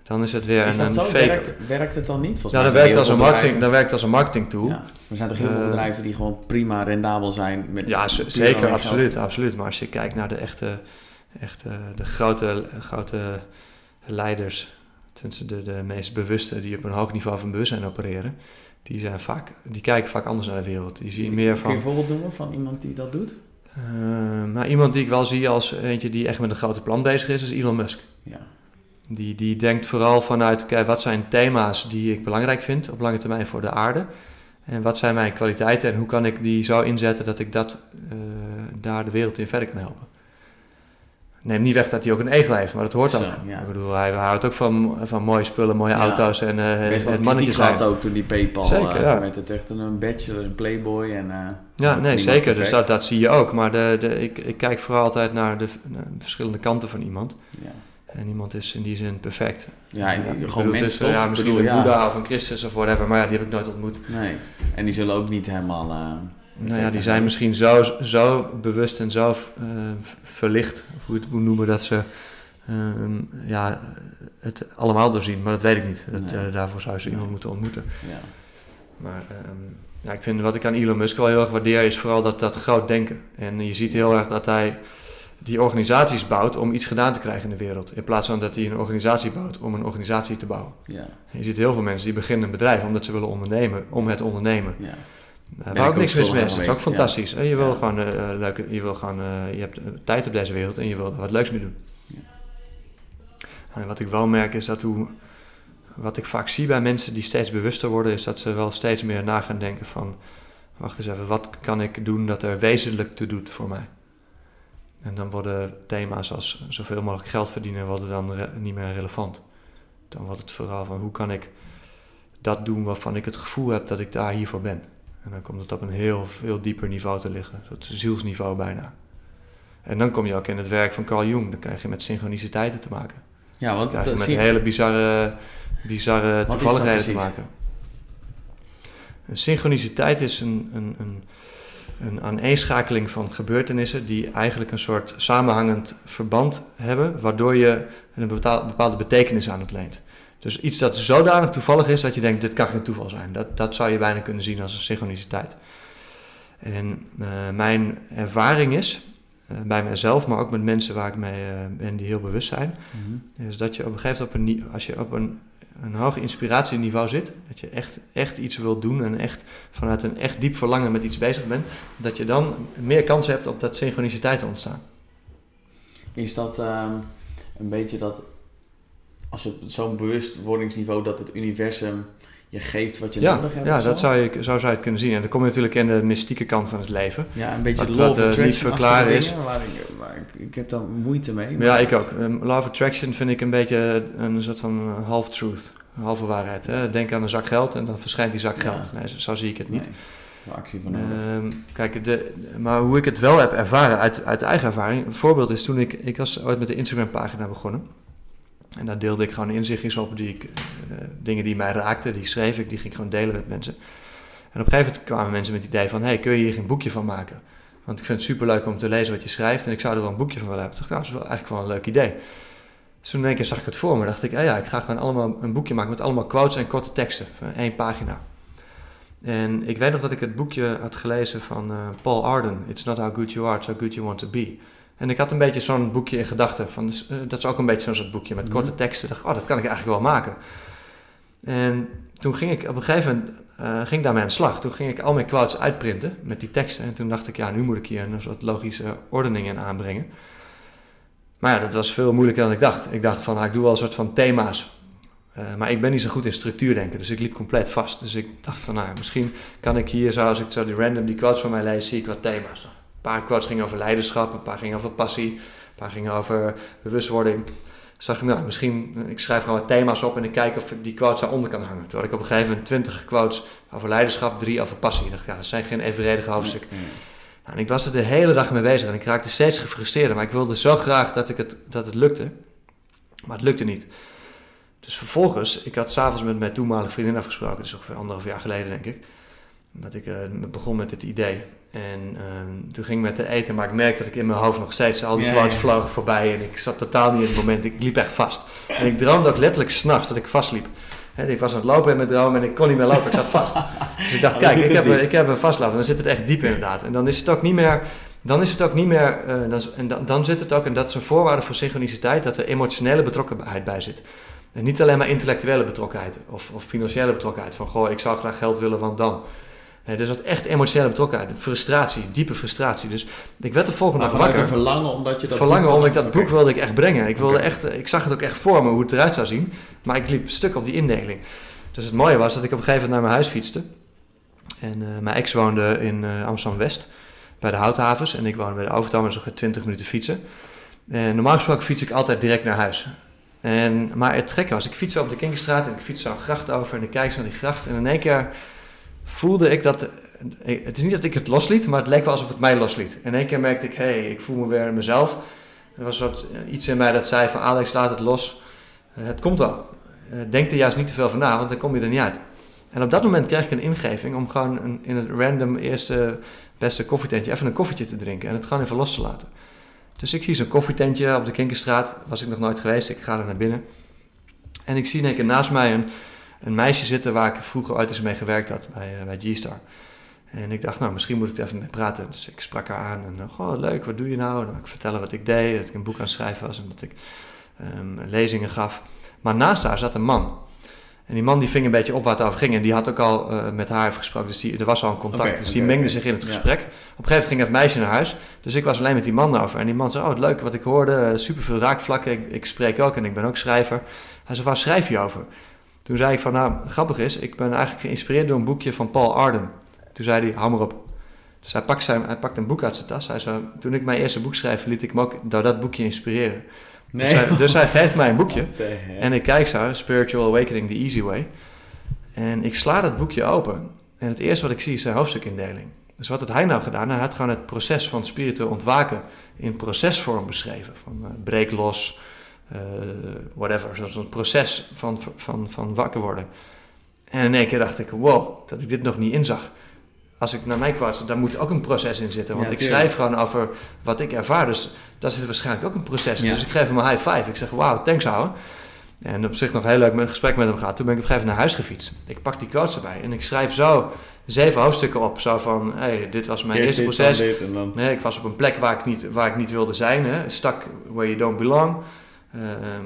dan is het weer is een, dat zo? een fake. Werkt, werkt het dan niet? Ja, dat werkt, als een marketing, dat werkt als een marketing tool. Ja, er zijn toch heel veel uh, bedrijven die gewoon prima rendabel zijn? Met ja, z- zeker, absoluut, absoluut. Maar als je kijkt naar de echte, echte de grote, grote leiders, tenminste de, de meest bewuste die op een hoog niveau van bewustzijn opereren, die, zijn vaak, die kijken vaak anders naar de wereld. Die zien meer van, kun je een voorbeeld noemen van iemand die dat doet? Uh, maar iemand die ik wel zie als eentje die echt met een grote plan bezig is, is Elon Musk. Ja. Die, die denkt vooral vanuit, okay, wat zijn thema's die ik belangrijk vind op lange termijn voor de aarde? En wat zijn mijn kwaliteiten en hoe kan ik die zo inzetten dat ik dat, uh, daar de wereld in verder kan helpen? Neem niet weg dat hij ook een ego heeft, maar dat hoort ook. Zo, ja. Ik bedoel, hij houdt ook van, van mooie spullen, mooie ja. auto's en uh, het mannetje zijn. Had ook toen die PayPal, zeker, uh, ja. toen werd het echt een bachelor, een playboy. En, uh, ja, nee, zeker. Dus dat, dat zie je ook. Maar de, de, ik, ik kijk vooral altijd naar de, de verschillende kanten van iemand. Ja. En iemand is in die zin perfect. Ja, en ja, gewoon mensen dus, toch? Ja, misschien bedoel, een ja. Boeddha of een Christus of whatever, maar ja, die heb ik nooit ontmoet. Nee, en die zullen ook niet helemaal... Uh, nou ja, die zijn misschien zo, zo bewust en zo uh, verlicht, of hoe, het, hoe noemen dat ze um, ja, het allemaal doorzien, maar dat weet ik niet. Dat, nee. uh, daarvoor zou je zo iemand nee. moeten ontmoeten. Ja. Maar um, ja, ik vind wat ik aan Elon Musk wel heel erg waardeer, is vooral dat, dat groot denken. En je ziet heel erg dat hij die organisaties bouwt om iets gedaan te krijgen in de wereld. In plaats van dat hij een organisatie bouwt om een organisatie te bouwen. Ja. Je ziet heel veel mensen die beginnen een bedrijf omdat ze willen ondernemen, om het ondernemen. Ja. Uh, waar ook niks mis mee is, dat is ook fantastisch. Ja. Je wil ja. gewoon, uh, leuke, je, wil gewoon uh, je hebt tijd op deze wereld en je wil er wat leuks mee doen. Ja. En wat ik wel merk is dat hoe, wat ik vaak zie bij mensen die steeds bewuster worden, is dat ze wel steeds meer na gaan denken van, wacht eens even, wat kan ik doen dat er wezenlijk toe doet voor mij? En dan worden thema's als zoveel mogelijk geld verdienen worden dan re- niet meer relevant. Dan wordt het vooral van hoe kan ik dat doen waarvan ik het gevoel heb dat ik daar hiervoor ben. En dan komt het op een heel veel dieper niveau te liggen, een soort zielsniveau bijna. En dan kom je ook in het werk van Carl Jung, dan krijg je met synchroniciteiten te maken. Ja, want dan krijg je dat met zie... hele bizarre, bizarre toevalligheden te maken. Een synchroniciteit is een, een, een, een aaneenschakeling van gebeurtenissen die eigenlijk een soort samenhangend verband hebben, waardoor je een bepaalde betekenis aan het leent. Dus iets dat zodanig toevallig is dat je denkt, dit kan geen toeval zijn. Dat, dat zou je bijna kunnen zien als een synchroniciteit. En uh, mijn ervaring is, uh, bij mijzelf, maar ook met mensen waar ik mee uh, ben die heel bewust zijn, mm-hmm. is dat je op een gegeven moment, op een, als je op een, een hoog inspiratieniveau zit, dat je echt, echt iets wilt doen en echt vanuit een echt diep verlangen met iets bezig bent, dat je dan meer kans hebt op dat synchroniciteit te ontstaan. Is dat uh, een beetje dat, als je op zo'n bewustwordingsniveau, dat het universum je geeft wat je ja, nodig hebt? Ja, dat zou je, zo zou je het kunnen zien. En dan kom je natuurlijk in de mystieke kant van het leven. Ja, een beetje wat, law of wat, attraction niet verklaren is. Dingen, waar ik, waar ik, ik heb daar moeite mee. Maar ja, ik ook. Um, law of attraction vind ik een beetje een soort van half-truth, een halve waarheid. Hè? Denk aan een zak geld en dan verschijnt die zak ja. geld. Nee, zo, zo zie ik het niet. Nee, actie van nodig. Um, kijk, de, maar hoe ik het wel heb ervaren, uit, uit eigen ervaring. Een voorbeeld is toen ik, ik was ooit met de Instagram pagina begonnen. En daar deelde ik gewoon inzichtjes op, die ik, uh, dingen die mij raakten, die schreef ik, die ging ik gewoon delen met mensen. En op een gegeven moment kwamen mensen met het idee van, hey, kun je hier geen boekje van maken? Want ik vind het superleuk om te lezen wat je schrijft en ik zou er wel een boekje van willen hebben. Toen dacht ik, nou, dat is wel eigenlijk wel een leuk idee. Dus toen in één keer zag ik het voor me, dacht ik, ah ja, ik ga gewoon allemaal een boekje maken met allemaal quotes en korte teksten, van één pagina. En ik weet nog dat ik het boekje had gelezen van uh, Paul Arden, It's Not How Good You Are, It's How Good You Want To Be. En ik had een beetje zo'n boekje in gedachten. Van, dus, uh, dat is ook een beetje zo'n soort boekje met mm-hmm. korte teksten. Ik dacht, oh, dat kan ik eigenlijk wel maken. En toen ging ik op een gegeven moment uh, ging ik daarmee aan de slag. Toen ging ik al mijn quotes uitprinten met die teksten. En toen dacht ik, ja, nu moet ik hier een soort logische ordening in aanbrengen. Maar ja, dat was veel moeilijker dan ik dacht. Ik dacht van, nou, ik doe wel een soort van thema's. Uh, maar ik ben niet zo goed in structuurdenken, dus ik liep compleet vast. Dus ik dacht van, nou, misschien kan ik hier, zo, als ik zo die random die quotes van mij lees, zie ik wat thema's. Een paar quotes gingen over leiderschap, een paar gingen over passie, een paar gingen over bewustwording. Dus dacht ik, nou, misschien, ik schrijf gewoon wat thema's op en ik kijk of ik die quotes daaronder kan hangen. Toen had ik op een gegeven moment twintig quotes over leiderschap, drie over passie. Ik dacht, ja, dat zijn geen evenredige hoofdstukken. Mm-hmm. Nou, en ik was er de hele dag mee bezig en ik raakte steeds gefrustreerd, maar ik wilde zo graag dat, ik het, dat het lukte. Maar het lukte niet. Dus vervolgens, ik had s'avonds met mijn toenmalige vriendin afgesproken, dus ongeveer anderhalf jaar geleden denk ik. Dat ik uh, begon met dit idee. En uh, toen ging ik met te eten, maar ik merkte dat ik in mijn hoofd nog steeds al die ja, quotes ja. vlogen voorbij. En ik zat totaal niet in het moment. Ik liep echt vast. En ik droomde ook letterlijk 's nachts dat ik vastliep. He, ik was aan het lopen in mijn droom en ik kon niet meer lopen. Ik zat vast. Dus ik dacht, kijk, ik heb, ik heb een vastlopen. Dan zit het echt diep inderdaad. En dan is het ook niet meer... Dan is het ook niet meer... Uh, dan, en dan, dan zit het ook, en dat is een voorwaarde voor synchroniciteit, dat er emotionele betrokkenheid bij zit. En niet alleen maar intellectuele betrokkenheid of, of financiële betrokkenheid. Van, goh, ik zou graag geld willen, want dan... He, dus dat echt emotionele betrokkenheid, frustratie, diepe frustratie. Dus ik werd de volgende dag wakker. Een verlangen omdat je dat verlangen boek... omdat ik dat okay. boek wilde ik echt brengen. Ik, wilde okay. echt, ik zag het ook echt voor me, hoe het eruit zou zien. Maar ik liep stuk op die indeling. Dus het mooie was dat ik op een gegeven moment naar mijn huis fietste. En uh, mijn ex woonde in uh, Amsterdam-West, bij de Houthavens. En ik woonde bij de Overtoom, dus nog twintig minuten fietsen. En normaal gesproken fiets ik altijd direct naar huis. En, maar het gekke was, ik fietste op de Kinkerstraat en ik fietste zo'n gracht over. En ik kijk zo naar die gracht en in één keer voelde ik dat... Het is niet dat ik het losliet, maar het leek wel alsof het mij losliet. In één keer merkte ik, hé, hey, ik voel me weer mezelf. Er was wat, iets in mij dat zei van, Alex, laat het los. Het komt wel. Denk er juist niet te veel van na, want dan kom je er niet uit. En op dat moment kreeg ik een ingeving om gewoon een, in het random eerste beste koffietentje even een koffietje te drinken en het gewoon even los te laten. Dus ik zie zo'n koffietentje op de Kinkerstraat, was ik nog nooit geweest, ik ga er naar binnen. En ik zie in één keer naast mij een, een meisje zitten waar ik vroeger ooit eens mee gewerkt had, bij, uh, bij G-Star. En ik dacht, nou, misschien moet ik er even mee praten. Dus ik sprak haar aan en, uh, goh, leuk, wat doe je nou? En dan ik vertellen wat ik deed, dat ik een boek aan het schrijven was en dat ik um, lezingen gaf. Maar naast haar zat een man. En die man die ving een beetje op waar het over ging. En die had ook al uh, met haar even gesproken. Dus die, er was al een contact. Okay, dus okay, die mengde okay. zich in het ja. gesprek. Op een gegeven moment ging dat meisje naar huis. Dus ik was alleen met die man over. En die man zei, oh wat leuk wat ik hoorde. Superveel raakvlakken. Ik, ik spreek ook en ik ben ook schrijver. Hij zei, waar schrijf je over? Toen zei ik van, nou grappig is. Ik ben eigenlijk geïnspireerd door een boekje van Paul Arden. Toen zei hij, hou maar op. Dus hij pakt, zijn, hij pakt een boek uit zijn tas. Hij zei, toen ik mijn eerste boek schreef, liet ik me ook door dat boekje inspireren. Nee. Dus, hij, dus hij geeft mij een boekje. En ik kijk zo, Spiritual Awakening the Easy Way. En ik sla dat boekje open. En het eerste wat ik zie is zijn hoofdstukindeling. Dus wat had hij nou gedaan? Hij had gewoon het proces van spiritueel ontwaken in procesvorm beschreven. Van uh, breek los, uh, whatever. Zoals een proces van, van, van wakker worden. En in één keer dacht ik, wow, dat ik dit nog niet inzag. Als ik naar mij kwart, daar moet ook een proces in zitten. Want ja, ik schrijf gewoon over wat ik ervaar. Dus daar zit waarschijnlijk ook een proces in. Ja. Dus ik geef hem een high five. Ik zeg, wauw, thanks ouwe. En op zich nog heel leuk met een gesprek met hem gehad. Toen ben ik op een gegeven moment naar huis gefietst. Ik pak die quotes erbij en ik schrijf zo zeven hoofdstukken op. Zo van, hey, dit was mijn Eerst eerste proces. Dit, en dan... nee, ik was op een plek waar ik niet, waar ik niet wilde zijn. Hè. Stuck where you don't belong. Uh,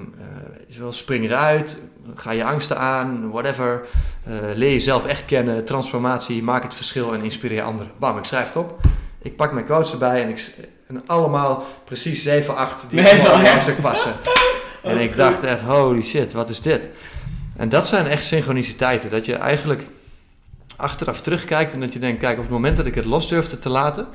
uh, spring eruit. Ga je angsten aan. Whatever. Uh, leer jezelf echt kennen. Transformatie. Maak het verschil en inspireer anderen. Bam, ik schrijf het op. Ik pak mijn quotes erbij en, ik, en allemaal precies zeven, acht die nee, op mijn hoofdstuk passen. En ik dacht echt, holy shit, wat is dit? En dat zijn echt synchroniciteiten. Dat je eigenlijk achteraf terugkijkt en dat je denkt, kijk, op het moment dat ik het los durfde te laten,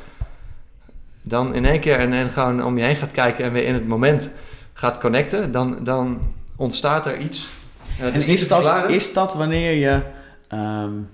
dan in één keer en, en gewoon om je heen gaat kijken en weer in het moment gaat connecten, dan, dan ontstaat er iets. En, en is, is, dat, is dat wanneer je um,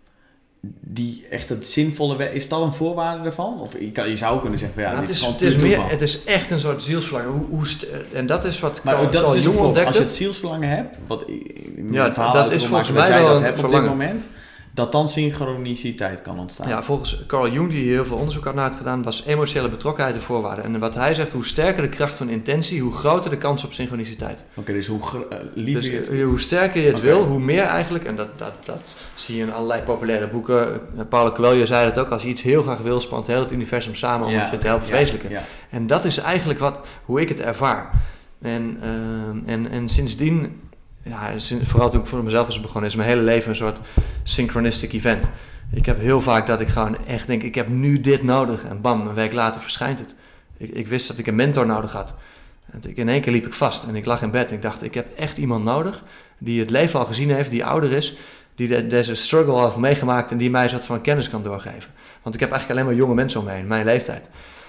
die echt het zinvolle... Is dat een voorwaarde daarvan? Of je, kan, je zou kunnen zeggen, van, ja, nou, dit het is, is gewoon het is meer, Het is echt een soort zielsverlangen. Hoe, hoe st- en dat is wat maar Carl, dat Carl is dus Jung ontdekte. Als je het zielsverlangen hebt, wat in ja, verhaal dat is volgens mij dat wel dat een hebt verlangen. op dit moment, dat dan synchroniciteit kan ontstaan. Ja, volgens Carl Jung, die heel veel onderzoek had naar het gedaan, was emotionele betrokkenheid de voorwaarde. En wat hij zegt, hoe sterker de kracht van intentie, hoe groter de kans op synchroniciteit. Oké, okay, dus hoe gr- uh, liever dus, je het... hoe sterker je het okay. wil, hoe meer eigenlijk, en dat, dat, dat zie je in allerlei populaire boeken. Paulo Coelho zei dat ook, als je iets heel graag wil, spant heel het universum samen om ja, het je te helpen verwezenlijken. Ja, ja. En dat is eigenlijk wat, hoe ik het ervaar. En, uh, en, en sindsdien... Ja, vooral toen ik voor mezelf was begonnen, is mijn hele leven een soort synchronistic event. Ik heb heel vaak dat ik gewoon echt denk, ik heb nu dit nodig. En bam, een week later verschijnt het. Ik, ik wist dat ik een mentor nodig had. En ik, in één keer liep ik vast en ik lag in bed. En ik dacht, ik heb echt iemand nodig die het leven al gezien heeft, die ouder is, die de, deze struggle al heeft meegemaakt en die mij wat van kennis kan doorgeven. Want ik heb eigenlijk alleen maar jonge mensen om me heen, mijn leeftijd.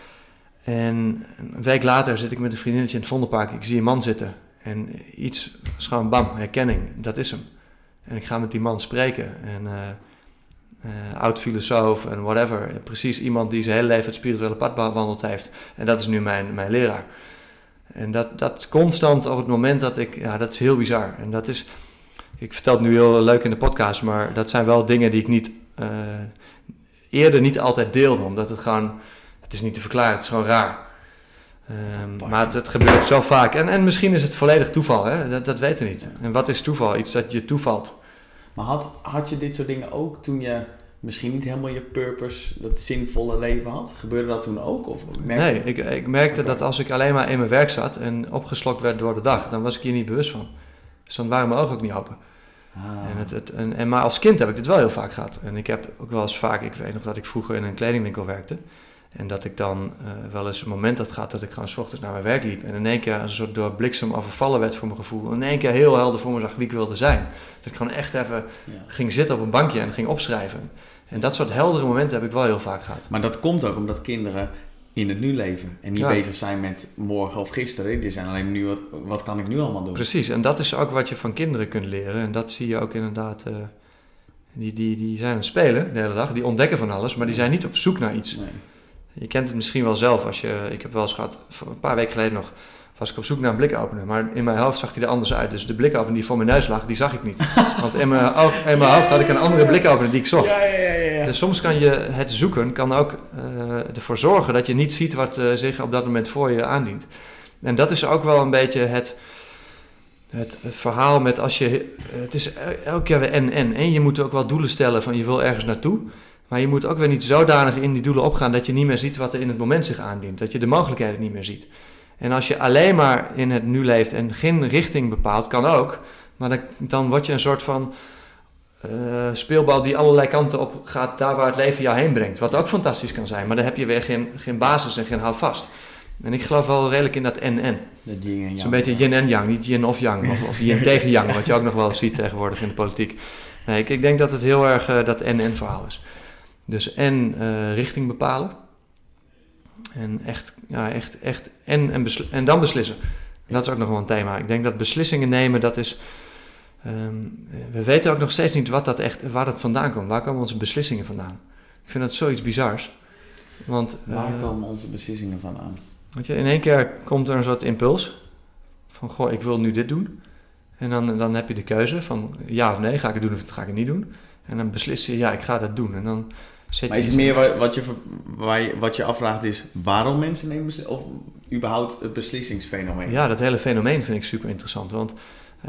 En een week later zit ik met een vriendinnetje in het Vondelpark. Ik zie een man zitten. En iets, is gewoon bam, herkenning, dat is hem. En ik ga met die man spreken. En uh, uh, oud filosoof en whatever. Precies iemand die zijn hele leven het spirituele pad bewandeld heeft. En dat is nu mijn, mijn leraar. En dat, dat constant op het moment dat ik... Ja, dat is heel bizar. En dat is... Ik vertel het nu heel leuk in de podcast, maar dat zijn wel dingen die ik niet uh, eerder niet altijd deelde. Omdat het gewoon, het is niet te verklaren, het is gewoon raar. Um, maar het, het gebeurt zo vaak. En, en misschien is het volledig toeval, hè? Dat, dat weten we niet. En wat is toeval? Iets dat je toevalt. Maar had, had je dit soort dingen ook toen je misschien niet helemaal je purpose, dat zinvolle leven had? Gebeurde dat toen ook? Of nee, ik, ik merkte okay. dat als ik alleen maar in mijn werk zat en opgeslokt werd door de dag, dan was ik hier niet bewust van. Dus dan waren mijn ogen ook niet open. Ah. En het, het, en, en, maar als kind heb ik dit wel heel vaak gehad. En ik heb ook wel eens vaak, ik weet nog dat ik vroeger in een kledingwinkel werkte. En dat ik dan uh, wel eens een moment had gehad dat ik gewoon 's ochtends naar mijn werk liep. En in één keer een soort door bliksem overvallen werd voor mijn gevoel. In één keer heel helder voor me zag wie ik wilde zijn. Dat ik gewoon echt even ja. ging zitten op een bankje en ging opschrijven. En dat soort heldere momenten heb ik wel heel vaak gehad. Maar dat komt ook omdat kinderen in het nu leven. En niet ja. bezig zijn met morgen of gisteren. Die zijn alleen nu, wat, wat kan ik nu allemaal doen? Precies, en dat is ook wat je van kinderen kunt leren. En dat zie je ook inderdaad. Uh, die, die, die zijn aan het spelen de hele dag. Die ontdekken van alles, maar die zijn niet op zoek naar iets. Nee. Je kent het misschien wel zelf. Als je, ik heb wel eens gehad, een paar weken geleden nog, was ik op zoek naar een blikopener. Maar in mijn hoofd zag hij er anders uit. Dus de blikopener die voor mijn neus lag, die zag ik niet. Want in mijn, in mijn ja, hoofd had ik een andere blikopener die ik zocht. Ja, ja, ja, ja. Dus soms kan je het zoeken, kan ook uh, ervoor zorgen dat je niet ziet wat uh, zich op dat moment voor je aandient. En dat is ook wel een beetje het, het, het verhaal met als je... Het is elke keer weer en en. En je moet ook wel doelen stellen van je wil ergens naartoe. Maar je moet ook weer niet zodanig in die doelen opgaan dat je niet meer ziet wat er in het moment zich aandient. Dat je de mogelijkheden niet meer ziet. En als je alleen maar in het nu leeft en geen richting bepaalt, kan ook. Maar dan, dan word je een soort van uh, speelbal die allerlei kanten op gaat, daar waar het leven jou heen brengt. Wat ook fantastisch kan zijn, maar dan heb je weer geen, geen basis en geen houvast. En ik geloof wel redelijk in dat en-en. Dat yin en yang. Zo'n beetje yin en yang, niet yin of yang. Of, of yin tegen yang, wat je ook nog wel ziet tegenwoordig in de politiek. Nee, ik, ik denk dat het heel erg uh, dat en-en verhaal is. Dus en uh, richting bepalen. En echt, ja, echt, echt, en, en, besl- en dan beslissen. En dat is ook nog wel een thema. Ik denk dat beslissingen nemen, dat is... Um, we weten ook nog steeds niet wat dat echt, waar dat vandaan komt. Waar komen onze beslissingen vandaan? Ik vind dat zoiets bizars. Want, waar uh, komen onze beslissingen vandaan? Weet je, in één keer komt er een soort impuls. Van, goh, ik wil nu dit doen. En dan, dan heb je de keuze van, ja of nee, ga ik het doen of ga ik het niet doen? En dan beslis je, ja, ik ga dat doen. En dan... Maar is het meer wat je, wat je afvraagt is waarom mensen nemen beslissingen of überhaupt het beslissingsfenomeen? Ja, dat hele fenomeen vind ik super interessant. Want, uh,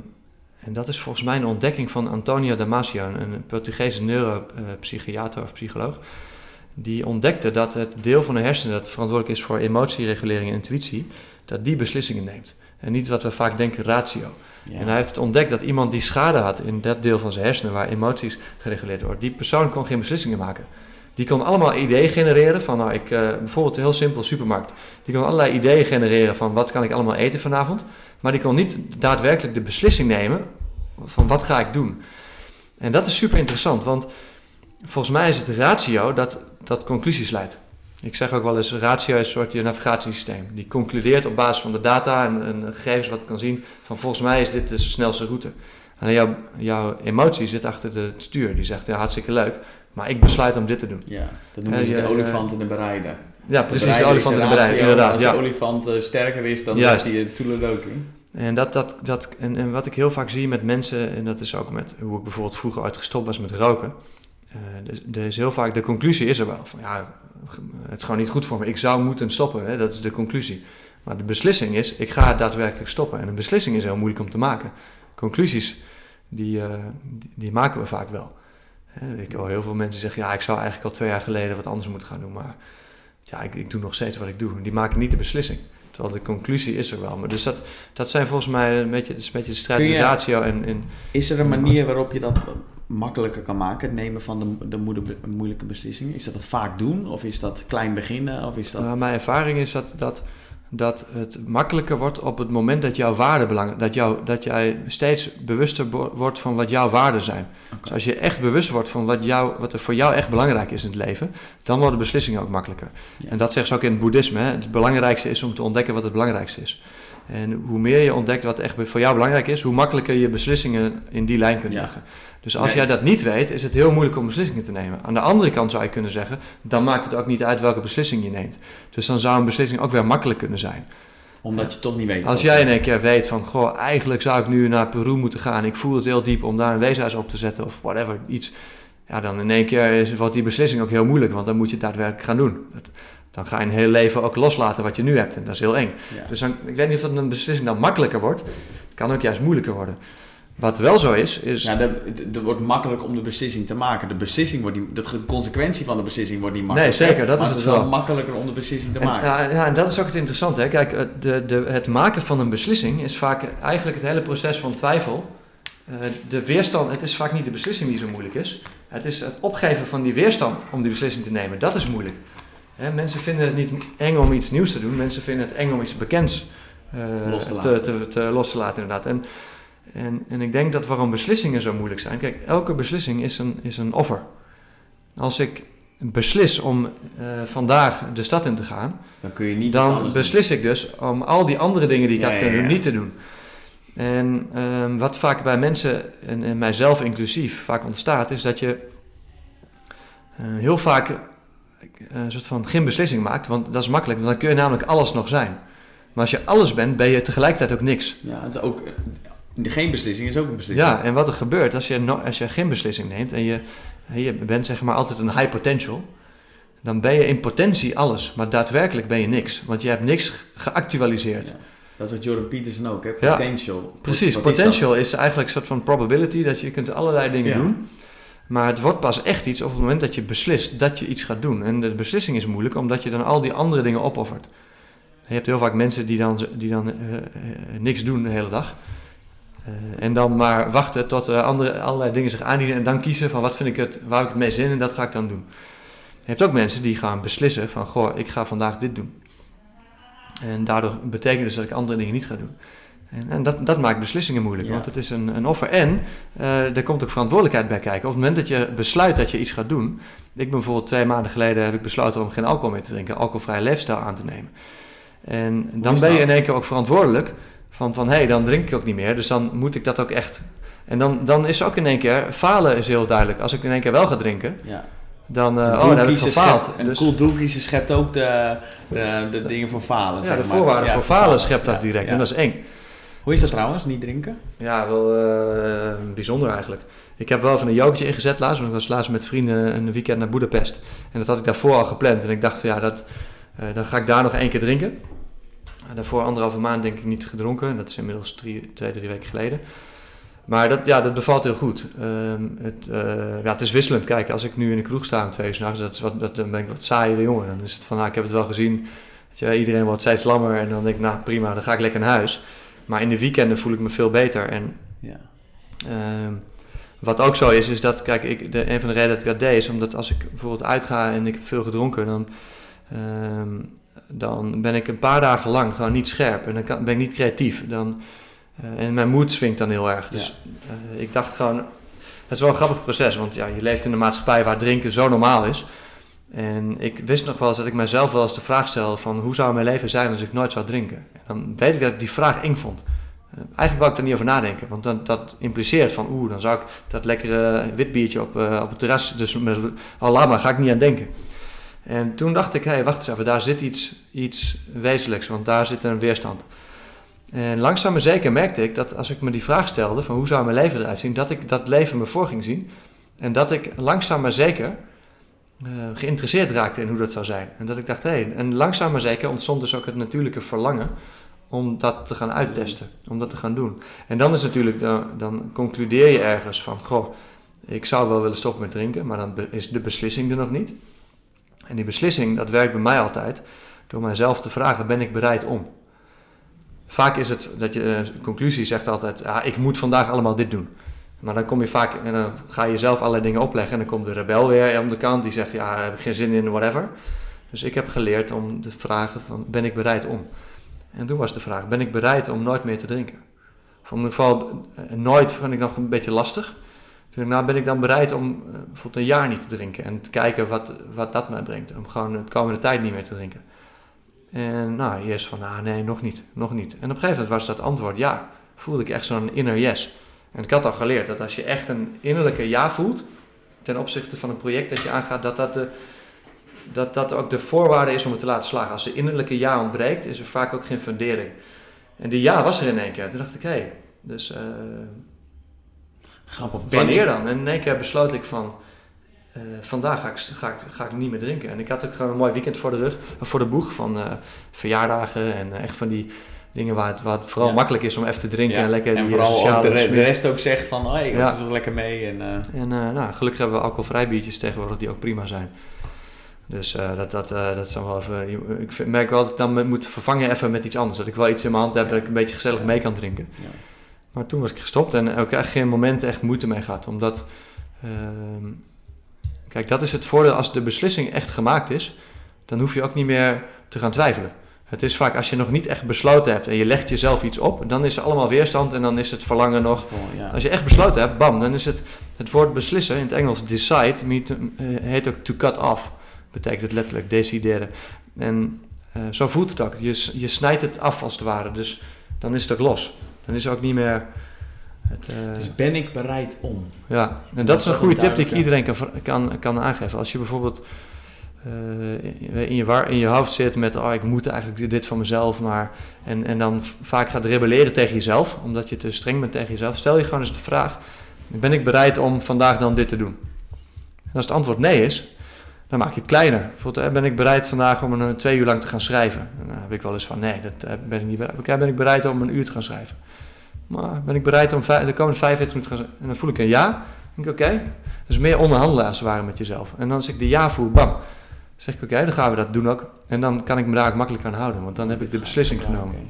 en dat is volgens mij een ontdekking van Antonio Damasio, een Portugese neuropsychiater of psycholoog. Die ontdekte dat het deel van de hersenen dat verantwoordelijk is voor emotieregulering en intuïtie, dat die beslissingen neemt. En niet wat we vaak denken ratio. Ja. En hij heeft ontdekt dat iemand die schade had in dat deel van zijn hersenen waar emoties gereguleerd worden, die persoon kon geen beslissingen maken. Die kon allemaal ideeën genereren van, nou, ik, uh, bijvoorbeeld heel simpel supermarkt. Die kon allerlei ideeën genereren van wat kan ik allemaal eten vanavond. Maar die kon niet daadwerkelijk de beslissing nemen van wat ga ik doen. En dat is super interessant, want volgens mij is het ratio dat, dat conclusies leidt. Ik zeg ook wel eens, ratio is een soort je navigatiesysteem. Die concludeert op basis van de data en, en gegevens wat het kan zien, van volgens mij is dit de snelste route. En jouw, jouw emotie zit achter de, het stuur. Die zegt, ja, hartstikke leuk, maar ik besluit om dit te doen. Ja, dat noemen ze uh, de olifant in de bereide. Ja, precies, de, de olifant in de bereide, inderdaad. Als ja. de olifant uh, sterker is, dan is hij een toeledoki. En, dat, dat, dat, en, en wat ik heel vaak zie met mensen, en dat is ook met hoe ik bijvoorbeeld vroeger uit gestopt was met roken. Uh, er is heel vaak, de conclusie is er wel, van ja, het is gewoon niet goed voor me. Ik zou moeten stoppen, hè? Dat is de conclusie. Maar de beslissing is, ik ga daadwerkelijk stoppen. En een beslissing is heel moeilijk om te maken. Conclusies, die, uh, die, die maken we vaak wel. Hè? Ik hoor heel veel mensen zeggen, ja, ik zou eigenlijk al twee jaar geleden wat anders moeten gaan doen. Maar ja, ik, ik doe nog steeds wat ik doe. Die maken niet de beslissing. Terwijl de conclusie is er wel. Maar dus dat, dat zijn volgens mij een beetje, dat is een beetje de strijd tussen ratio en, en... Is er een manier waarop je dat makkelijker kan maken, het nemen van de, de moede, moeilijke beslissingen? Is dat het vaak doen? Of is dat klein beginnen? Of is dat... Nou, mijn ervaring is dat, dat, dat het makkelijker wordt op het moment dat jouw waarden belangrijk dat, jou, dat jij steeds bewuster bo- wordt van wat jouw waarden zijn. Okay. Dus als je echt bewust wordt van wat, jou, wat er voor jou echt belangrijk is in het leven, dan worden beslissingen ook makkelijker. Ja. En dat zeggen ze ook in het boeddhisme. Hè? Het belangrijkste is om te ontdekken wat het belangrijkste is. En hoe meer je ontdekt wat echt voor jou belangrijk is, hoe makkelijker je beslissingen in die lijn kunt leggen. Ja. Dus als nee. jij dat niet weet, is het heel moeilijk om beslissingen te nemen. Aan de andere kant zou je kunnen zeggen, dan maakt het ook niet uit welke beslissing je neemt. Dus dan zou een beslissing ook weer makkelijk kunnen zijn. Omdat je toch niet weet. Als jij in een keer weet van, goh, eigenlijk zou ik nu naar Peru moeten gaan. Ik voel het heel diep om daar een weeshuis op te zetten of whatever, iets. ja, dan in één keer is, wordt die beslissing ook heel moeilijk, want dan moet je het daadwerkelijk gaan doen. Dat, dan ga je een heel leven ook loslaten wat je nu hebt en dat is heel eng. Ja. Dus dan, ik weet niet of dat een beslissing dan makkelijker wordt. Het kan ook juist moeilijker worden. Wat wel zo is, is... Ja, het wordt makkelijk om de beslissing te maken. De beslissing wordt niet... De consequentie van de beslissing wordt niet makkelijker. Nee, zeker. Dat maar is het het is wel wel makkelijker om de beslissing te en, maken. Ja, ja, en dat is ook het interessante. Hè? Kijk, de, de, het maken van een beslissing is vaak eigenlijk het hele proces van twijfel. Uh, de weerstand, het is vaak niet de beslissing die zo moeilijk is. Het is het opgeven van die weerstand om die beslissing te nemen. Dat is moeilijk. Hè? Mensen vinden het niet eng om iets nieuws te doen. Mensen vinden het eng om iets bekends uh, los, te te, te, te, los te laten inderdaad. En, En, en ik denk dat waarom beslissingen zo moeilijk zijn... Kijk, elke beslissing is een, is een offer. Als ik beslis om uh, vandaag de stad in te gaan... Dan kun je niet Dan beslis doen. ik dus om al die andere dingen die ik ja, had kunnen ja, ja. doen, niet te doen. En um, wat vaak bij mensen, en, en mijzelf inclusief, vaak ontstaat... is dat je uh, heel vaak uh, een soort van geen beslissing maakt. Want dat is makkelijk, want dan kun je namelijk alles nog zijn. Maar als je alles bent, ben je tegelijkertijd ook niks. Ja, het is ook... Geen beslissing is ook een beslissing. Ja, en wat er gebeurt als je, no, als je geen beslissing neemt en je, je bent zeg maar altijd een high potential, dan ben je in potentie alles, maar daadwerkelijk ben je niks, want je hebt niks geactualiseerd. Ja, dat zegt Jordan Peterson ook, hè? Ja, potential. Precies, wat potential is, is eigenlijk een soort van probability, dat je kunt allerlei dingen ja. doen, maar het wordt pas echt iets op het moment dat je beslist dat je iets gaat doen. En de beslissing is moeilijk, omdat je dan al die andere dingen opoffert. Je hebt heel vaak mensen die dan, die dan uh, uh, niks doen de hele dag. Uh, en dan maar wachten tot uh, andere, allerlei dingen zich aandienen en dan kiezen van wat vind ik het, waar heb ik het mee zin in, dat ga ik dan doen. Je hebt ook mensen die gaan beslissen van goh, ik ga vandaag dit doen. En daardoor betekent dus dat ik andere dingen niet ga doen. En, en dat, dat maakt beslissingen moeilijk, ja. want het is een, een offer. En uh, er komt ook verantwoordelijkheid bij kijken. Op het moment dat je besluit dat je iets gaat doen. Ik ben bijvoorbeeld twee maanden geleden heb ik besloten om geen alcohol meer te drinken, alcoholvrije leefstijl aan te nemen. En dan ben je in één keer ook verantwoordelijk. Van, van hé, hey, dan drink ik ook niet meer, dus dan moet ik dat ook echt. En dan, dan is ook in één keer, falen is heel duidelijk. Als ik in één keer wel ga drinken, ja. dan, uh, oh, dan heb ik gefaald. Schept, dus, een cool doel kiezen schept ook de, de, de dingen voor falen. Ja, zeg de maar. voorwaarden ja, voor falen, falen schept dat ja, direct ja. en dat is eng. Hoe is dat trouwens, niet drinken? Ja, wel uh, bijzonder eigenlijk. Ik heb wel even een jokertje ingezet laatst, want ik was laatst met vrienden een weekend naar Boedapest. En dat had ik daarvoor al gepland. En ik dacht, ja, dat, uh, dan ga ik daar nog één keer drinken. Daarvoor anderhalve maand denk ik niet gedronken. Dat is inmiddels drie, twee, drie weken geleden. Maar dat, ja, dat bevalt heel goed. Um, het, uh, ja, het is wisselend. Kijk, als ik nu in de kroeg sta om twee uur 's nachts, dat is wat, dat, dan ben ik wat saaiere jongen. Dan is het van, nou, ik heb het wel gezien. Dat je, iedereen wordt steeds lammer. En dan denk ik, nou prima, dan ga ik lekker naar huis. Maar in de weekenden voel ik me veel beter. En ja. um, wat ook zo is, is dat, kijk, ik, de, een van de redenen dat ik dat deed, is omdat als ik bijvoorbeeld uitga en ik heb veel gedronken, dan... Um, dan ben ik een paar dagen lang gewoon niet scherp en dan kan, ben ik niet creatief. Dan, uh, en mijn moed swingt dan heel erg. Dus ja. uh, ik dacht gewoon, het is wel een grappig proces, want ja, je leeft in een maatschappij waar drinken zo normaal is. En ik wist nog wel eens dat ik mezelf wel eens de vraag stelde van hoe zou mijn leven zijn als ik nooit zou drinken? En dan weet ik dat ik die vraag eng vond. Uh, eigenlijk wou ik daar niet over nadenken, want dan, dat impliceert van oeh, dan zou ik dat lekkere witbiertje op, uh, op het terras, dus met, al laat maar, ga ik niet aan denken. En toen dacht ik, hé, hey, wacht eens even, daar zit iets, iets wezenlijks, want daar zit een weerstand. En langzaam maar zeker merkte ik dat als ik me die vraag stelde, van hoe zou mijn leven eruit zien, dat ik dat leven me voor ging zien. En dat ik langzaam maar zeker uh, geïnteresseerd raakte in hoe dat zou zijn. En dat ik dacht, hé, hey, en langzaam maar zeker ontstond dus ook het natuurlijke verlangen om dat te gaan uittesten, om dat te gaan doen. En dan is natuurlijk, dan, dan concludeer je ergens van, goh, ik zou wel willen stoppen met drinken, maar dan is de beslissing er nog niet. En die beslissing, dat werkt bij mij altijd, door mijzelf te vragen, ben ik bereid om? Vaak is het dat je, de conclusie zegt altijd, ah, ik moet vandaag allemaal dit doen. Maar dan kom je vaak, en dan ga je zelf allerlei dingen opleggen en dan komt de rebel weer aan de kant die zegt, ja, heb ik geen zin in, whatever. Dus ik heb geleerd om te vragen, van, ben ik bereid om? En toen was de vraag, ben ik bereid om nooit meer te drinken? Of in ieder geval, nooit vind ik nog een beetje lastig. Toen nou ben ik dan bereid om uh, bijvoorbeeld een jaar niet te drinken en te kijken wat, wat dat mij brengt. Om gewoon de komende tijd niet meer te drinken. En nou, eerst van, ah nee, nog niet, nog niet. En op een gegeven moment was dat antwoord ja. Voelde ik echt zo'n inner yes. En ik had al geleerd dat als je echt een innerlijke ja voelt, ten opzichte van een project dat je aangaat, dat dat, de, dat, dat ook de voorwaarde is om het te laten slagen. Als de innerlijke ja ontbreekt, is er vaak ook geen fundering. En die ja was er in één keer. Toen dacht ik, hé, hey, dus... Uh, Grappig. Wanneer dan? En in één keer besloot ik van, uh, vandaag ga ik, ga, ik, ga ik niet meer drinken. En ik had ook gewoon een mooi weekend voor de rug, voor de boeg van uh, verjaardagen en uh, echt van die dingen waar het, waar het vooral ja. makkelijk is om even te drinken. Ja. En, lekker en die vooral sociale ook de, re- de rest ook zegt van, oh, ik ja. doe er lekker mee. En, uh... en uh, nou, gelukkig hebben we alcoholvrij biertjes tegenwoordig die ook prima zijn. Dus uh, dat, dat, uh, dat is dan wel even... Ik vind, merk wel dat ik dan moet vervangen even met iets anders. Dat ik wel iets in mijn hand heb ja. dat ik een beetje gezellig mee kan drinken. Ja. Maar toen was ik gestopt en ook echt geen moment echt moeite mee gehad. Omdat... Uh, kijk, dat is het voordeel. Als de beslissing echt gemaakt is, dan hoef je ook niet meer te gaan twijfelen. Het is vaak als je nog niet echt besloten hebt en je legt jezelf iets op, dan is er allemaal weerstand en dan is het verlangen nog. Oh, ja. Als je echt besloten hebt, bam, dan is het... Het woord beslissen, in het Engels decide, heet ook to cut off. Betekent het letterlijk, decideren. En uh, zo voelt het ook. Je, je snijdt het af als het ware, dus dan is het ook los. Dan is het ook niet meer... Het, uh... Dus ben ik bereid om? Ja, en dat, dat is een goede tip die ik iedereen kan, kan, kan aangeven. Als je bijvoorbeeld uh, in, je war, in je hoofd zit met... oh, ik moet eigenlijk dit van mezelf, maar... En, en dan vaak gaat rebelleren tegen jezelf, omdat je te streng bent tegen jezelf. Stel je gewoon eens de vraag... ben ik bereid om vandaag dan dit te doen? En als het antwoord nee is... dan maak je het kleiner. Bijvoorbeeld, ben ik bereid vandaag om een twee uur lang te gaan schrijven? Dan heb ik wel eens van, nee, dat ben ik niet bereid. Okay, ben ik bereid om een uur te gaan schrijven? Maar ben ik bereid om vijf, de komende vijfenveertig minuten te gaan schrijven? En dan voel ik een ja. Dan denk ik, oké. Okay. Dat is meer onderhandelen als het ware met jezelf. En dan als ik de ja voel, bam. Dan zeg ik, oké, okay, dan gaan we dat doen ook. En dan kan ik me daar ook makkelijk aan houden. Want dan heb ik de beslissing genomen. Okay.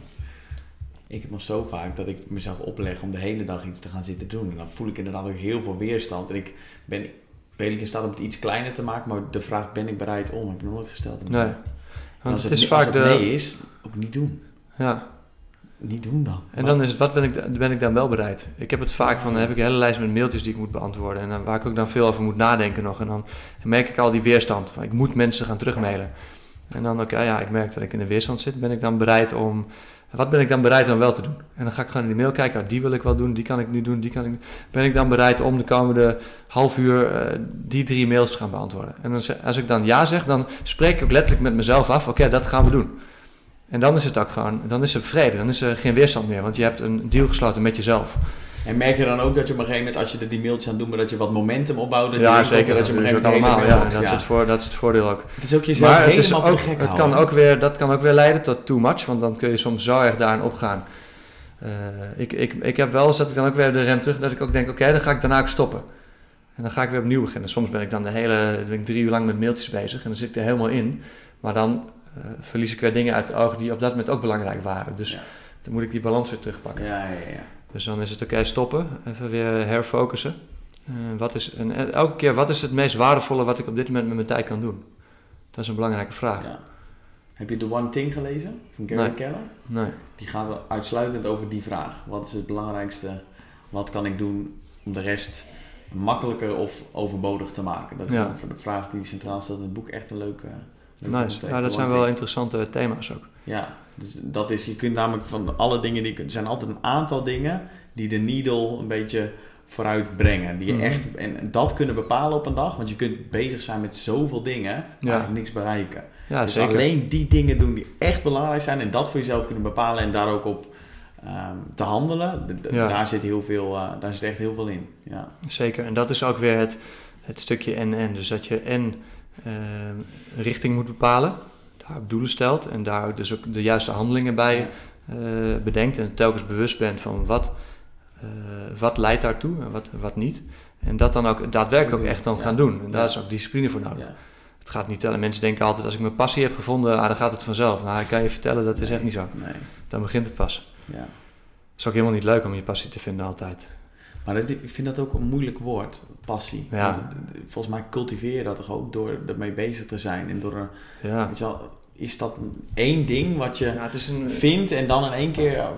Ik heb nog zo vaak dat ik mezelf opleg om de hele dag iets te gaan zitten doen. En dan voel ik inderdaad ook heel veel weerstand. En ik ben... redelijk in staat om het iets kleiner te maken, maar de vraag ben ik bereid om, heb ik nog nooit gesteld. Nee. Want als het, het, is als vaak het de... nee is, ook niet doen. Ja. Niet doen dan. En wat? Dan is het, wat ben ik, ben ik dan wel bereid? Ik heb het vaak van, dan heb ik een hele lijst met mailtjes die ik moet beantwoorden en dan, waar ik ook dan veel over moet nadenken nog. En dan merk ik al die weerstand, van, ik moet mensen gaan terugmailen. En dan, oké, okay, ja, ik merk dat ik in de weerstand zit, ben ik dan bereid om... Wat ben ik dan bereid om wel te doen? En dan ga ik gewoon in de mail kijken, oh, die wil ik wel doen, die kan ik nu doen, die kan ik... Ben ik dan bereid om de komende half uur uh, die drie mails te gaan beantwoorden? En dan, als ik dan ja zeg, dan spreek ik ook letterlijk met mezelf af, oké, okay, dat gaan we doen. En dan is het ook gewoon, dan is er vrede, dan is er geen weerstand meer, want je hebt een deal gesloten met jezelf. En merk je dan ook dat je op een gegeven moment, als je er die mailtjes aan doet, maar dat je wat momentum opbouwt? Dat ja, je zeker. Dat je op een gegeven moment allemaal, ja, dat, is het voor, dat is het voordeel ook. Het is ook jezelf maar helemaal het is ook, voor de gek het houden. kan ook weer, dat kan ook weer leiden tot too much, want dan kun je soms zo erg daarin opgaan. Uh, ik, ik, ik heb wel eens dat ik dan ook weer de rem terug, dat ik ook denk, oké, okay, dan ga ik daarna ook stoppen. En dan ga ik weer opnieuw beginnen. Soms ben ik dan de hele, ben ik drie uur lang met mailtjes bezig en dan zit ik er helemaal in. Maar dan uh, verlies ik weer dingen uit de ogen die op dat moment ook belangrijk waren. Dus ja. dan moet ik die balans weer terugpakken. Ja, ja, ja. Dus dan is het oké, okay, stoppen, even weer herfocussen. Uh, wat is, en elke keer, wat is het meest waardevolle wat ik op dit moment met mijn tijd kan doen? Dat is een belangrijke vraag. Ja. Heb je The One Thing gelezen van Gary nee. Keller? Nee. Die gaat uitsluitend over die vraag. Wat is het belangrijkste? Wat kan ik doen om de rest makkelijker of overbodig te maken? Dat is ja. de vraag die centraal staat in het boek. Echt een leuke... leuke nice. Ja, dat zijn wel interessante thema's ook. Ja, dus dat is... Je kunt namelijk van alle dingen... die er zijn altijd een aantal dingen die de needle een beetje vooruit brengen. Die je mm-hmm. echt... En dat kunnen bepalen op een dag. Want je kunt bezig zijn met zoveel dingen... maar ja. eigenlijk niks bereiken. Ja, dus zeker. alleen die dingen doen die echt belangrijk zijn... en dat voor jezelf kunnen bepalen... en daar ook op um, te handelen... D- ja. daar zit heel veel, uh, daar zit echt heel veel in. Ja. Zeker. En dat is ook weer het, het stukje en-en. Dus dat je en uh, richting moet bepalen... daar doelen stelt... en daar dus ook de juiste handelingen bij uh, bedenkt... en telkens bewust bent van wat, uh, wat leidt daartoe... en wat, wat niet... En dat dan ook daadwerkelijk ook echt dan ja. gaan doen. En daar ja. is ook discipline voor nodig. Ja. Het gaat niet tellen. Mensen denken altijd, als ik mijn passie heb gevonden, ah, dan gaat het vanzelf. Nou, ik kan je vertellen, dat is nee, echt niet zo. Nee. Dan begint het pas. Ja. Het is ook helemaal niet leuk om je passie te vinden altijd. Maar dat, ik vind dat ook een moeilijk woord, passie. Ja. Want, volgens mij cultiveer je dat toch ook door ermee bezig te zijn. En door een, ja. weet je wel, is dat één ding wat je ja, het is een, vindt en dan in één keer uh,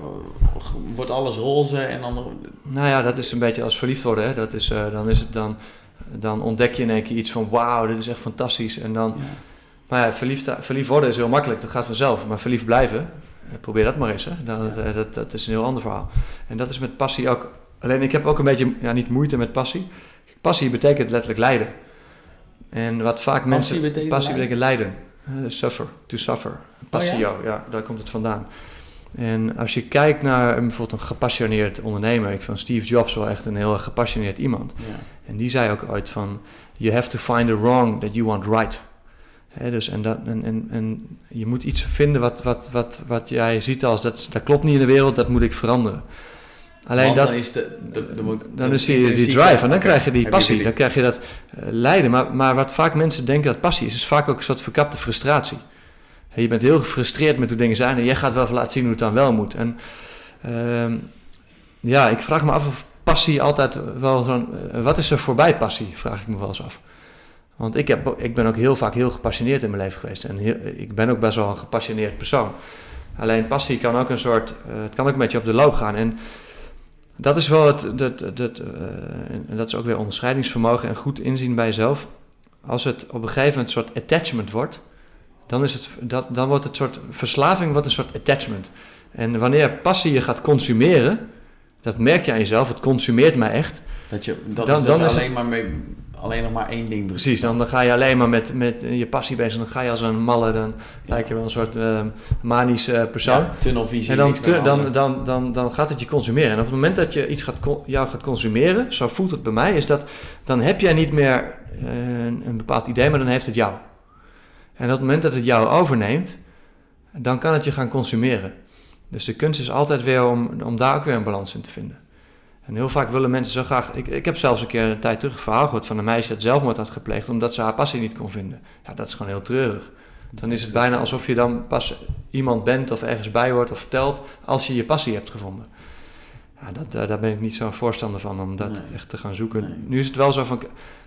wordt alles roze en dan... Nou ja, dat is een beetje als verliefd worden. Hè? Dat is, uh, dan is het dan... Dan ontdek je in één keer iets van wauw, dit is echt fantastisch. En dan, ja. Maar ja, verliefd, verliefd worden is heel makkelijk, dat gaat vanzelf. Maar verliefd blijven, probeer dat maar eens. Hè. Dan, ja. dat, dat is een heel ander verhaal. En dat is met passie ook. Alleen ik heb ook een beetje, ja, niet moeite met passie. Passie betekent letterlijk lijden. En wat vaak passie mensen... Betekent passie lijden? betekent lijden. Uh, suffer, to suffer. Passio, oh ja? ja, daar komt het vandaan. En als je kijkt naar bijvoorbeeld een gepassioneerd ondernemer, ik vind Steve Jobs wel echt een heel gepassioneerd iemand. Ja. En die zei ook ooit van, you have to find the wrong that you want right. He, dus en, dat, en, en, en je moet iets vinden wat, wat, wat, wat jij ziet als, dat, dat klopt niet in de wereld, dat moet ik veranderen. Alleen dat, dan is, de, de, de moet, dan is die, die drive en dan okay. krijg je die passie, je dan krijg je dat uh, lijden. Maar, maar wat vaak mensen denken dat passie is, is vaak ook een soort verkapte frustratie. He, je bent heel gefrustreerd met hoe dingen zijn en jij gaat wel even laten zien hoe het dan wel moet. En uh, ja, ik vraag me af of passie altijd wel zo'n... Uh, wat is er voorbij passie, vraag ik me wel eens af. Want ik, heb, ik ben ook heel vaak heel gepassioneerd in mijn leven geweest. En heel, ik ben ook best wel een gepassioneerd persoon. Alleen passie kan ook een soort... Uh, het kan ook een beetje op de loop gaan. En dat is wel het... het, het, het uh, en dat is ook weer onderscheidingsvermogen en goed inzien bij jezelf. Als het op een gegeven moment een soort attachment wordt... Dan, is het, dat, dan wordt het soort... Verslaving wordt een soort attachment. En wanneer passie je gaat consumeren... Dat merk je aan jezelf. Het consumeert mij echt. Dat je dat dan, is dus dan alleen is maar mee... Alleen nog maar één ding doen. Precies, dan, dan ga je alleen maar met, met je passie bezig. Dan ga je als een malle, dan ja. lijk je wel een soort uh, manisch uh, persoon. Ja, tunnelvisie. En dan, tu- dan, dan, dan, dan gaat het je consumeren. En op het moment dat je iets gaat, jou gaat consumeren, zo voelt het bij mij, is dat dan heb jij niet meer uh, een, een bepaald idee, maar dan heeft het jou. En op het moment dat het jou overneemt, dan kan het je gaan consumeren. Dus de kunst is altijd weer om, om daar ook weer een balans in te vinden. En heel vaak willen mensen zo graag... Ik, ik heb zelfs een keer een tijd terug een verhaal gehoord van een meisje dat zelfmoord had gepleegd omdat ze haar passie niet kon vinden. Ja, dat is gewoon heel treurig. Dan is het bijna alsof je dan pas iemand bent of ergens bij hoort of vertelt als je je passie hebt gevonden. Ja, dat, daar ben ik niet zo'n voorstander van om dat nee. echt te gaan zoeken. Nee. Nu is het wel zo van...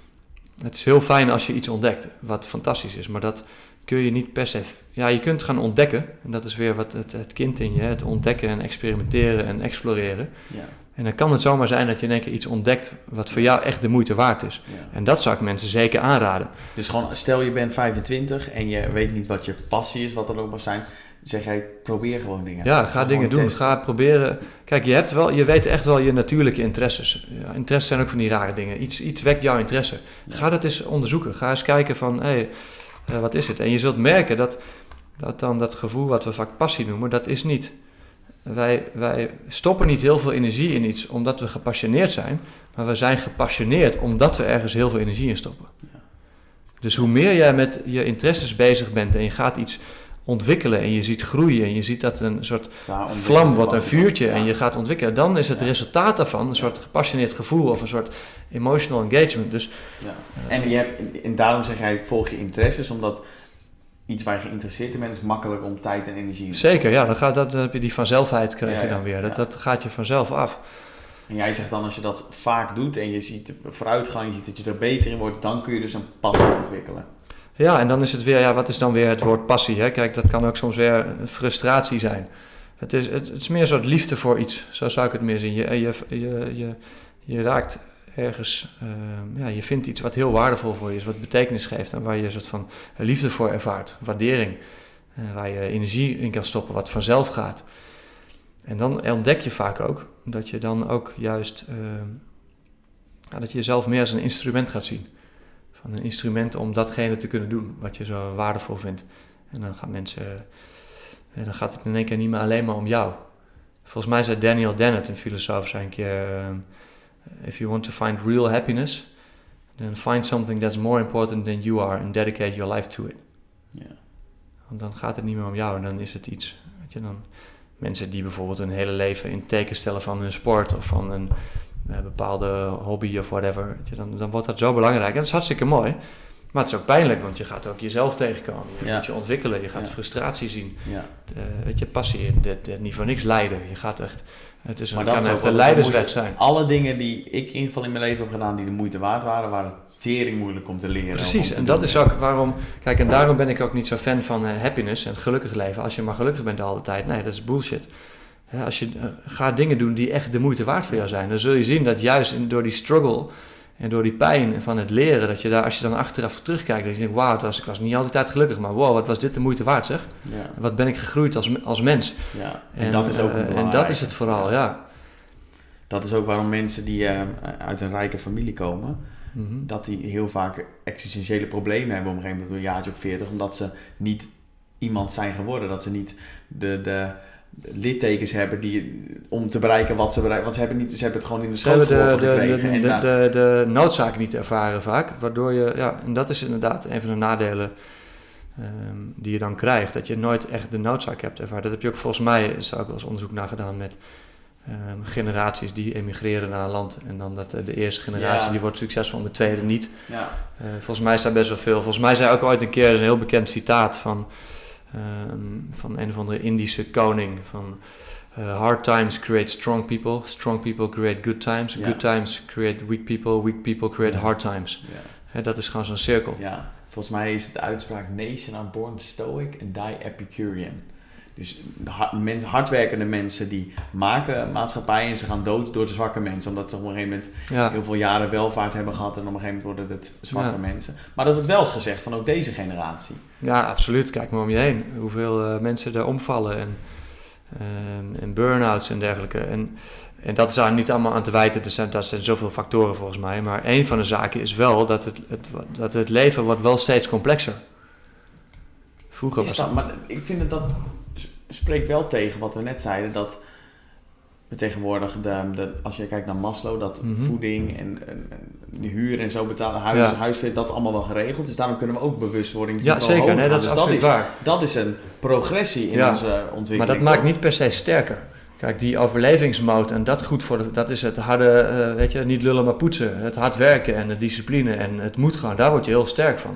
Het is heel fijn als je iets ontdekt wat fantastisch is, maar dat kun je niet per se... Ja, je kunt gaan ontdekken. En dat is weer wat het, het kind in je, het ontdekken en experimenteren en exploreren. Ja. En dan kan het zomaar zijn dat je in één keer iets ontdekt wat voor jou echt de moeite waard is. Ja. En dat zou ik mensen zeker aanraden. Dus gewoon, stel je bent vijfentwintig en je weet niet wat je passie is, wat er ook mag zijn. Zeg jij, probeer gewoon dingen. Ja, ga, ga dingen doen. Testen. Ga proberen. Kijk, je, hebt wel, je weet echt wel je natuurlijke interesses. Ja, interesses zijn ook van die rare dingen. Iets, iets wekt jouw interesse. Ja. Ga dat eens onderzoeken. Ga eens kijken van, hé, hey, uh, wat is het? En je zult merken dat, dat dan dat gevoel wat we vaak passie noemen, dat is niet... Wij, wij stoppen niet heel veel energie in iets omdat we gepassioneerd zijn, maar we zijn gepassioneerd omdat we ergens heel veel energie in stoppen. Ja. Dus hoe meer jij met je interesses bezig bent en je gaat iets ontwikkelen en je ziet groeien en je ziet dat een soort vlam wordt, een vuurtje ja. en je gaat ontwikkelen, dan is het ja. resultaat daarvan een soort gepassioneerd gevoel of een soort emotional engagement. Dus, ja. En, je hebt, en daarom zeg jij, volg je interesses, omdat iets waar je geïnteresseerd in bent, is makkelijk om tijd en energie in. Zeker, ja, dan, gaat dat, dan heb je die vanzelfheid krijg je ja, dan weer. Dat, ja. dat gaat je vanzelf af. En jij zegt dan, als je dat vaak doet en je ziet vooruitgang, je ziet dat je er beter in wordt, dan kun je dus een passie ontwikkelen. Ja, en dan is het weer, ja, wat is dan weer het woord passie? Hè? Kijk, dat kan ook soms weer frustratie zijn. Het is, het, het is meer een soort liefde voor iets, zo zou ik het meer zien. Je, je, je, je, je raakt ergens, uh, ja, je vindt iets wat heel waardevol voor je is, wat betekenis geeft en waar je een soort van liefde voor ervaart, waardering, uh, waar je energie in kan stoppen, wat vanzelf gaat. En dan ontdek je vaak ook dat je dan ook juist, uh, ja, dat je jezelf meer als een instrument gaat zien. Van een instrument om datgene te kunnen doen wat je zo waardevol vindt. En dan gaan mensen, uh, dan gaat het in één keer niet meer alleen maar om jou. Volgens mij zei Daniel Dennett, een filosoof, zei een keer... Uh, If you want to find real happiness, then find something that's more important than you are and dedicate your life to it. Yeah. Want dan gaat het niet meer om jou en dan is het iets. Weet je, dan mensen die bijvoorbeeld hun hele leven in teken stellen van hun sport of van een uh, bepaalde hobby of whatever, weet je, dan, dan wordt dat zo belangrijk. En dat is hartstikke mooi, maar het is ook pijnlijk, want je gaat ook jezelf tegenkomen. Je ja. moet je ontwikkelen, je gaat ja. frustratie zien. Ja. De, weet je, passie, dat, dat niet voor niks lijden. Je gaat echt... Het is een, kan echt een leidersweg zijn. Alle dingen die ik in ieder geval in mijn leven heb gedaan die de moeite waard waren, waren tering moeilijk om te leren. Precies, te en dat doen. Is ook waarom... Kijk, en daarom ben ik ook niet zo fan van uh, happiness en gelukkig leven. Als je maar gelukkig bent de hele tijd. Nee, dat is bullshit. Ja, als je uh, gaat dingen doen die echt de moeite waard voor jou zijn, dan zul je zien dat juist in, door die struggle en door die pijn van het leren, dat je daar, als je dan achteraf terugkijkt, dat je denkt, wauw, was, ik was niet altijd gelukkig, maar wow, wat was dit de moeite waard, zeg. Ja. En wat ben ik gegroeid als, als mens. Ja, en, en dat is ook uh, En dat is het vooral, ja. ja. Dat is ook waarom mensen die uh, uit een rijke familie komen, mm-hmm. dat die heel vaak existentiële problemen hebben op een gegeven moment, een jaartje op veertig, omdat ze niet iemand zijn geworden. Dat ze niet de, de, littekens hebben die, om te bereiken wat ze bereiken. Want ze hebben, niet, ze hebben het gewoon in de Ze schoot hebben de, geworpen de, gekregen. de, en de, daar- de, de noodzaak niet ervaren vaak, waardoor je, ja, en dat is inderdaad een van de nadelen um, die je dan krijgt, dat je nooit echt de noodzaak hebt ervaren. Dat heb je ook volgens mij, is daar ook wel eens onderzoek naar gedaan met um, generaties die emigreren naar een land en dan dat uh, de eerste generatie Ja. die wordt succesvol en de tweede niet. ja. Uh, volgens mij is daar best wel veel. Volgens mij zei ook ooit een keer, dat is een heel bekend citaat van, um, van een of andere Indische koning, van uh, hard times create strong people, strong people create good times, Ja. good times create weak people, weak people create Ja. hard times. Ja. Hè, dat is gewoon zo'n cirkel. Ja, volgens mij is het de uitspraak nation are born stoic and die epicurean. Dus hard, mens, hardwerkende mensen die maken maatschappij en ze gaan dood door de zwakke mensen. Omdat ze op een gegeven moment Ja, heel veel jaren welvaart hebben gehad en op een gegeven moment worden het zwakke Ja. mensen. Maar dat wordt wel eens gezegd van ook deze generatie. ja, absoluut. Kijk maar om je heen. Hoeveel uh, mensen er omvallen en, uh, en burn-outs en dergelijke. En, en dat is daar niet allemaal aan te wijten. Er zijn, dat zijn zoveel factoren volgens mij. Maar een van de zaken is wel dat het, het, dat het leven wordt wel steeds complexer. Vroeger Is was dat, maar ik vind dat dat spreekt wel tegen wat we net zeiden. Dat we tegenwoordig, de, de, als je kijkt naar Maslow, dat Mhm. voeding en, en, en de huur en zo betalen, huis, Ja. huisvest, dat is allemaal wel geregeld. Dus daarom kunnen we ook bewustwording Ja, zeker. Nee, dat is dus absoluut dat is, waar. dat is een progressie in Ja. onze ontwikkeling. Maar dat maakt toch? niet per se sterker. Kijk, die overlevingsmode en dat goed voor de, dat is het harde, uh, weet je, niet lullen maar poetsen. Het hard werken en de discipline en het moet gewoon, daar word je heel sterk van.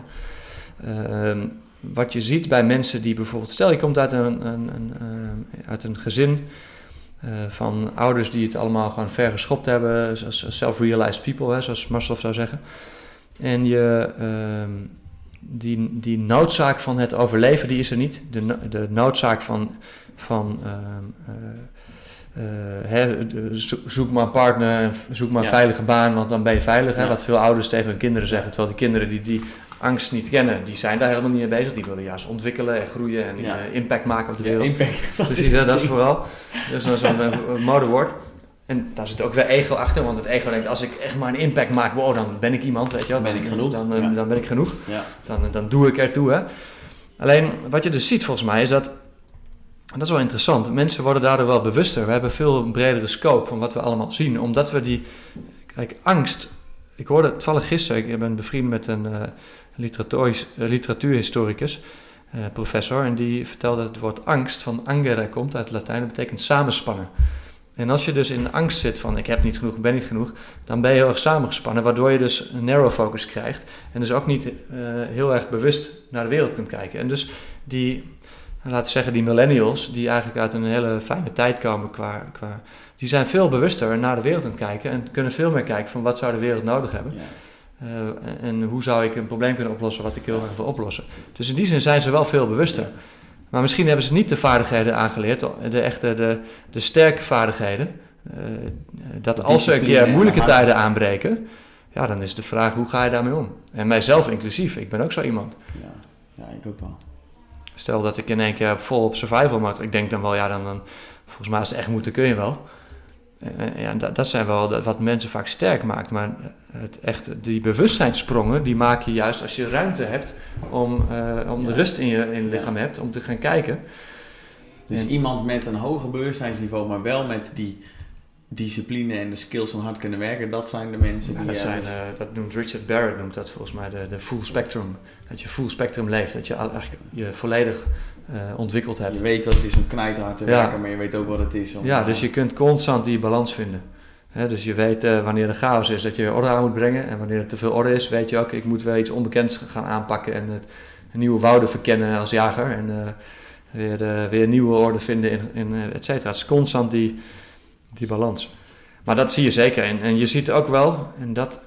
Uh, wat je ziet bij mensen die bijvoorbeeld, stel je komt uit een, een, een, uh, uit een gezin uh, van ouders die het allemaal gewoon ver geschopt hebben, zoals self-realized people, hè, zoals Maslow zou zeggen. En je, uh, die, die noodzaak van het overleven, die is er niet. De, no- de noodzaak van, van uh, uh, uh, hè, zo- zoek maar een partner, zoek maar een Ja. veilige baan, want dan ben je veilig. Hè, Ja. wat veel ouders tegen hun kinderen zeggen. Terwijl die kinderen die die angst niet kennen, die zijn daar helemaal niet mee bezig. Die willen juist ontwikkelen en groeien en Ja. uh, impact maken op de Ja, wereld. impact. Dat Precies, is hè, het dat is ding. vooral. Dus dat is zo'n uh, modewoord. En daar zit ook weer ego achter, want het ego denkt, als ik echt maar een impact maak, wow, dan ben ik iemand, weet je wel. Dan ben ik genoeg, Dan, uh, ja. dan ben ik genoeg. Ja. Dan, dan doe ik ertoe, hè. Alleen, wat je dus ziet volgens mij, is dat, en dat is wel interessant, mensen worden daardoor wel bewuster. We hebben veel bredere scope van wat we allemaal zien, omdat we die, kijk, angst, ik hoorde toevallig gisteren, ik ben bevriend met een uh, literatuur, uh, literatuurhistoricus, uh, professor, en die vertelde dat het woord angst van angere komt uit het Latijn, dat betekent samenspannen. En als je dus in angst zit van ik heb niet genoeg, ik ben niet genoeg, dan ben je heel erg samengespannen, waardoor je dus een narrow focus krijgt en dus ook niet uh, heel erg bewust naar de wereld kunt kijken. En dus die, laten we zeggen die millennials, die eigenlijk uit een hele fijne tijd komen qua, qua die zijn veel bewuster naar de wereld aan het kijken en kunnen veel meer kijken van wat zou de wereld nodig hebben. Ja. Uh, en, en hoe zou ik een probleem kunnen oplossen wat ik heel erg wil oplossen. Dus in die zin zijn ze wel veel bewuster. Maar misschien hebben ze niet de vaardigheden aangeleerd, de echte, de, de sterke vaardigheden. Uh, dat als er een keer moeilijke tijden aanbreken, ja, dan is de vraag, hoe ga je daarmee om? En mijzelf inclusief, ik ben ook zo iemand. Ja. Ja, ik ook wel. Stel dat ik in één keer vol op survival mode, ik denk dan wel, ja, dan, dan volgens mij als het echt moet, dan kun je wel. Uh, ja, dat, dat zijn wel wat mensen vaak sterk maakt, maar het echt, die bewustzijnssprongen, die maak je juist als je ruimte hebt om, uh, om Ja. de rust in je, in je lichaam hebt, om te gaan kijken. Dus En- iemand met een hoger bewustzijnsniveau, maar wel met die discipline en de skills om hard kunnen werken, dat zijn de mensen Ja, die... dat, eh, zijn, uh, dat noemt Richard Barrett, noemt dat volgens mij de, de full spectrum. Dat je full spectrum leeft, dat je al, eigenlijk je volledig uh, ontwikkeld hebt. je weet wat het is om knijterhard te Ja. werken, maar je weet ook wat het is om... Ja, eh, dus je kunt constant die balans vinden. Hè, dus je weet uh, wanneer er chaos is, dat je weer orde aan moet brengen. En wanneer er te veel orde is, weet je ook, ik moet weer iets onbekends gaan aanpakken en het nieuwe wouden verkennen als jager. En uh, weer, de, weer nieuwe orde vinden, in, in, et cetera. Het is constant die, die balans. Maar dat zie je zeker. En, en je ziet ook wel, en dat,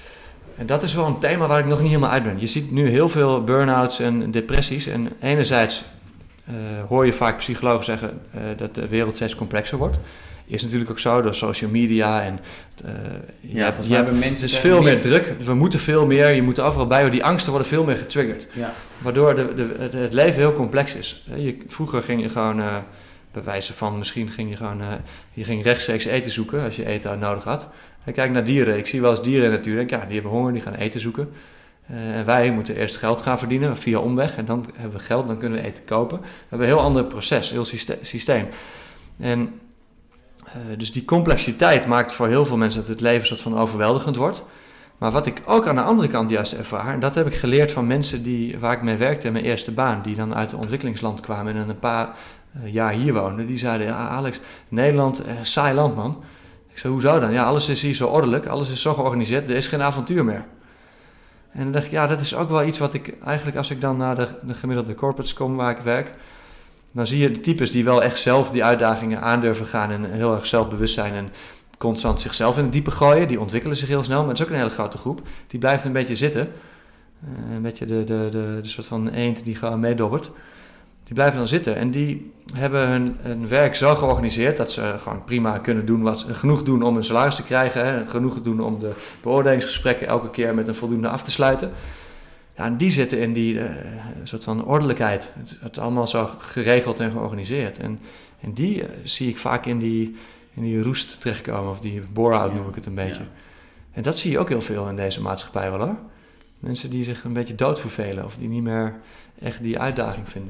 en dat is wel een thema waar ik nog niet helemaal uit ben. Je ziet nu heel veel burn-outs en depressies. En enerzijds uh, hoor je vaak psychologen zeggen uh, dat de wereld steeds complexer wordt. Is natuurlijk ook zo door social media en uh, je Ja, hebt, volgens je mij hebt, hebben mensen het is tegen veel meer- meer druk. We moeten veel meer, je moet er overal bij houden. Die angsten worden veel meer getriggerd. Ja. Waardoor de, de, het, het leven heel complex is. Je, vroeger ging je gewoon, uh, bij wijze van, misschien ging je gewoon, uh, je ging rechtstreeks eten zoeken als je eten nodig had. En kijk naar dieren. Ik zie wel eens dieren in de natuur. Denk, ja, die hebben honger, die gaan eten zoeken. Uh, en wij moeten eerst geld gaan verdienen via omweg. En dan hebben we geld, dan kunnen we eten kopen. We hebben een heel ander proces, heel syste- systeem. En uh, dus die complexiteit maakt voor heel veel mensen dat het leven soort van overweldigend wordt. Maar wat ik ook aan de andere kant juist ervaar, en dat heb ik geleerd van mensen die, waar ik mee werkte in mijn eerste baan, die dan uit een ontwikkelingsland kwamen en een paar uh, jaar hier woonden. Die zeiden, ja Alex, Nederland, uh, saai land man. Ik zei, hoezo dan? Ja, alles is hier zo ordelijk, alles is zo georganiseerd, er is geen avontuur meer. En dan dacht ik, ja, dat is ook wel iets wat ik eigenlijk, als ik dan naar de, de gemiddelde corporates kom waar ik werk, dan zie je de types die wel echt zelf die uitdagingen aandurven gaan en heel erg zelfbewust zijn en constant zichzelf in het diepe gooien. Die ontwikkelen zich heel snel, maar het is ook een hele grote groep. Die blijft een beetje zitten. Uh, een beetje de, de, de, de soort van eend die gewoon meedobbert. Die blijven dan zitten en die hebben hun, hun werk zo georganiseerd dat ze gewoon prima kunnen doen wat genoeg doen om een salaris te krijgen. Hè, genoeg doen om de beoordelingsgesprekken elke keer met een voldoende af te sluiten. Ja, en die zitten in die uh, soort van ordelijkheid. Het, het is allemaal zo geregeld en georganiseerd. En, en die uh, zie ik vaak in die, in die roest terechtkomen, of die bore-out noem ik het een beetje. Ja. En dat zie je ook heel veel in deze maatschappij wel hoor. Mensen die zich een beetje doodvervelen of die niet meer echt die uitdaging vinden.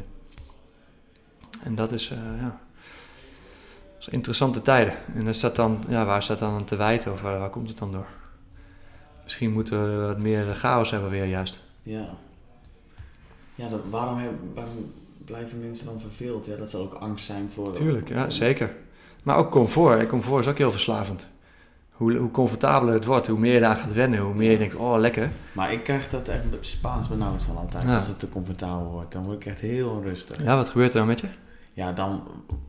En dat is, uh, ja, dat is interessante tijden. En dat staat dan, ja, waar staat dan aan te wijten of waar, waar komt het dan door? Misschien moeten we wat meer chaos hebben weer juist. Ja. Ja, dat, waarom, heb, waarom blijven mensen dan verveeld? Ja, dat zal ook angst zijn voor... Tuurlijk, voor, ja, zeker. Maar ook comfort. Comfort is ook heel verslavend. Hoe, hoe comfortabeler het wordt, hoe meer je daar gaat wennen, hoe meer je denkt, oh lekker. Maar ik krijg dat echt Spaans benauwd van altijd, ja. Als het te comfortabel wordt. Dan word ik echt heel onrustig. Ja, wat gebeurt er dan met je? Ja, dan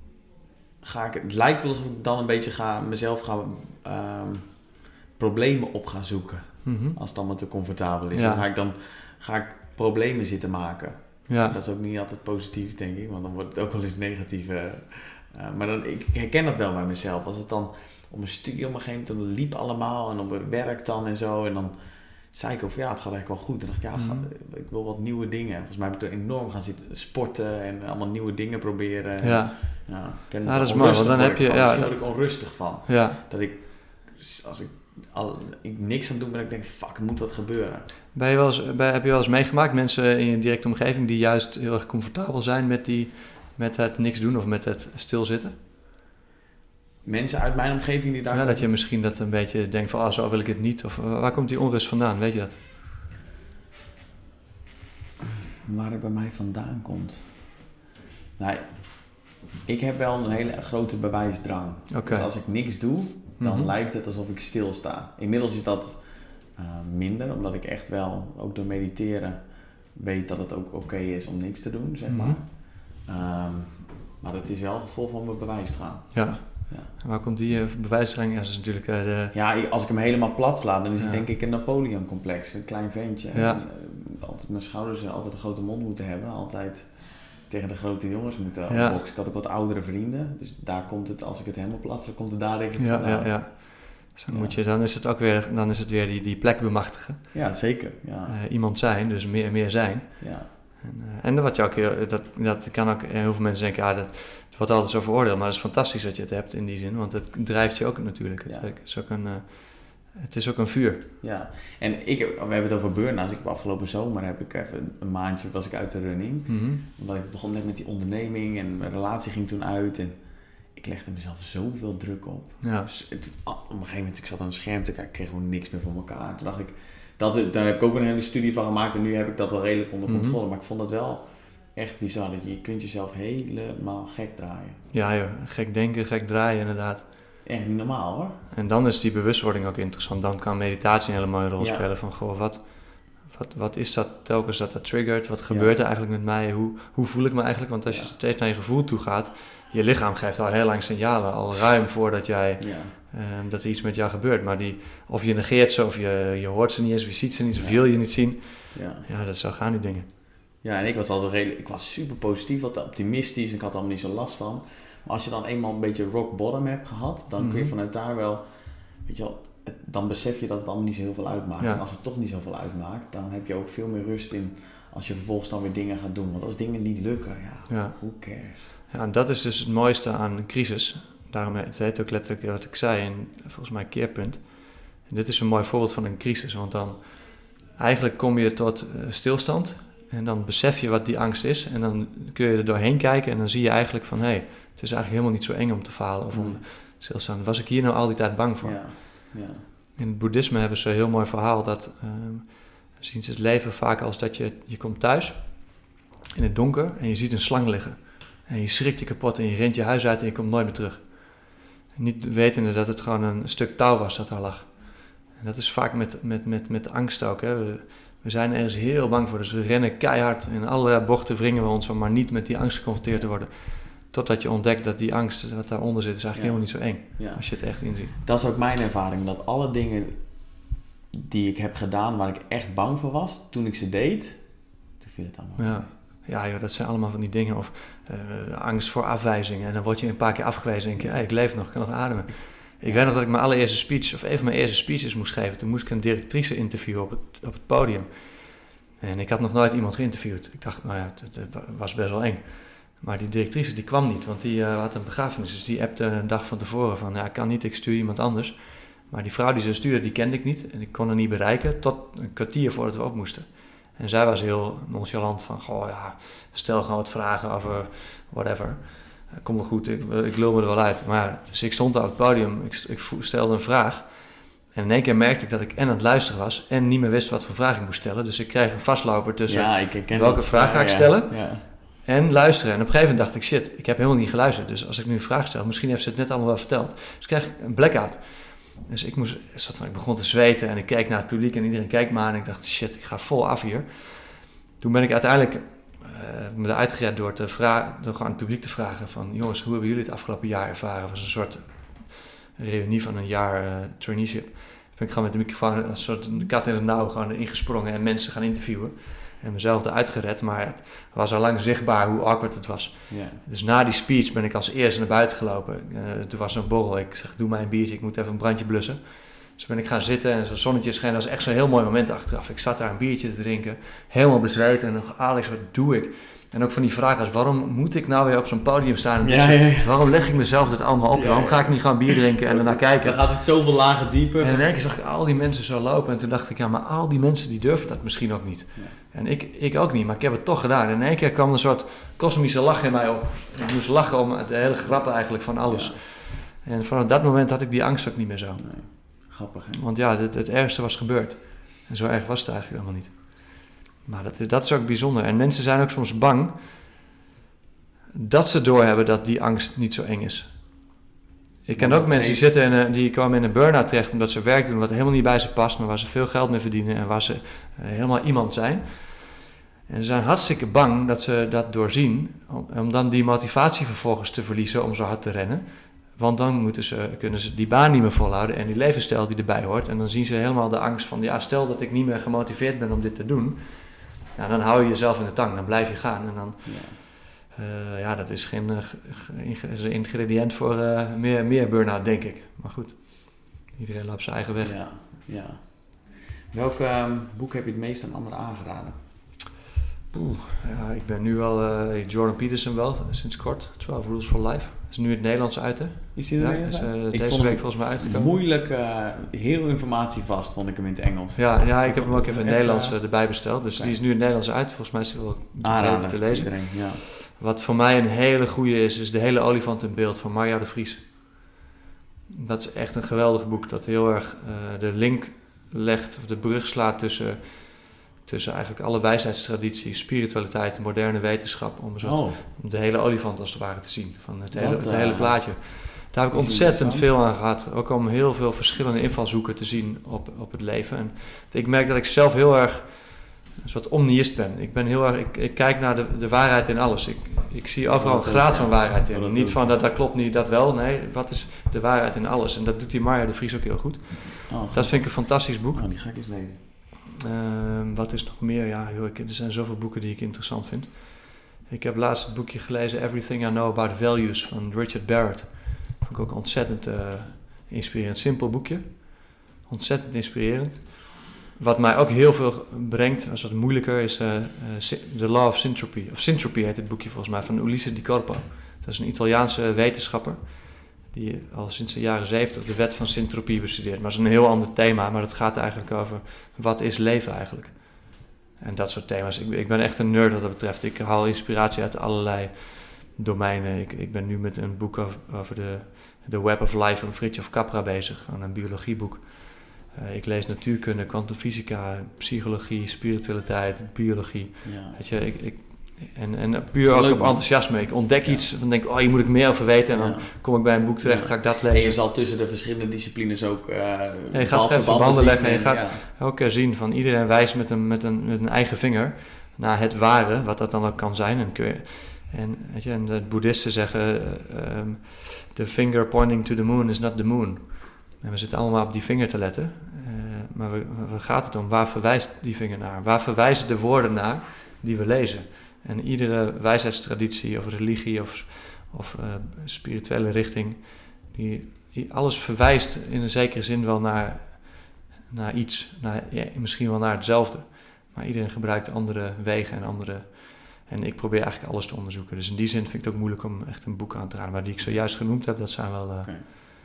ga ik... Het lijkt wel alsof ik dan een beetje ga, mezelf ga... Um, problemen op gaan zoeken. Mm-hmm. Als het allemaal te comfortabel is. Ja. Dan, ga ik dan ga ik problemen zitten maken. Ja. Dat is ook niet altijd positief, denk ik. Want dan wordt het ook wel eens negatief. Uh, uh, maar dan, ik herken dat wel bij mezelf. Als het dan op mijn studie op een gegeven moment, dan liep allemaal. En op mijn werk dan en zo. En dan zei ik over, ja, het gaat eigenlijk wel goed. En dan dacht ik, ja, mm-hmm. ga, ik wil wat nieuwe dingen. Volgens mij heb ik er enorm gaan zitten sporten. En allemaal nieuwe dingen proberen. Ja, ja, ja dat is mooi. Want dan heb je... Van. Ja, Misschien word ik onrustig van. Ja. Dat ik, als ik... Al, ik niks aan doen, maar ik denk, fuck, er moet wat gebeuren. Ben je wel eens, ben, heb je wel eens meegemaakt, mensen in je directe omgeving die juist heel erg comfortabel zijn met, die, met het niks doen of met het stilzitten? Mensen uit mijn omgeving die daar... Ja, dat je misschien dat een beetje denkt van, ah, zo wil ik het niet. Of waar komt die onrust vandaan, weet je dat? Waar het bij mij vandaan komt? Nou, ik heb wel een hele grote bewijsdrang. Okay. Dus als ik niks doe, dan mm-hmm. lijkt het alsof ik stilsta. Inmiddels is dat uh, minder, omdat ik echt wel, ook door mediteren, weet dat het ook oké okay is om niks te doen, zeg maar. Mm-hmm. Um, maar dat is wel een gevolg van mijn bewijsdrang. Ja. Ja. En waar komt die uh, bewijsdrang? Ja, dat is natuurlijk... Uh, de... Ja, als ik hem helemaal plat sla, dan is het ja. denk ik een Napoleon-complex. Een klein ventje. Ja. En, uh, altijd mijn schouders altijd een grote mond moeten hebben. Altijd tegen de grote jongens moeten ja. boksen. Ik had ook wat oudere vrienden. Dus daar komt het, als ik het helemaal plat sla, komt het daar denk ik ja, vandaan. Ja, ja. Dus dan, ja. moet je, dan is het ook weer, dan is het weer die, die plek bemachtigen. Ja, zeker. Ja. Uh, iemand zijn, dus meer, meer zijn. Ja. En, uh, en wat je ook heel, dat, dat kan ook, heel veel mensen denken, ja, dat het wordt altijd zo veroordeeld, maar het is fantastisch dat je het hebt in die zin, want het drijft je ook natuurlijk. Het, ja. is, ook een, uh, het is ook een vuur. Ja, en ik, we hebben het over burn-outs. Ik heb afgelopen zomer heb ik even een maandje was ik uit de running, mm-hmm. omdat ik begon net met die onderneming en mijn relatie ging toen uit en ik legde mezelf zoveel druk op. Ja. Dus het, op een gegeven moment, ik zat aan een scherm te kijken, ik kreeg gewoon niks meer voor elkaar. Toen dacht ik, dat, daar heb ik ook een hele studie van gemaakt en nu heb ik dat wel redelijk onder controle, mm-hmm. maar ik vond het wel echt bizar dat je, je kunt jezelf helemaal gek draaien. Ja joh, gek denken, gek draaien inderdaad. Echt niet normaal hoor. En dan is die bewustwording ook interessant. Dan kan meditatie een hele mooie rol ja. spelen van goh, wat, wat, wat is dat telkens dat dat triggert? Wat gebeurt ja. er eigenlijk met mij? Hoe, hoe voel ik me eigenlijk? Want als ja. je steeds naar je gevoel toe gaat, je lichaam geeft al heel lang signalen, al ruim voordat jij, ja. um, dat er iets met jou gebeurt. Maar die, of je negeert ze, of je, je hoort ze niet eens, of je ziet ze niet, of ja. wil je niet zien. Ja, ja dat zo gaan die dingen. Ja, en ik was altijd redelijk, ik was super positief, wat optimistisch en ik had er allemaal niet zo last van. Maar als je dan eenmaal een beetje rock bottom hebt gehad, dan mm-hmm. kun je vanuit daar wel, weet je wel, het, dan besef je dat het allemaal niet zo heel veel uitmaakt. Ja. En als het toch niet zoveel uitmaakt, dan heb je ook veel meer rust in als je vervolgens dan weer dingen gaat doen. Want als dingen niet lukken, ja, ja. who cares? Ja, en dat is dus het mooiste aan een crisis. Daarom het heet ook letterlijk wat ik zei, en volgens mij keerpunt. En dit is een mooi voorbeeld van een crisis, want dan eigenlijk kom je tot uh, stilstand. En dan besef je wat die angst is. En dan kun je er doorheen kijken. En dan zie je eigenlijk van... hé, hey, het is eigenlijk helemaal niet zo eng om te falen. Of om stilstaan. Was ik hier nou al die tijd bang voor? Ja. Ja. In het boeddhisme hebben ze een heel mooi verhaal. Dat uh, zien ze het leven vaak als dat je... Je komt thuis in het donker. En je ziet een slang liggen. En je schrikt je kapot. En je rent je huis uit. En je komt nooit meer terug. En niet wetende dat het gewoon een stuk touw was dat daar lag. En dat is vaak met, met, met, met angst ook. Hè. We, we zijn ergens heel bang voor. Dus we rennen keihard. In allerlei bochten wringen we ons om maar niet met die angst geconfronteerd te worden. Totdat je ontdekt dat die angst wat daaronder zit, is eigenlijk ja. helemaal niet zo eng. Ja. Als je het echt inziet. Dat is ook mijn ervaring. Dat alle dingen die ik heb gedaan waar ik echt bang voor was, toen ik ze deed, toen viel het allemaal. Ja. Ja, joh, dat zijn allemaal van die dingen. Of uh, angst voor afwijzing. En dan word je een paar keer afgewezen en denk je, hey, ik leef nog, ik kan nog ademen. Ik weet nog dat ik mijn allereerste speech, of een van mijn eerste speeches moest geven. Toen moest ik een directrice interviewen op het, op het podium. En ik had nog nooit iemand geïnterviewd. Ik dacht, nou ja, het, het was best wel eng. Maar die directrice die kwam niet, want die uh, had een begrafenis. Dus die appte een dag van tevoren van, ja, ik kan niet, ik stuur iemand anders. Maar die vrouw die ze stuurde, die kende ik niet. En ik kon haar niet bereiken tot een kwartier voordat we op moesten. En zij was heel nonchalant van, goh ja, stel gewoon wat vragen over whatever. Kom wel goed, ik, ik lul me er wel uit. Maar dus ik stond op het podium, ik, ik stelde een vraag. En in één keer merkte ik dat ik en aan het luisteren was en niet meer wist wat voor vraag ik moest stellen. Dus ik kreeg een vastloper tussen ja, ik welke dat. vraag ga ik ja, stellen ja. en luisteren. En op een gegeven moment dacht ik, shit, ik heb helemaal niet geluisterd. Dus als ik nu een vraag stel, misschien heeft ze het net allemaal wel verteld. Dus ik kreeg een blackout. Dus ik, moest, ik begon te zweten en ik keek naar het publiek en iedereen keek me aan. En ik dacht, shit, ik ga vol af hier. Toen ben ik uiteindelijk uh, me eruit gered door, te vra- door gewoon het publiek te vragen van... jongens, hoe hebben jullie het afgelopen jaar ervaren? Het was een soort reunie van een jaar uh, traineeship. Toen ben ik gewoon met de microfoon als een soort de kat in het nauw gewoon ingesprongen en mensen gaan interviewen. En mezelf eruit gered, maar het was al lang zichtbaar hoe awkward het was. Yeah. Dus na die speech ben ik als eerste naar buiten gelopen. Uh, toen was er een borrel. Ik zeg, doe mij een biertje, ik moet even een brandje blussen. Dus ben ik gaan zitten en zo'n zonnetje scheen. Dat was echt zo'n heel mooi moment achteraf. Ik zat daar een biertje te drinken, helemaal bezweten. En nog, Alex, wat doe ik? En ook van die vraag als, waarom moet ik nou weer op zo'n podium staan? Ja, ja, ja. Waarom leg ik mezelf dit allemaal op? Ja, ja. Waarom ga ik niet gewoon bier drinken en daarna kijken? Dan gaat het zoveel lagen dieper. En in één keer zag ik al die mensen zo lopen. En toen dacht ik, ja, maar al die mensen die durven dat misschien ook niet. Ja. En ik, ik ook niet, maar ik heb het toch gedaan. En in één keer kwam een soort kosmische lach in mij op. Ik moest lachen om de hele grappen eigenlijk van alles. Ja. En vanaf dat moment had ik die angst ook niet meer zo. Nee. Grappig, hè? Want ja, het, het ergste was gebeurd. En zo erg was het eigenlijk helemaal niet. Maar dat, dat is ook bijzonder. En mensen zijn ook soms bang dat ze doorhebben dat die angst niet zo eng is. Ik ken ook mensen die, zitten in een, die komen in een burn-out terecht omdat ze werk doen wat helemaal niet bij ze past, maar waar ze veel geld mee verdienen en waar ze uh, helemaal iemand zijn. En ze zijn hartstikke bang dat ze dat doorzien, om, om dan die motivatie vervolgens te verliezen om zo hard te rennen. Want dan moeten ze, kunnen ze die baan niet meer volhouden en die levensstijl die erbij hoort. En dan zien ze helemaal de angst van, ja, stel dat ik niet meer gemotiveerd ben om dit te doen. Ja, dan hou je jezelf in de tang, dan blijf je gaan. En dan, ja, uh, ja dat is geen uh, ingrediënt voor uh, meer, meer burn-out, denk ik. Maar goed, iedereen loopt zijn eigen weg. Ja, ja. Welk uh, boek heb je het meest aan anderen aangeraden? Oeh, ja, ik ben nu wel, uh, Jordan Peterson wel, sinds kort, twaalf Rules for Life. Dat is nu in het Nederlands uit, hè? Is die er ja, is, uh, ik deze vond week volgens mij uitgekomen. Moeilijk, uh, heel informatievast vond ik hem in het Engels. Ja, ja ik heb hem ook even in het Nederlands uh, erbij besteld. Dus okay. Die is nu in het Nederlands uit. Volgens mij is hij wel aanraden te lezen. Iedereen, ja. Wat voor mij een hele goede is, is De Hele Olifant in Beeld van Marja de Vries. Dat is echt een geweldig boek dat heel erg uh, de link legt, of de brug slaat tussen... tussen eigenlijk alle wijsheidstradities, spiritualiteit en moderne wetenschap, om, zo oh. om de hele olifant als het ware te zien, van het, hele, het uh, hele plaatje. Daar heb ik ontzettend veel aan gehad, ook om heel veel verschillende invalshoeken te zien op, op het leven. En ik merk dat ik zelf heel erg een soort omniïst ben. Ik ben heel erg, ik, ik kijk naar de, de waarheid in alles. Ik, ik zie overal een graad van waarheid in. Niet van dat, dat klopt niet, dat wel. Nee, wat is de waarheid in alles? En dat doet die Marja de Vries ook heel goed. Oh, dat vind ik een fantastisch boek. Oh, die ga ik eens lezen. Uh, wat is nog meer? Ja, joh, ik, er zijn zoveel boeken die ik interessant vind. Ik heb laatst het boekje gelezen Everything I Know About Values van Richard Barrett. Vond ik ook ontzettend uh, inspirerend. Simpel boekje. Ontzettend inspirerend. Wat mij ook heel veel brengt, als wat moeilijker, is uh, uh, The Law of Syntropy. Of Syntropy heet het boekje volgens mij, van Ulisse Di Corpo. Dat is een Italiaanse wetenschapper die al sinds de jaren zeventig de wet van syntropie bestudeert. Maar dat is een heel ander thema, maar het gaat eigenlijk over wat is leven eigenlijk. En dat soort thema's. Ik, ik ben echt een nerd wat dat betreft. Ik haal inspiratie uit allerlei domeinen. Ik, ik ben nu met een boek over, over de, de Web of Life van Fritjof Capra bezig. Een biologieboek. Uh, ik lees natuurkunde, kwantumfysica, psychologie, spiritualiteit, biologie. Ja. Weet je, ik, ik, en, en puur ook op enthousiasme. Ik ontdek ja. iets van denk, oh, hier moet ik meer over weten. En dan ja. kom ik bij een boek terecht, ja. ga ik dat lezen. En je zal tussen de verschillende disciplines ook uh, ja, je gaat even verbanden leggen. En je gaat ja. ook uh, zien van iedereen wijst met een, met, een, met een eigen vinger naar het ware, wat dat dan ook kan zijn. En, kun je, en, weet je, en de boeddhisten zeggen, uh, um, the finger pointing to the moon is not the moon. En we zitten allemaal op die vinger te letten. Uh, maar we, waar gaat het om? Waar verwijst die vinger naar? Waar verwijzen de woorden naar die we lezen? En iedere wijsheidstraditie of religie of, of uh, spirituele richting, die, die alles verwijst in een zekere zin wel naar, naar iets. Naar, ja, misschien wel naar hetzelfde. Maar iedereen gebruikt andere wegen en andere... En ik probeer eigenlijk alles te onderzoeken. Dus in die zin vind ik het ook moeilijk om echt een boek aan te raden. Maar die ik zojuist genoemd heb, dat zijn wel... Uh, okay.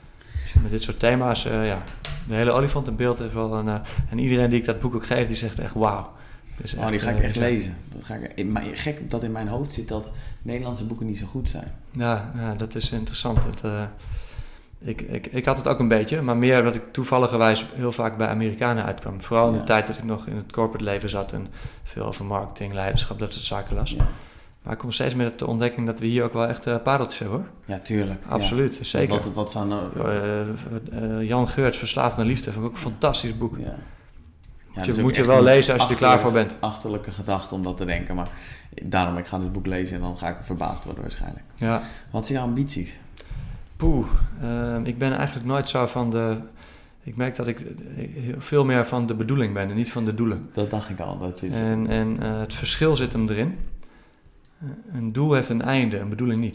Met dit soort thema's, uh, ja, de hele olifant in beeld heeft wel een... Uh, en iedereen die ik dat boek ook geef, die zegt echt wauw. Dus oh, die ga ik echt uh, lezen. Dat ga ik, maar gek dat in mijn hoofd zit dat Nederlandse boeken niet zo goed zijn. Ja, ja dat is interessant. Het, uh, ik, ik, ik had het ook een beetje, maar meer dat ik toevalligerwijs heel vaak bij Amerikanen uitkwam. Vooral in de ja. tijd dat ik nog in het corporate leven zat en veel over marketing, leiderschap, dat soort zaken las. Ja. Maar ik kom steeds meer tot de ontdekking dat we hier ook wel echt uh, pareltjes hebben, hoor. Ja, tuurlijk. Absoluut, ja. zeker. Wat, wat zou nou... Uh, uh, Jan Geurts, Verslaafd aan Liefde, vind ik ook een fantastisch boek. Ja. Ja, je moet je wel lezen als je er klaar voor bent. Achterlijke gedachte om dat te denken, maar daarom ik ga dit boek lezen en dan ga ik verbaasd worden waarschijnlijk. Ja. Wat zijn jouw ambities? Poeh, uh, ik ben eigenlijk nooit zo van de... Ik merk dat ik veel meer van de bedoeling ben en niet van de doelen. Dat dacht ik al. Dat je en en uh, het verschil zit hem erin. Uh, een doel heeft een einde, een bedoeling niet.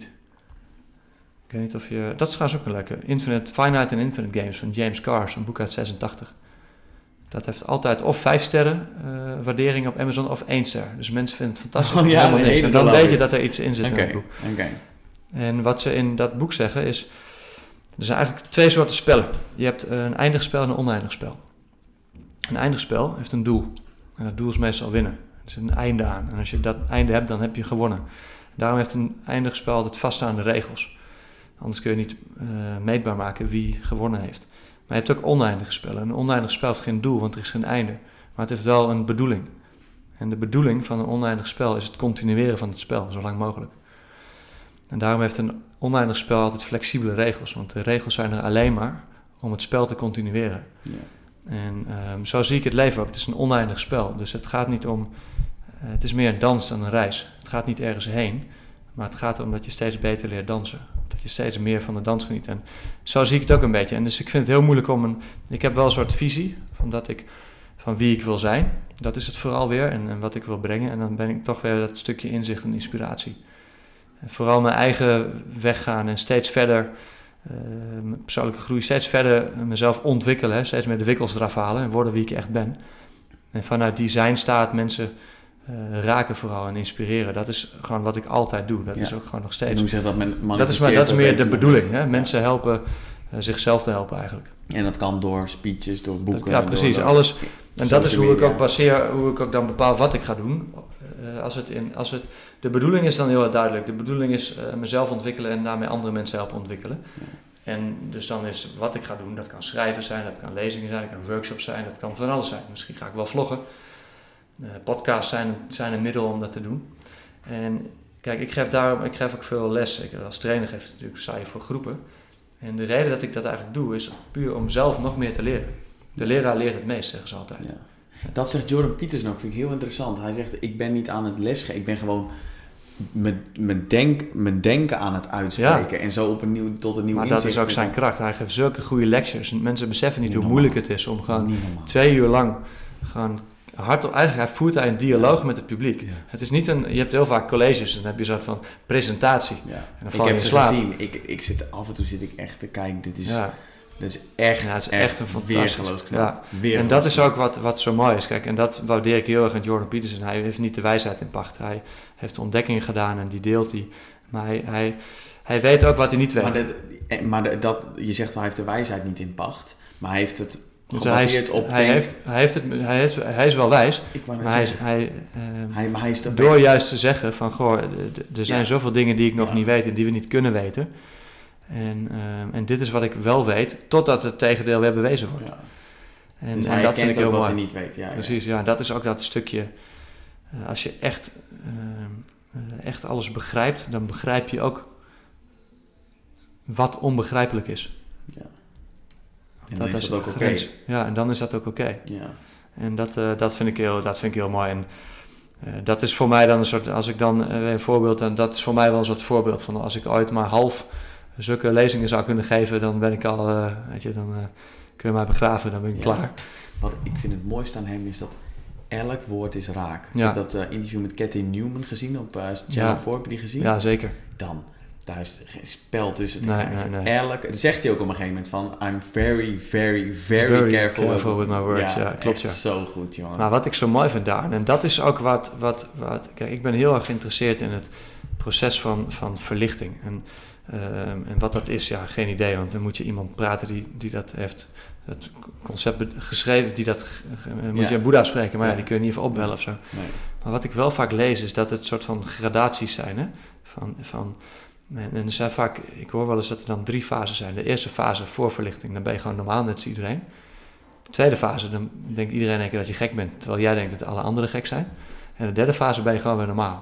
Ik weet niet of je... Dat is trouwens ook een leuke. Infinite, Finite and Infinite Games van James Cars, een boek uit zesentachtig. Dat heeft altijd of vijf sterren uh, waardering op Amazon of één ster. Dus mensen vinden het fantastisch. Oh, ja, helemaal niks. En dan weet je het. dat er iets in zit okay, in het boek. Okay. En wat ze in dat boek zeggen is... Er zijn eigenlijk twee soorten spellen. Je hebt een eindig spel en een oneindig spel. Een eindig spel heeft een doel. En dat doel is meestal winnen. Er zit een einde aan. En als je dat einde hebt, dan heb je gewonnen. Daarom heeft een eindig spel altijd vaststaande regels. Anders kun je niet uh, meetbaar maken wie gewonnen heeft. Maar je hebt ook oneindige spellen. Een oneindig spel heeft geen doel, want er is geen einde. Maar het heeft wel een bedoeling. En de bedoeling van een oneindig spel is het continueren van het spel, zo lang mogelijk. En daarom heeft een oneindig spel altijd flexibele regels. Want de regels zijn er alleen maar om het spel te continueren. Ja. En um, zo zie ik het leven ook. Het is een oneindig spel. Dus het gaat niet om... Uh, het is meer een dans dan een reis. Het gaat niet ergens heen. Maar het gaat erom dat je steeds beter leert dansen. Dat je steeds meer van de dans geniet. En zo zie ik het ook een beetje. En dus ik vind het heel moeilijk om een... Ik heb wel een soort visie van, dat ik, van wie ik wil zijn. Dat is het vooral weer. En, en wat ik wil brengen. En dan ben ik toch weer dat stukje inzicht en inspiratie. En vooral mijn eigen weg gaan en steeds verder... Uh, mijn persoonlijke groei, steeds verder mezelf ontwikkelen. Hè, steeds meer de wikkels eraf halen en worden wie ik echt ben. En vanuit die zijnstaat mensen... Uh, raken vooral en inspireren. Dat is gewoon wat ik altijd doe. Dat ja. is ook gewoon nog steeds. En hoe zeg dat men dat is, maar, dat is meer de bedoeling. Hè? Mensen helpen uh, zichzelf te helpen eigenlijk. En dat kan door speeches, door boeken. Dat, ja, precies. Door, door alles. En dat is hoe media. ik ook baseer, hoe ik ook dan bepaal wat ik ga doen. Uh, als het in, als het, de bedoeling is dan heel erg duidelijk. De bedoeling is uh, mezelf ontwikkelen en daarmee andere mensen helpen ontwikkelen. Ja. En dus dan is wat ik ga doen, dat kan schrijven zijn, dat kan lezingen zijn, dat kan workshops zijn, dat kan van alles zijn. Misschien ga ik wel vloggen. Uh, podcasts zijn, zijn een middel om dat te doen. En kijk, ik geef, daar, ik geef ook veel les. Ik, als trainer geef ik natuurlijk saai voor groepen. En de reden dat ik dat eigenlijk doe, is puur om zelf nog meer te leren. De leraar leert het meest, zeggen ze altijd. Ja. Dat zegt Jordan Peterson ook, vind ik heel interessant. Hij zegt, ik ben niet aan het lesgeven, ik ben gewoon mijn, mijn, denk, mijn denken aan het uitspreken. Ja. En zo op een nieuw, tot een nieuw maar inzicht. Maar dat is ook zijn kracht. Hij geeft zulke goede lectures. En mensen beseffen niet, niet hoe normaal. moeilijk het is om gewoon twee uur lang gewoon... Hardop, eigenlijk voert hij een dialoog met het publiek. Ja. Het is niet een, je hebt heel vaak colleges en dan heb je een soort van presentatie. Ja. En dan val ik je heb in ze slaap. gezien. Ik, ik zit, af en toe zit ik echt te kijken. Dit is, ja. dit is echt, ja, het is echt, echt een fantastisch. Ja. En dat is ook wat, wat zo mooi is. Kijk, en dat waardeer ik heel erg aan Jordan Peterson. Hij heeft niet de wijsheid in pacht. Hij heeft ontdekkingen gedaan en die deelt hij. Maar hij, hij, hij weet ook wat hij niet weet. Maar, dat, maar dat, je zegt wel, hij heeft de wijsheid niet in pacht. Maar hij heeft het Dus hij is, op hij, denk... heeft, hij, heeft het, hij, heeft, hij is wel wijs, Ik maar hij, is, hij, uh, hij, maar hij is door beter. juist te zeggen van, goh, er zijn ja. zoveel dingen die ik nog ja. niet weet en die we niet kunnen weten. En, uh, en dit is wat ik wel weet, totdat het tegendeel weer bewezen wordt. Ja. En, dus en hij dat vind ik heel mooi. Wat hij niet weet. Ja, Precies, ja. ja, dat is ook dat stukje, uh, als je echt, uh, uh, echt alles begrijpt, dan begrijp je ook wat onbegrijpelijk is. Ja. En dan dat is dat ook oké. Okay. Ja, en dan is dat ook oké. Okay. Ja. En dat, uh, dat, vind ik heel, dat vind ik heel mooi. En uh, dat is voor mij dan een soort, als ik dan uh, een voorbeeld, en dat is voor mij wel een soort voorbeeld van als ik ooit maar half zulke lezingen zou kunnen geven, dan ben ik al, uh, weet je, dan uh, kun je mij begraven, dan ben ik ja. klaar. Wat ik vind het mooiste aan hem is dat elk woord is raak. Ja. Ik heb dat uh, interview met Cathy Newman gezien op uh, Channel ja. vier, heb je die gezien? Ja, zeker. Dan, daar is geen spel tussen te nee, krijgen. Nee, nee. Elk, dat zegt hij ook op een gegeven moment van, I'm very, very, very, very careful, careful with my words. Ja, ja klopt. Echt ja. zo goed, jongen. Maar wat ik zo mooi vind daar, en dat is ook wat, wat, wat kijk, ik ben heel erg geïnteresseerd in het proces van, van verlichting. En, uh, en wat dat is, ja, geen idee, want dan moet je iemand praten die, die dat heeft, het concept geschreven, die dat, uh, moet ja. je een Boeddha spreken, maar ja. ja, die kun je niet even opbellen of zo. Nee. Maar wat ik wel vaak lees, is dat het soort van gradaties zijn, hè, van... van En, en er zijn vaak, ik hoor wel eens dat er dan drie fases zijn. De eerste fase voor verlichting, dan ben je gewoon normaal, net als iedereen. De tweede fase, dan denkt iedereen in één keer dat je gek bent, terwijl jij denkt dat alle anderen gek zijn. En de derde fase ben je gewoon weer normaal.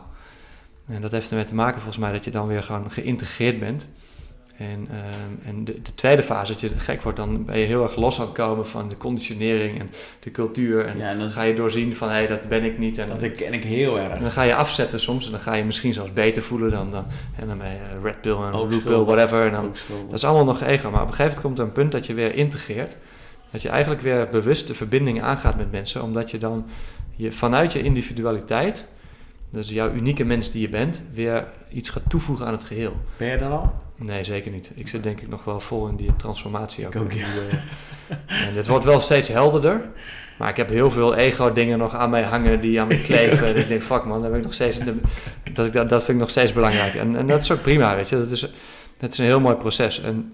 En dat heeft ermee te maken volgens mij dat je dan weer gewoon geïntegreerd bent. En, uh, en de, de tweede fase, dat je gek wordt, dan ben je heel erg los aan het komen van de conditionering en de cultuur. En, ja, en dan ga je doorzien van, hé, hey, dat ben ik niet. En, dat ken ik heel erg. En dan ga je afzetten soms en dan ga je misschien zelfs beter voelen dan, dan, en dan ben je red pill en blue pill, whatever. En dan, dat is allemaal nog ego, maar op een gegeven moment komt er een punt dat je weer integreert. Dat je eigenlijk weer bewust de verbinding aangaat met mensen, omdat je dan je, vanuit je individualiteit, dus jouw unieke mens die je bent, weer iets gaat toevoegen aan het geheel. Ben je daar al? Nee, zeker niet. Ik zit denk ik nog wel vol in die transformatie. Ook. ook ja. die, uh, en het wordt wel steeds helderder. Maar ik heb heel veel ego-dingen nog aan mij hangen die aan me kleven. En ik denk, fuck man, dat, ben ik nog steeds, dat, ik, dat, dat vind ik nog steeds belangrijk. En, en dat is ook prima, weet je. Dat is, dat is een heel mooi proces. En,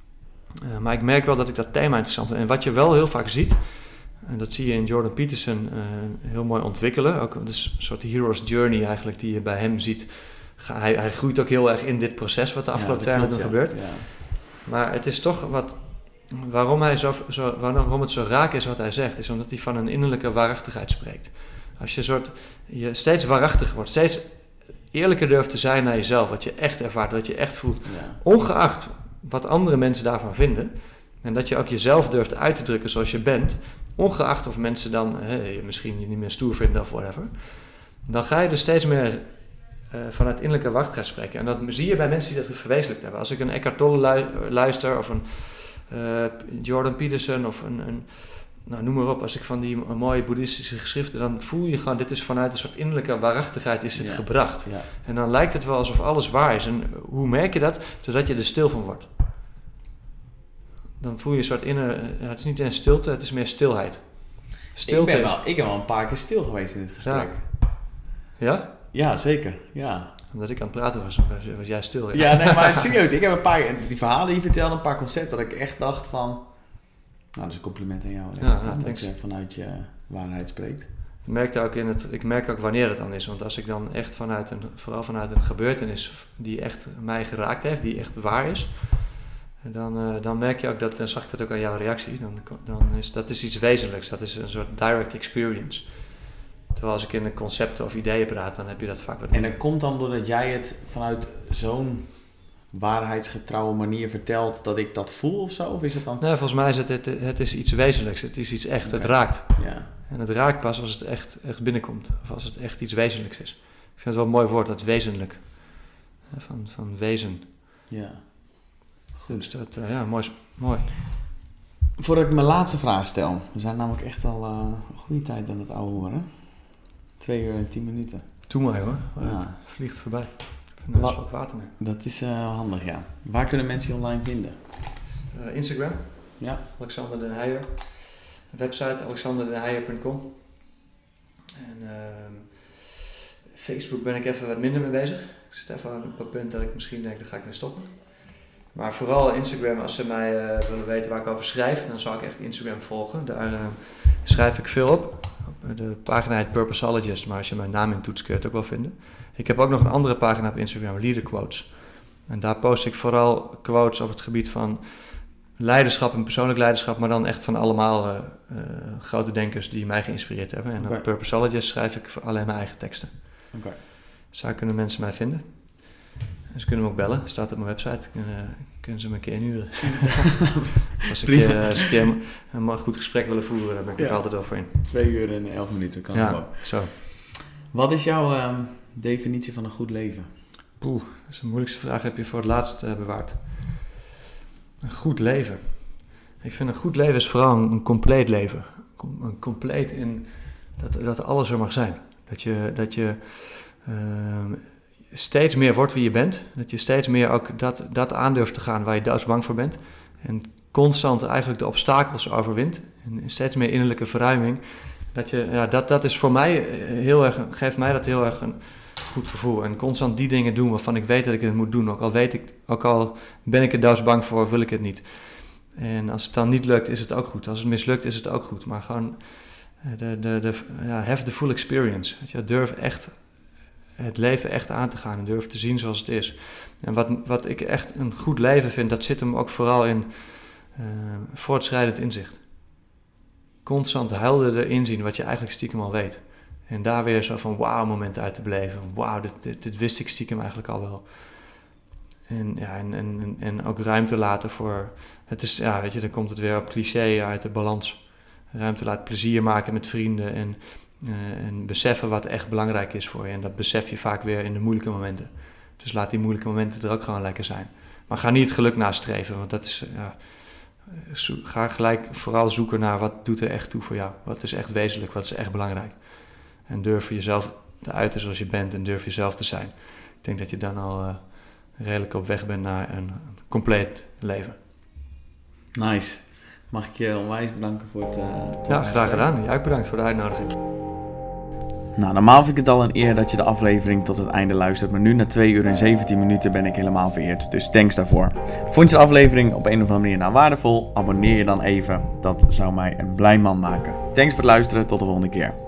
uh, maar ik merk wel dat ik dat thema interessant vind. En wat je wel heel vaak ziet, en dat zie je in Jordan Peterson uh, heel mooi ontwikkelen. Ook, het is een soort hero's journey eigenlijk die je bij hem ziet. Hij, hij groeit ook heel erg in dit proces wat de afgelopen twee jaar met hem gebeurt. Ja. Maar het is toch wat... Waarom, hij zo, zo, waarom het zo raak is wat hij zegt, is omdat hij van een innerlijke waarachtigheid spreekt. Als je, soort, je steeds waarachtiger wordt, steeds eerlijker durft te zijn naar jezelf, wat je echt ervaart, wat je echt voelt, ja. ongeacht wat andere mensen daarvan vinden, en dat je ook jezelf durft uit te drukken zoals je bent, ongeacht of mensen dan hè, misschien je niet meer stoer vinden of whatever, dan ga je er steeds meer uh, vanuit innerlijke waarachtigheid spreken. En dat zie je bij mensen die dat verwezenlijkt hebben. Als ik een Eckhart Tolle lu- luister of een Uh, Jordan Peterson of een, een, nou noem maar op, als ik van die mooie boeddhistische geschriften, dan voel je gewoon, dit is vanuit een soort innerlijke waarachtigheid is dit ja. gebracht. Ja. En dan lijkt het wel alsof alles waar is. En hoe merk je dat? Doordat je er stil van wordt. Dan voel je een soort inner, uh, het is niet een stilte, het is meer stilheid. Stilte ik, ben wel, ik ben wel een paar keer stil geweest in dit gesprek. Ja? Ja, ja zeker. Ja. Omdat ik aan het praten was, was jij stil. Ja, ja nee, maar serieus. Ik heb een paar, die verhalen die je vertelde, een paar concepten, dat ik echt dacht van, nou, dat is een compliment aan jou. Ja, ja, dat thanks. Je vanuit je waarheid spreekt. Ik merk, ook in het, ik merk ook wanneer het dan is. Want als ik dan echt vanuit een, vooral vanuit een gebeurtenis die echt mij geraakt heeft, die echt waar is, dan, uh, dan merk je ook dat, dan zag ik dat ook aan jouw reactie, dan, dan is dat is iets wezenlijks. Dat is een soort direct experience. Terwijl als ik in de concepten of ideeën praat, dan heb je dat vaak wat. En dat komt dan doordat jij het vanuit zo'n waarheidsgetrouwe manier vertelt, dat ik dat voel of zo? Of is het dan? Nee, volgens mij is het, het, het is iets wezenlijks. Het is iets echt. Okay. Het raakt. Ja. En het raakt pas als het echt, echt binnenkomt. Of als het echt iets wezenlijks is. Ik vind het wel een mooi woord, dat wezenlijk. Van, van wezen. Ja. Goed. Dus dat, uh, ja, mooi, mooi. Voordat ik mijn laatste vraag stel. We zijn namelijk echt al uh, een goede tijd aan het ouwe horen. Twee uur en tien minuten. Doe maar hoor. Ja. Vliegt voorbij. Een La- slok water mee. Dat is uh, handig, ja. Waar kunnen mensen je online vinden? Uh, Instagram. Ja. Alexander Den Heijer. Website alexander den heijer punt com. En uh, Facebook ben ik even wat minder mee bezig. Ik zit even aan een paar punten dat ik misschien denk, daar ga ik mee stoppen. Maar vooral Instagram, als ze mij uh, willen weten waar ik over schrijf, dan zou ik echt Instagram volgen. Daar uh, schrijf ik veel op. De pagina heet Purposeologist, maar als je mijn naam in toetst kun je het ook wel vinden. Ik heb ook nog een andere pagina op Instagram, Leader Quotes. En daar post ik vooral quotes op het gebied van leiderschap en persoonlijk leiderschap, maar dan echt van allemaal uh, uh, grote denkers die mij geïnspireerd hebben. En okay. Op Purposeologist schrijf ik alleen mijn eigen teksten. Okay. Dus daar kunnen mensen mij vinden. En ze kunnen me ook bellen, staat op mijn website. Kunnen, uh, kunnen ze me een keer inhuren. Als ik uh, eens een keer een, een goed gesprek willen voeren, daar ben ik ja. ook altijd over in. Twee uur en elf minuten kan ja, gewoon. Zo. Wat is jouw uh, definitie van een goed leven? Oeh, dat is de moeilijkste vraag, heb je voor het laatst uh, bewaard. Een goed leven. Ik vind een goed leven is vooral een, een compleet leven. Com- een compleet in dat, dat alles er mag zijn. Dat je, dat je uh, steeds meer wordt wie je bent. Dat je steeds meer ook dat, dat aandurft te gaan waar je doodsbang voor bent. En constant eigenlijk de obstakels overwint. En steeds meer innerlijke verruiming. Dat, je, ja, dat, dat is voor mij heel erg, geeft mij dat heel erg een goed gevoel. En constant die dingen doen waarvan ik weet dat ik het moet doen. Ook al, weet ik, ook al ben ik er doodsbang voor, wil ik het niet. En als het dan niet lukt, is het ook goed. Als het mislukt, is het ook goed. Maar gewoon de, de, de, ja, have the full experience. Weet je, durf echt het leven echt aan te gaan en durf te zien zoals het is. En wat, wat ik echt een goed leven vind, dat zit hem ook vooral in uh, voortschrijdend inzicht. Constant helderder inzien wat je eigenlijk stiekem al weet. En daar weer zo van wauw momenten uit te beleven. Wauw, dit, dit, dit wist ik stiekem eigenlijk al wel. En, ja, en, en, en ook ruimte laten voor... Het is, ja, weet je, dan komt het weer op cliché uit de balans. Ruimte laten, plezier maken met vrienden en, uh, en beseffen wat echt belangrijk is voor je. En dat besef je vaak weer in de moeilijke momenten. Dus laat die moeilijke momenten er ook gewoon lekker zijn. Maar ga niet het geluk nastreven, want dat is... Ja, zo, ga gelijk vooral zoeken naar wat doet er echt toe voor jou. Wat is echt wezenlijk, wat is echt belangrijk. En durf jezelf te uiten zoals je bent en durf jezelf te zijn. Ik denk dat je dan al uh, redelijk op weg bent naar een, een compleet leven. Nice. Mag ik je onwijs bedanken voor het... Uh, ja, graag gedaan. Jij ook bedankt voor de uitnodiging. Nou, normaal vind ik het al een eer dat je de aflevering tot het einde luistert. Maar nu na twee uur en zeventien minuten ben ik helemaal vereerd. Dus thanks daarvoor. Vond je de aflevering op een of andere manier nou waardevol? Abonneer je dan even. Dat zou mij een blij man maken. Thanks voor het luisteren. Tot de volgende keer.